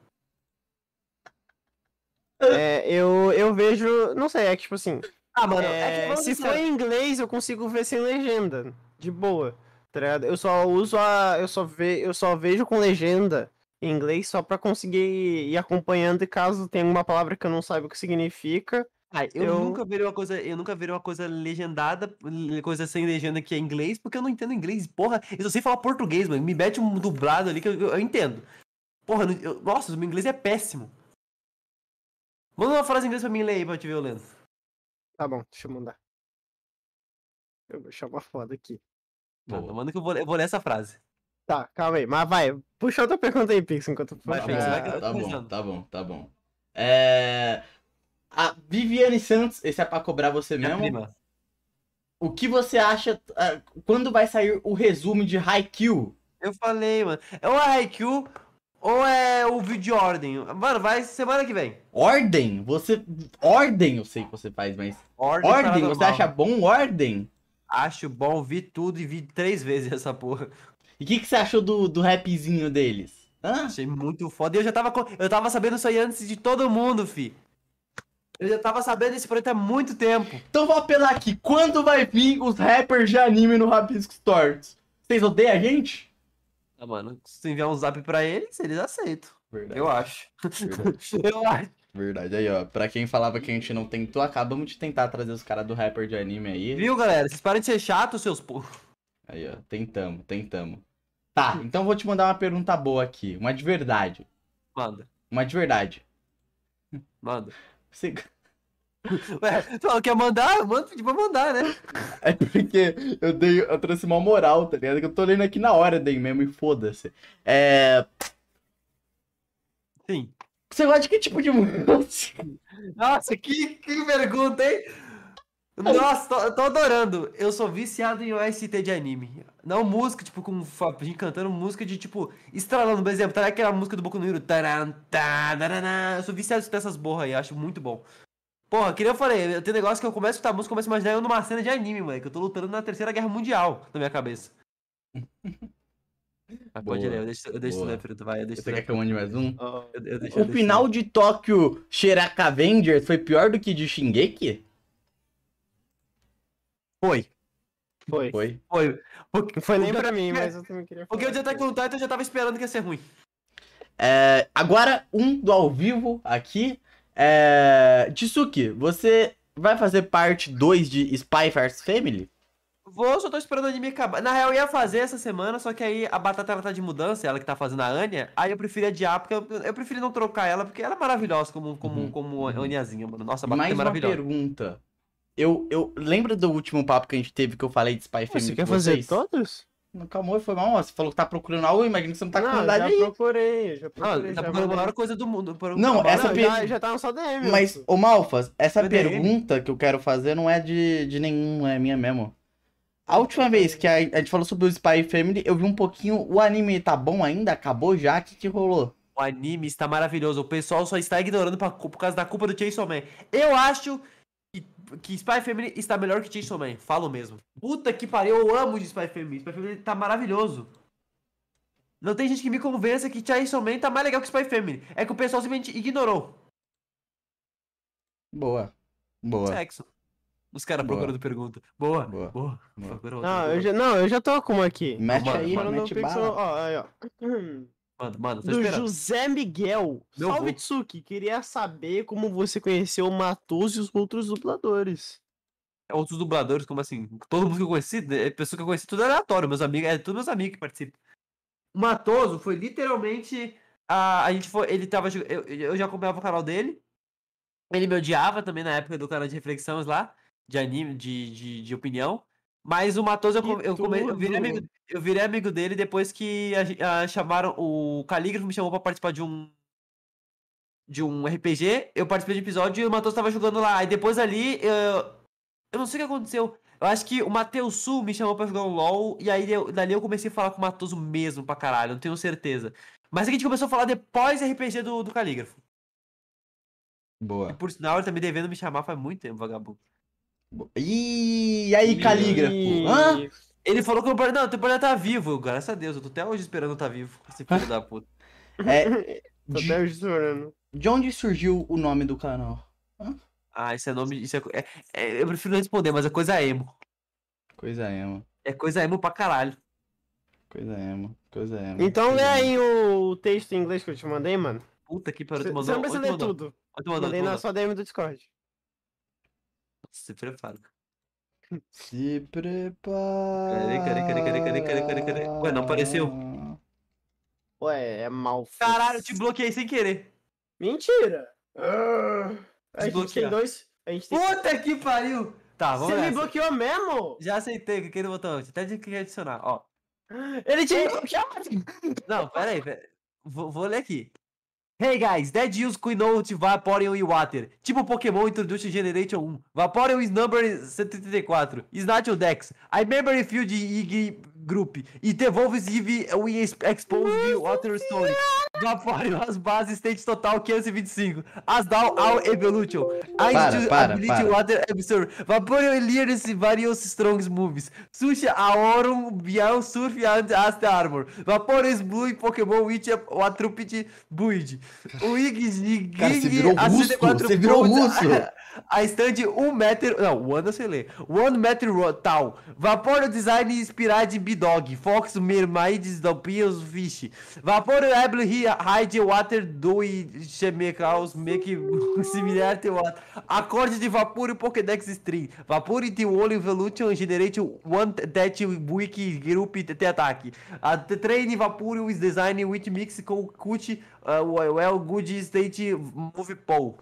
É, eu, eu vejo. Não sei, é que tipo assim. Ah, mano, é, é que vamos se ser for sinceros, em inglês, eu consigo ver sem legenda. De boa. Tá ligado? Eu só uso a. Eu só, ve, eu só vejo com legenda em inglês só pra conseguir ir acompanhando e caso tenha uma palavra que eu não saiba o que significa. ah, eu, eu- nunca verei uma coisa, eu nunca verei uma coisa legendada, coisa sem legenda que é inglês, porque eu não entendo inglês, porra. Eu só sei falar português, mano. Me mete um dublado ali que eu, eu, eu entendo. Porra, eu não- eu- nossa, o meu inglês é péssimo. Manda uma frase em inglês pra mim ler aí pra eu te ver eu lendo. Tá bom, deixa eu mandar. Eu vou chamar foda aqui. Manda, Boa. manda que eu vou, eu vou ler essa frase. Tá, calma aí. Mas vai, puxa outra pergunta aí, Pix, enquanto eu Vai, puxo. Pix, Ah, vai que eu tô tá bom, pensando. tá bom, tá bom. É... A Viviane Santos, esse é pra cobrar você Minha mesmo. prima. O que você acha, ah, quando vai sair o resumo de Haikyuu? Eu falei, mano. É o Haikyuu ou é o vídeo de ordem? Mano, vai semana que vem. Ordem? Você... Ordem eu sei que você faz, mas... Ordem, Ordem? parada Você normal. acha bom Ordem? Acho bom, vi tudo e vi três vezes essa porra. E o que, que você achou do, do rapzinho deles? Hã? Achei muito foda. E eu já tava, co- eu tava sabendo isso aí antes de todo mundo, fi. Eu já tava sabendo desse projeto há muito tempo. Então vou apelar aqui. Quando vai vir os rappers de anime no Rabiscos Tortos? Vocês odeiam a gente? Ah, mano, se tu enviar um zap pra eles, eles aceitam. Verdade. Eu acho. Verdade. Eu acho. Verdade. Aí, ó. Pra quem falava que a gente não tentou, acabamos de tentar trazer os caras do rapper de anime aí. Viu, galera? Vocês parem de ser chatos, seus porra. Aí, ó. Tentamos, tentamos. Tá, então vou te mandar uma pergunta boa aqui. Uma de verdade. Manda, Uma de verdade. manda. Você... Ué, tu falou que ia mandar? Manda pedir pra mandar, né? É porque eu dei, eu trouxe uma moral, tá ligado? Que eu tô lendo aqui na hora, dei mesmo, e foda-se. É... Sim. Você gosta de que tipo de música? Nossa, que, que pergunta, hein? Nossa, tô, tô adorando. Eu sou viciado em O S T de anime. Não música, tipo, com a gente cantando música de, tipo, estralando, por exemplo. Tá aquela música do Boku no Hero. Taran, tararana. Eu sou viciado em escutar essas borras aí, acho muito bom. Porra, que nem eu falei, tem negócio que eu começo a escutar música, começo a imaginar eu numa cena de anime, mano. Que eu tô lutando na Terceira Guerra Mundial na minha cabeça. Mas pode Boa, ler, eu deixo, eu deixo tu boa. ler, Fruto, vai, eu deixo tu Você ler. quer que eu mande mais um? Ó, Eu, eu deixo, eu O deixo final tu ler. de Tóquio Shiraka Avengers foi pior do que de Shingeki? Foi, Foi. Foi. foi. Porque, Não foi nem porque- pra mim, mas eu também queria falar. Porque o de Attack on Titan eu já tava esperando que ia ser ruim. É, agora, um do ao vivo aqui. É... Tsuki, você vai fazer parte dois de Spy X Family? Vou, só tô esperando o anime acabar. Na real, eu ia fazer essa semana, só que aí a Batata ela tá de mudança, ela que tá fazendo a Anya. Aí eu preferi adiar, porque eu, eu preferi não trocar ela, porque ela é maravilhosa como, como, Uhum, como uhum. Anyazinha, mano. Nossa, a Batata Mais é uma maravilhosa. pergunta. Eu, eu lembro do último papo que a gente teve que eu falei de Spy Pô, Family você quer com fazer vocês? todos? Não, calma, foi mal. Você falou que tá procurando algo, eu imagino que você não tá com não, vontade já aí. procurei, já Ah, procurei. tá já procurando a mandei. maior coisa do mundo. por- Não, a maior- essa Não, per- já, já tá no só D M. Mas, pô. ô Malfas, essa Foi D M. pergunta que eu quero fazer não é de, de nenhum, é minha mesmo. A última vez que a, a gente falou sobre o Spy Family, eu vi um pouquinho. O anime tá bom ainda? Acabou já? O que, que rolou? O anime está maravilhoso. O pessoal só está ignorando pra, por causa da culpa do Chainsaw Man. Eu acho que, que Spy Family está melhor que Chainsaw Man. Falo mesmo. Puta que pariu, eu amo de Spy Family. Spy Family tá maravilhoso. Não tem gente que me convença que Chainsaw Man tá mais legal que Spy Family. É que o pessoal simplesmente ignorou. Boa. Boa. Sexo. Os caras Boa. procurando pergunta. Boa, Boa. boa. Boa. Procura outra, Não, procura eu já, não, eu já tô com uma aqui. Mete Mano, aí, mano, Falando mete no Pixel, bala. ó, aí, ó. outra. Manda, manda, tô Do esperando. José Miguel. Meu Salve, vô. Tsuki. Queria saber como você conheceu o Matoso e os outros dubladores. Outros dubladores, como assim? Todo mundo que eu conheci, é pessoa que eu conheci, tudo aleatório. Meus amigos, é todos meus amigos que participam. O Matoso foi literalmente. A, a gente foi. Ele tava. jog- Eu, eu já acompanhava o canal dele. Ele me odiava também na época do canal de reflexões lá. De anime, de, de, de opinião. Mas o Matoso eu, Que com- eu, come- eu, virei tudo. amigo, eu virei amigo dele depois que a, gen- a chamaram. O Calígrafo me chamou pra participar de um. De um R P G. Eu participei de um episódio e o Matoso tava jogando lá. Aí depois ali. Eu, eu não sei o que aconteceu. Eu acho que o Matheus Sul me chamou pra jogar um LoL. E aí eu- dali eu comecei a falar com o Matoso mesmo pra caralho. Não tenho certeza. Mas a gente começou a falar depois do R P G do, do Calígrafo. E Boa. por sinal, ele tá me devendo me chamar faz muito tempo, vagabundo. Ih, e aí, calígrafo? Hã? Ele falou que o Bernardo, não, teu Bernardo tá vivo. Graças a Deus, eu tô até hoje esperando tá vivo. Esse filho da puta. É, Tô de, até chorando. de onde surgiu o nome do canal? Ah, isso é nome. Isso é, co- é- é- eu prefiro não responder, mas é coisa emo. Coisa emo. É coisa emo pra caralho. Coisa emo. Coisa emo. Então coisa lê emo. aí o texto em inglês que eu te mandei, mano. Puta que pariu, Você tu você mandou. não precisa onde tu ler mandou? tudo. Onde tu mandou? Mandei Tu na mandou? sua D M do Discord. Se prepara. Se prepara. Cadê, cadê, cadê, cadê, cadê, cadê, cadê, cadê? Ué, não apareceu. Ué, é mal. Caralho, eu te bloqueei sem querer. Mentira! Ah, a gente tem Desbloquear. dois. A gente tem... Puta que pariu! Tá, vamos Você me nessa. bloqueou mesmo? Já aceitei, cliquei no botão. Até de que adicionar, ó. Ele tinha me bloqueado! Não, pera aí, pera. Vou, vou ler aqui. Hey guys, that use Quinote Vaporeon e Water. Tipo Pokémon Introduction Generation um. Vaporeon is number cento e trinta e quatro. Is not your Dex. I remember Field I G Group. It evolves if we expose the Water Stone. Vaporeon as bases state total quinhentos e vinte e cinco. As down all evolution. Para, Ice para, ability para. water absorb. Vaporeon leaders various strong moves. Sushi Aoron Biao Surf and Ast Armor. Vaporeon blue em Pokémon Witch Watrupit Build. O Ig Cara, você virou russo, você virou russo. A stand um metro. Não, one eu sei ler. one metro tal. Vaporeon design inspirado em B-Dog. Fox Mermaids Dolphins Fish. Vaporeon able hide water do e chemicals make similar to water. Acorde de Vaporeon Pokédex string. Vaporeon the only evolution generate one that wiki group te attack. A train Vaporeon is design with mix com cut uh, well good state move pole.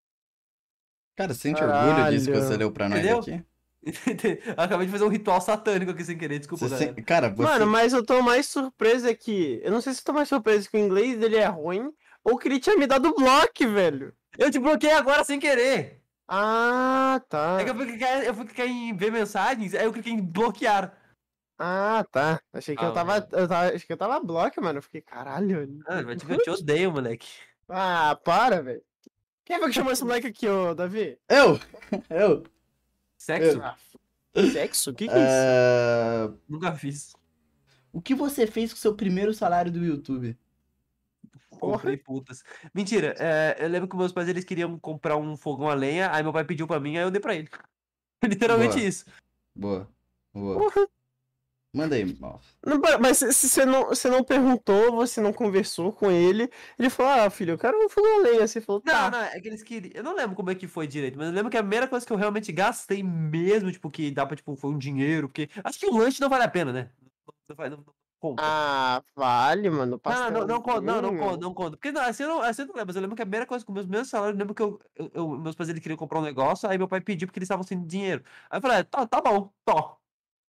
Cara, sente orgulho Caralho. disso que você leu pra nós Entendeu? aqui? Acabei de fazer um ritual satânico aqui sem querer, desculpa, Você galera. sen- Cara, você... Mano, mas eu tô mais surpreso aqui. Eu não sei se eu tô mais surpreso que o inglês dele é ruim ou que ele tinha me dado bloco, velho. Eu te bloqueei agora sem querer. Ah, tá. É que eu fui clicar, eu fui clicar em ver mensagens, aí eu cliquei em bloquear. Ah, tá. Achei que Ah, eu tava. mano. Eu tava. Achei que eu tava bloco, mano. Eu fiquei, caralho. Ah, mas tipo, eu te odeio, moleque. Ah, para, velho. Quem foi que chamou esse moleque aqui, ô, Davi? Eu! Eu! Sexo? Ah, sexo? O que que é isso? Ah, Nunca fiz. O que você fez com o seu primeiro salário do YouTube? Comprei putas. Mentira, é, eu lembro que meus pais eles queriam comprar um fogão a lenha, aí meu pai pediu pra mim, aí eu dei pra ele. Literalmente Boa. isso. Boa. Boa. Porra. Manda aí, Malf. Não, pera, mas se se você não, você não perguntou, você não conversou com ele, ele falou, ah, filho, eu quero um fogão a lenha. Você falou, Não, tá. não, é que eles queriam. Eu não lembro como é que foi direito, mas eu lembro que a primeira coisa que eu realmente gastei mesmo, tipo, que dá pra, tipo, foi um dinheiro, porque. Acho que o lanche não vale a pena, né? Não, vai- não, não conta. Ah, vale, mano. Não, não, não conta, não, não pastelzinho. conta, não conta. Porque não, assim eu não, assim eu não lembro, mas eu lembro que a primeira coisa com meus meus salários, eu lembro que eu, eu- eu- meus pais eles queriam comprar um negócio, aí meu pai pediu porque eles estavam sem dinheiro. Aí eu falei, ah, tá, tá bom, tó.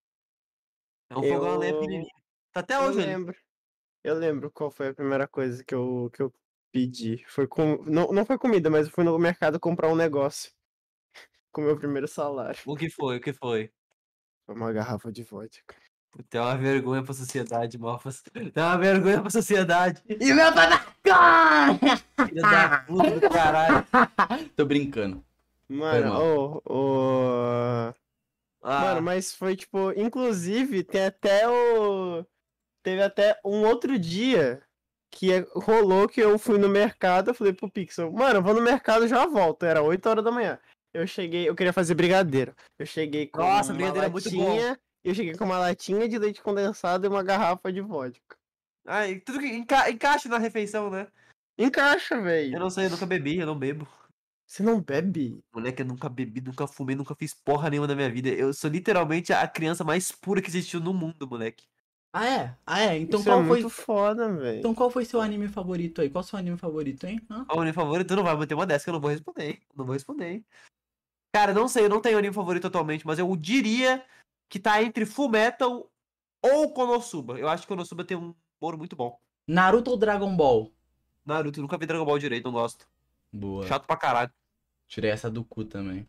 É um fogão a lenha Eu- pequenininho. Tá até Eu hoje ele. lembro. Eu lembro qual foi a primeira coisa que eu, que eu pedi. Foi com. Não, não foi comida, mas eu fui no mercado comprar um negócio. Com o meu primeiro salário. O que foi, o que foi? Foi uma garrafa de vodka. Tem uma vergonha pra sociedade, Malfas. Tem uma vergonha pra sociedade. E meu pai Filha da puta do caralho. Tô brincando. Mano, mal. ô, ô. Ah, Mano, mas foi tipo. Inclusive, tem até o. Teve até um outro dia que é- rolou que eu fui no mercado. Eu falei pro Pixel, mano, eu vou no mercado e já volto. Era oito horas da manhã. Eu cheguei, eu queria fazer brigadeiro. Eu cheguei com Nossa, uma brigadeiro é muito bom. latinha. Eu cheguei com uma latinha de leite condensado e uma garrafa de vodka. ai, tudo que enca encaixa na refeição, né? Encaixa, Eu velho. não sei, eu nunca bebi, eu não bebo. Você não bebe? Moleque, eu nunca bebi, nunca fumei, nunca fiz porra nenhuma na minha vida. Eu sou literalmente a criança mais pura que existiu no mundo, moleque. Ah, é? Ah, é? Então Isso qual é foi... muito foda, velho. Então qual foi seu anime favorito aí? Qual seu anime favorito, hein? Hã? O anime favorito não vai manter uma dessa que eu não vou responder. hein? Não vou responder. hein? Cara, não sei, eu não tenho anime favorito atualmente, mas eu diria que tá entre Fullmetal ou Konosuba. Eu acho que Konosuba tem um humor muito bom. Naruto ou Dragon Ball? Naruto, eu nunca vi Dragon Ball direito, não gosto. Boa. Chato pra caralho. Tirei essa do cu também.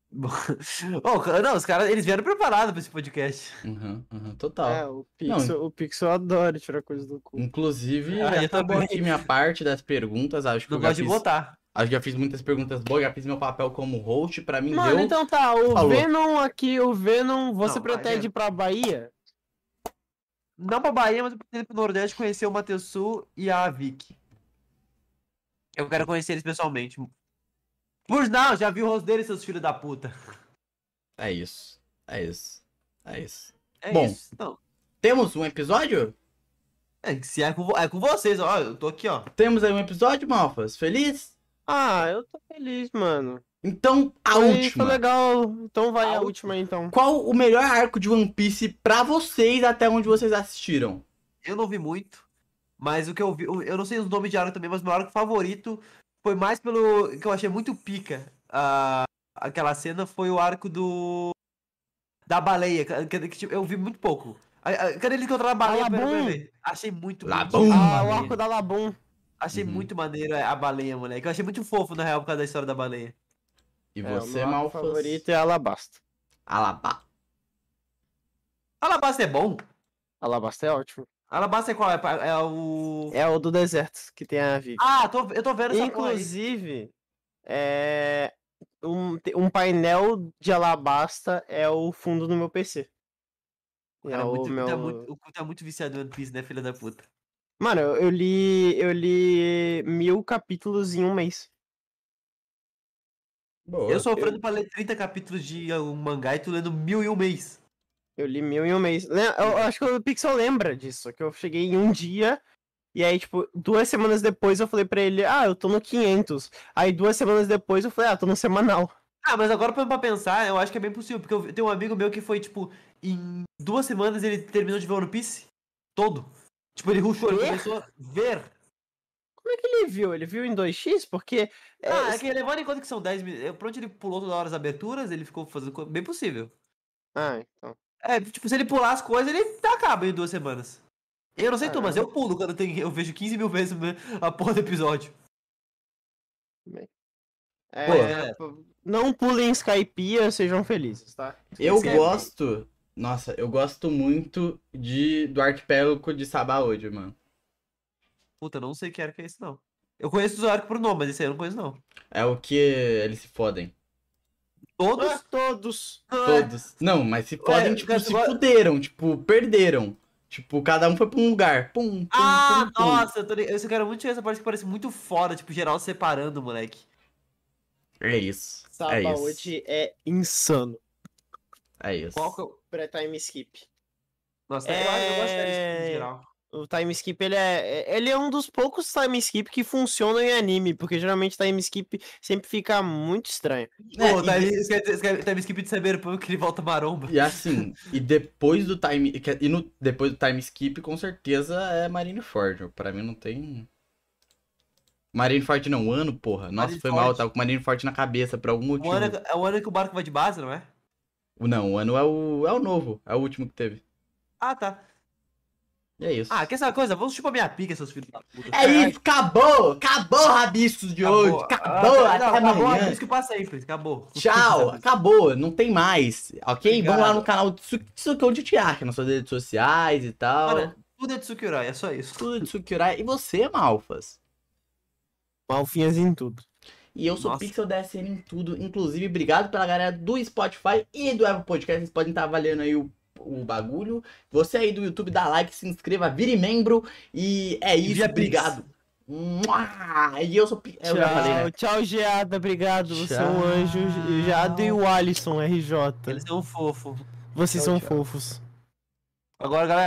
Ô, cara, não, os caras, eles vieram preparados pra esse podcast. Uhum, uhum, total. É, o Pixel, o Pixel adora tirar coisa do cu. Inclusive, Ah, já eu acabou também. aqui minha parte das perguntas. Acho que Não eu já gosto de fiz, votar. acho que já fiz muitas perguntas boas, já fiz meu papel como host. Pra mim Mano, deu. então tá, o Falou. Venom aqui, o Venom, você Não, pretende vai, ir pra Bahia? Não pra Bahia, mas eu pretendo ir pro Nordeste conhecer o Matheus Sul e a Vicky. Eu quero conhecer eles pessoalmente. Por não, já vi o rosto deles, seus filhos da puta. É isso. É isso. É isso. É Bom. isso. Não. Temos um episódio? É, se é com, vo- é com vocês, ó. Eu tô aqui, ó. Temos aí um episódio, Malfas? Feliz? Ah, eu tô feliz, mano. Então, a Foi- última. Foi legal. Então vai A a, última. última, então. Qual o melhor arco de One Piece pra vocês até onde vocês assistiram? Eu não vi muito, mas o que eu vi, eu não sei os nomes de arco também, mas meu arco favorito foi mais pelo que eu achei muito pica. Ah, aquela cena foi o arco do da baleia, que, que- que, tipo, eu vi muito pouco. A- a- Cadê ele encontrar a baleia? Labum. Pera, pera, pera. Achei muito Labum. bonitinho a Ah, o baleia. arco da Labum. Achei Uhum. muito maneiro a baleia, moleque. Eu achei muito fofo, na real, por causa da história da baleia. E É, o você, meu arco Malfas? favorito é Alabasta. Alabá. Alabasta é bom? Alabasta é ótimo. Alabasta é qual? É, pa- é o... É o do deserto, que tem a Vivi. Ah, tô, eu tô vendo essa porra aí. Inclusive, é... um, te- um painel de alabasta é o fundo do meu P C. O É cara é o muito, meu... tá muito, o cu tá muito viciado em One Piece, né, filha da puta? Mano, eu, eu li. Eu li mil capítulos em um mês. Boa. Eu sofrendo pra ler trinta capítulos de um mangá e tu lendo mil em um mês. Eu li mil em um mês. Le- Eu, eu acho que o Pixel lembra disso, que eu cheguei em um dia. E aí, tipo, duas semanas depois eu falei pra ele, ah, eu tô no quinhentos. Aí duas semanas depois eu falei, ah, tô no semanal. Ah, mas agora pra pra pensar, eu acho que é bem possível, porque eu tenho um amigo meu que foi, tipo, em duas semanas ele terminou de ver One Piece todo. Tipo, ele rushou, ele Ver? começou a ver. Como é que ele viu? Ele viu em dois x? Porque. é, Ah, é que levando em conta que são dez minutos. Pronto, ele pulou toda hora as aberturas, ele ficou fazendo. co- Bem possível. Ah, então. É, tipo, se ele pular as coisas, ele acaba em duas semanas. Eu não sei tu, mas Caramba. eu pulo quando eu, tenho, eu vejo quinze mil vezes a porra do episódio. É, Pô. é. p- não pulem Skypiea, sejam felizes, tá? Eu Esquece. gosto. Nossa, eu gosto muito de do arquipélago de Sabaody, mano. Puta, eu não sei que era que é esse, não. Eu conheço o arco por nome, mas esse aí eu não conheço, não. É o que eles se fodem. Todos? Ah, todos. Todos. Não, mas se fodem, Ué, tipo, cara, se tu go- fuderam, tipo, perderam. Tipo, cada um foi pra um lugar. Pum, pum, Ah, pum, pum. nossa, eu, tô ligado. Eu quero muito essa parte que parece muito foda, tipo, geral separando, moleque. É isso. É isso. Sabaody é insano. É isso. Qual que eu... Pra time skip. Nossa, eu, eu gosto da É... em geral. O time skip, ele é, ele é um dos poucos time skip que funcionam em anime, porque geralmente time skip sempre fica muito estranho. É, Pô, e time, de- isso quer dizer- isso quer- time skip de Cyberpunk que ele volta maromba. E assim, e depois do time. E no, depois do time skip, com certeza é Marineford. Pra mim não tem. Marineford não, ano, porra. Nossa, foi mal, eu Marineford. tava com Marineford na cabeça por algum O motivo. ano é, é o ano que o barco vai de base, não é? O Não, o ano é o, é o novo, é o último que teve. Ah, tá. E é isso. Ah, quer saber uma coisa? Vamos chupar minha pica, seus filhos da puta. É isso, acabou! Acabou, Rabiscos de hoje! Acabou, Ah, até não, acabou, amanhã! é isso que passa sempre, acabou. Tchau, acabou, não tem mais, ok? Obrigado. Vamos lá no canal de Tsukyo de Tiaki, nas suas redes sociais e tal. Mano, tudo é de Tsukurai, é só isso. Tudo de Tsukyurai. E você, Malfas? Malfinhas em tudo. E eu sou Nossa. Pixel D S N em tudo. Inclusive, obrigado pela galera do Spotify e do Apple Podcast. Vocês podem estar avaliando aí o, o bagulho. Você aí do YouTube, dá like, se inscreva, vire membro. E é isso, via Pix. obrigado. Mua! E eu sou Pixel. Eu já falei, né? Tchau, tchau, Geada, obrigado. Você é um Tchau. anjo. Geada e o Alisson, R J. Eles são fofos. Vocês Tchau, são tchau. fofos. Agora, galera.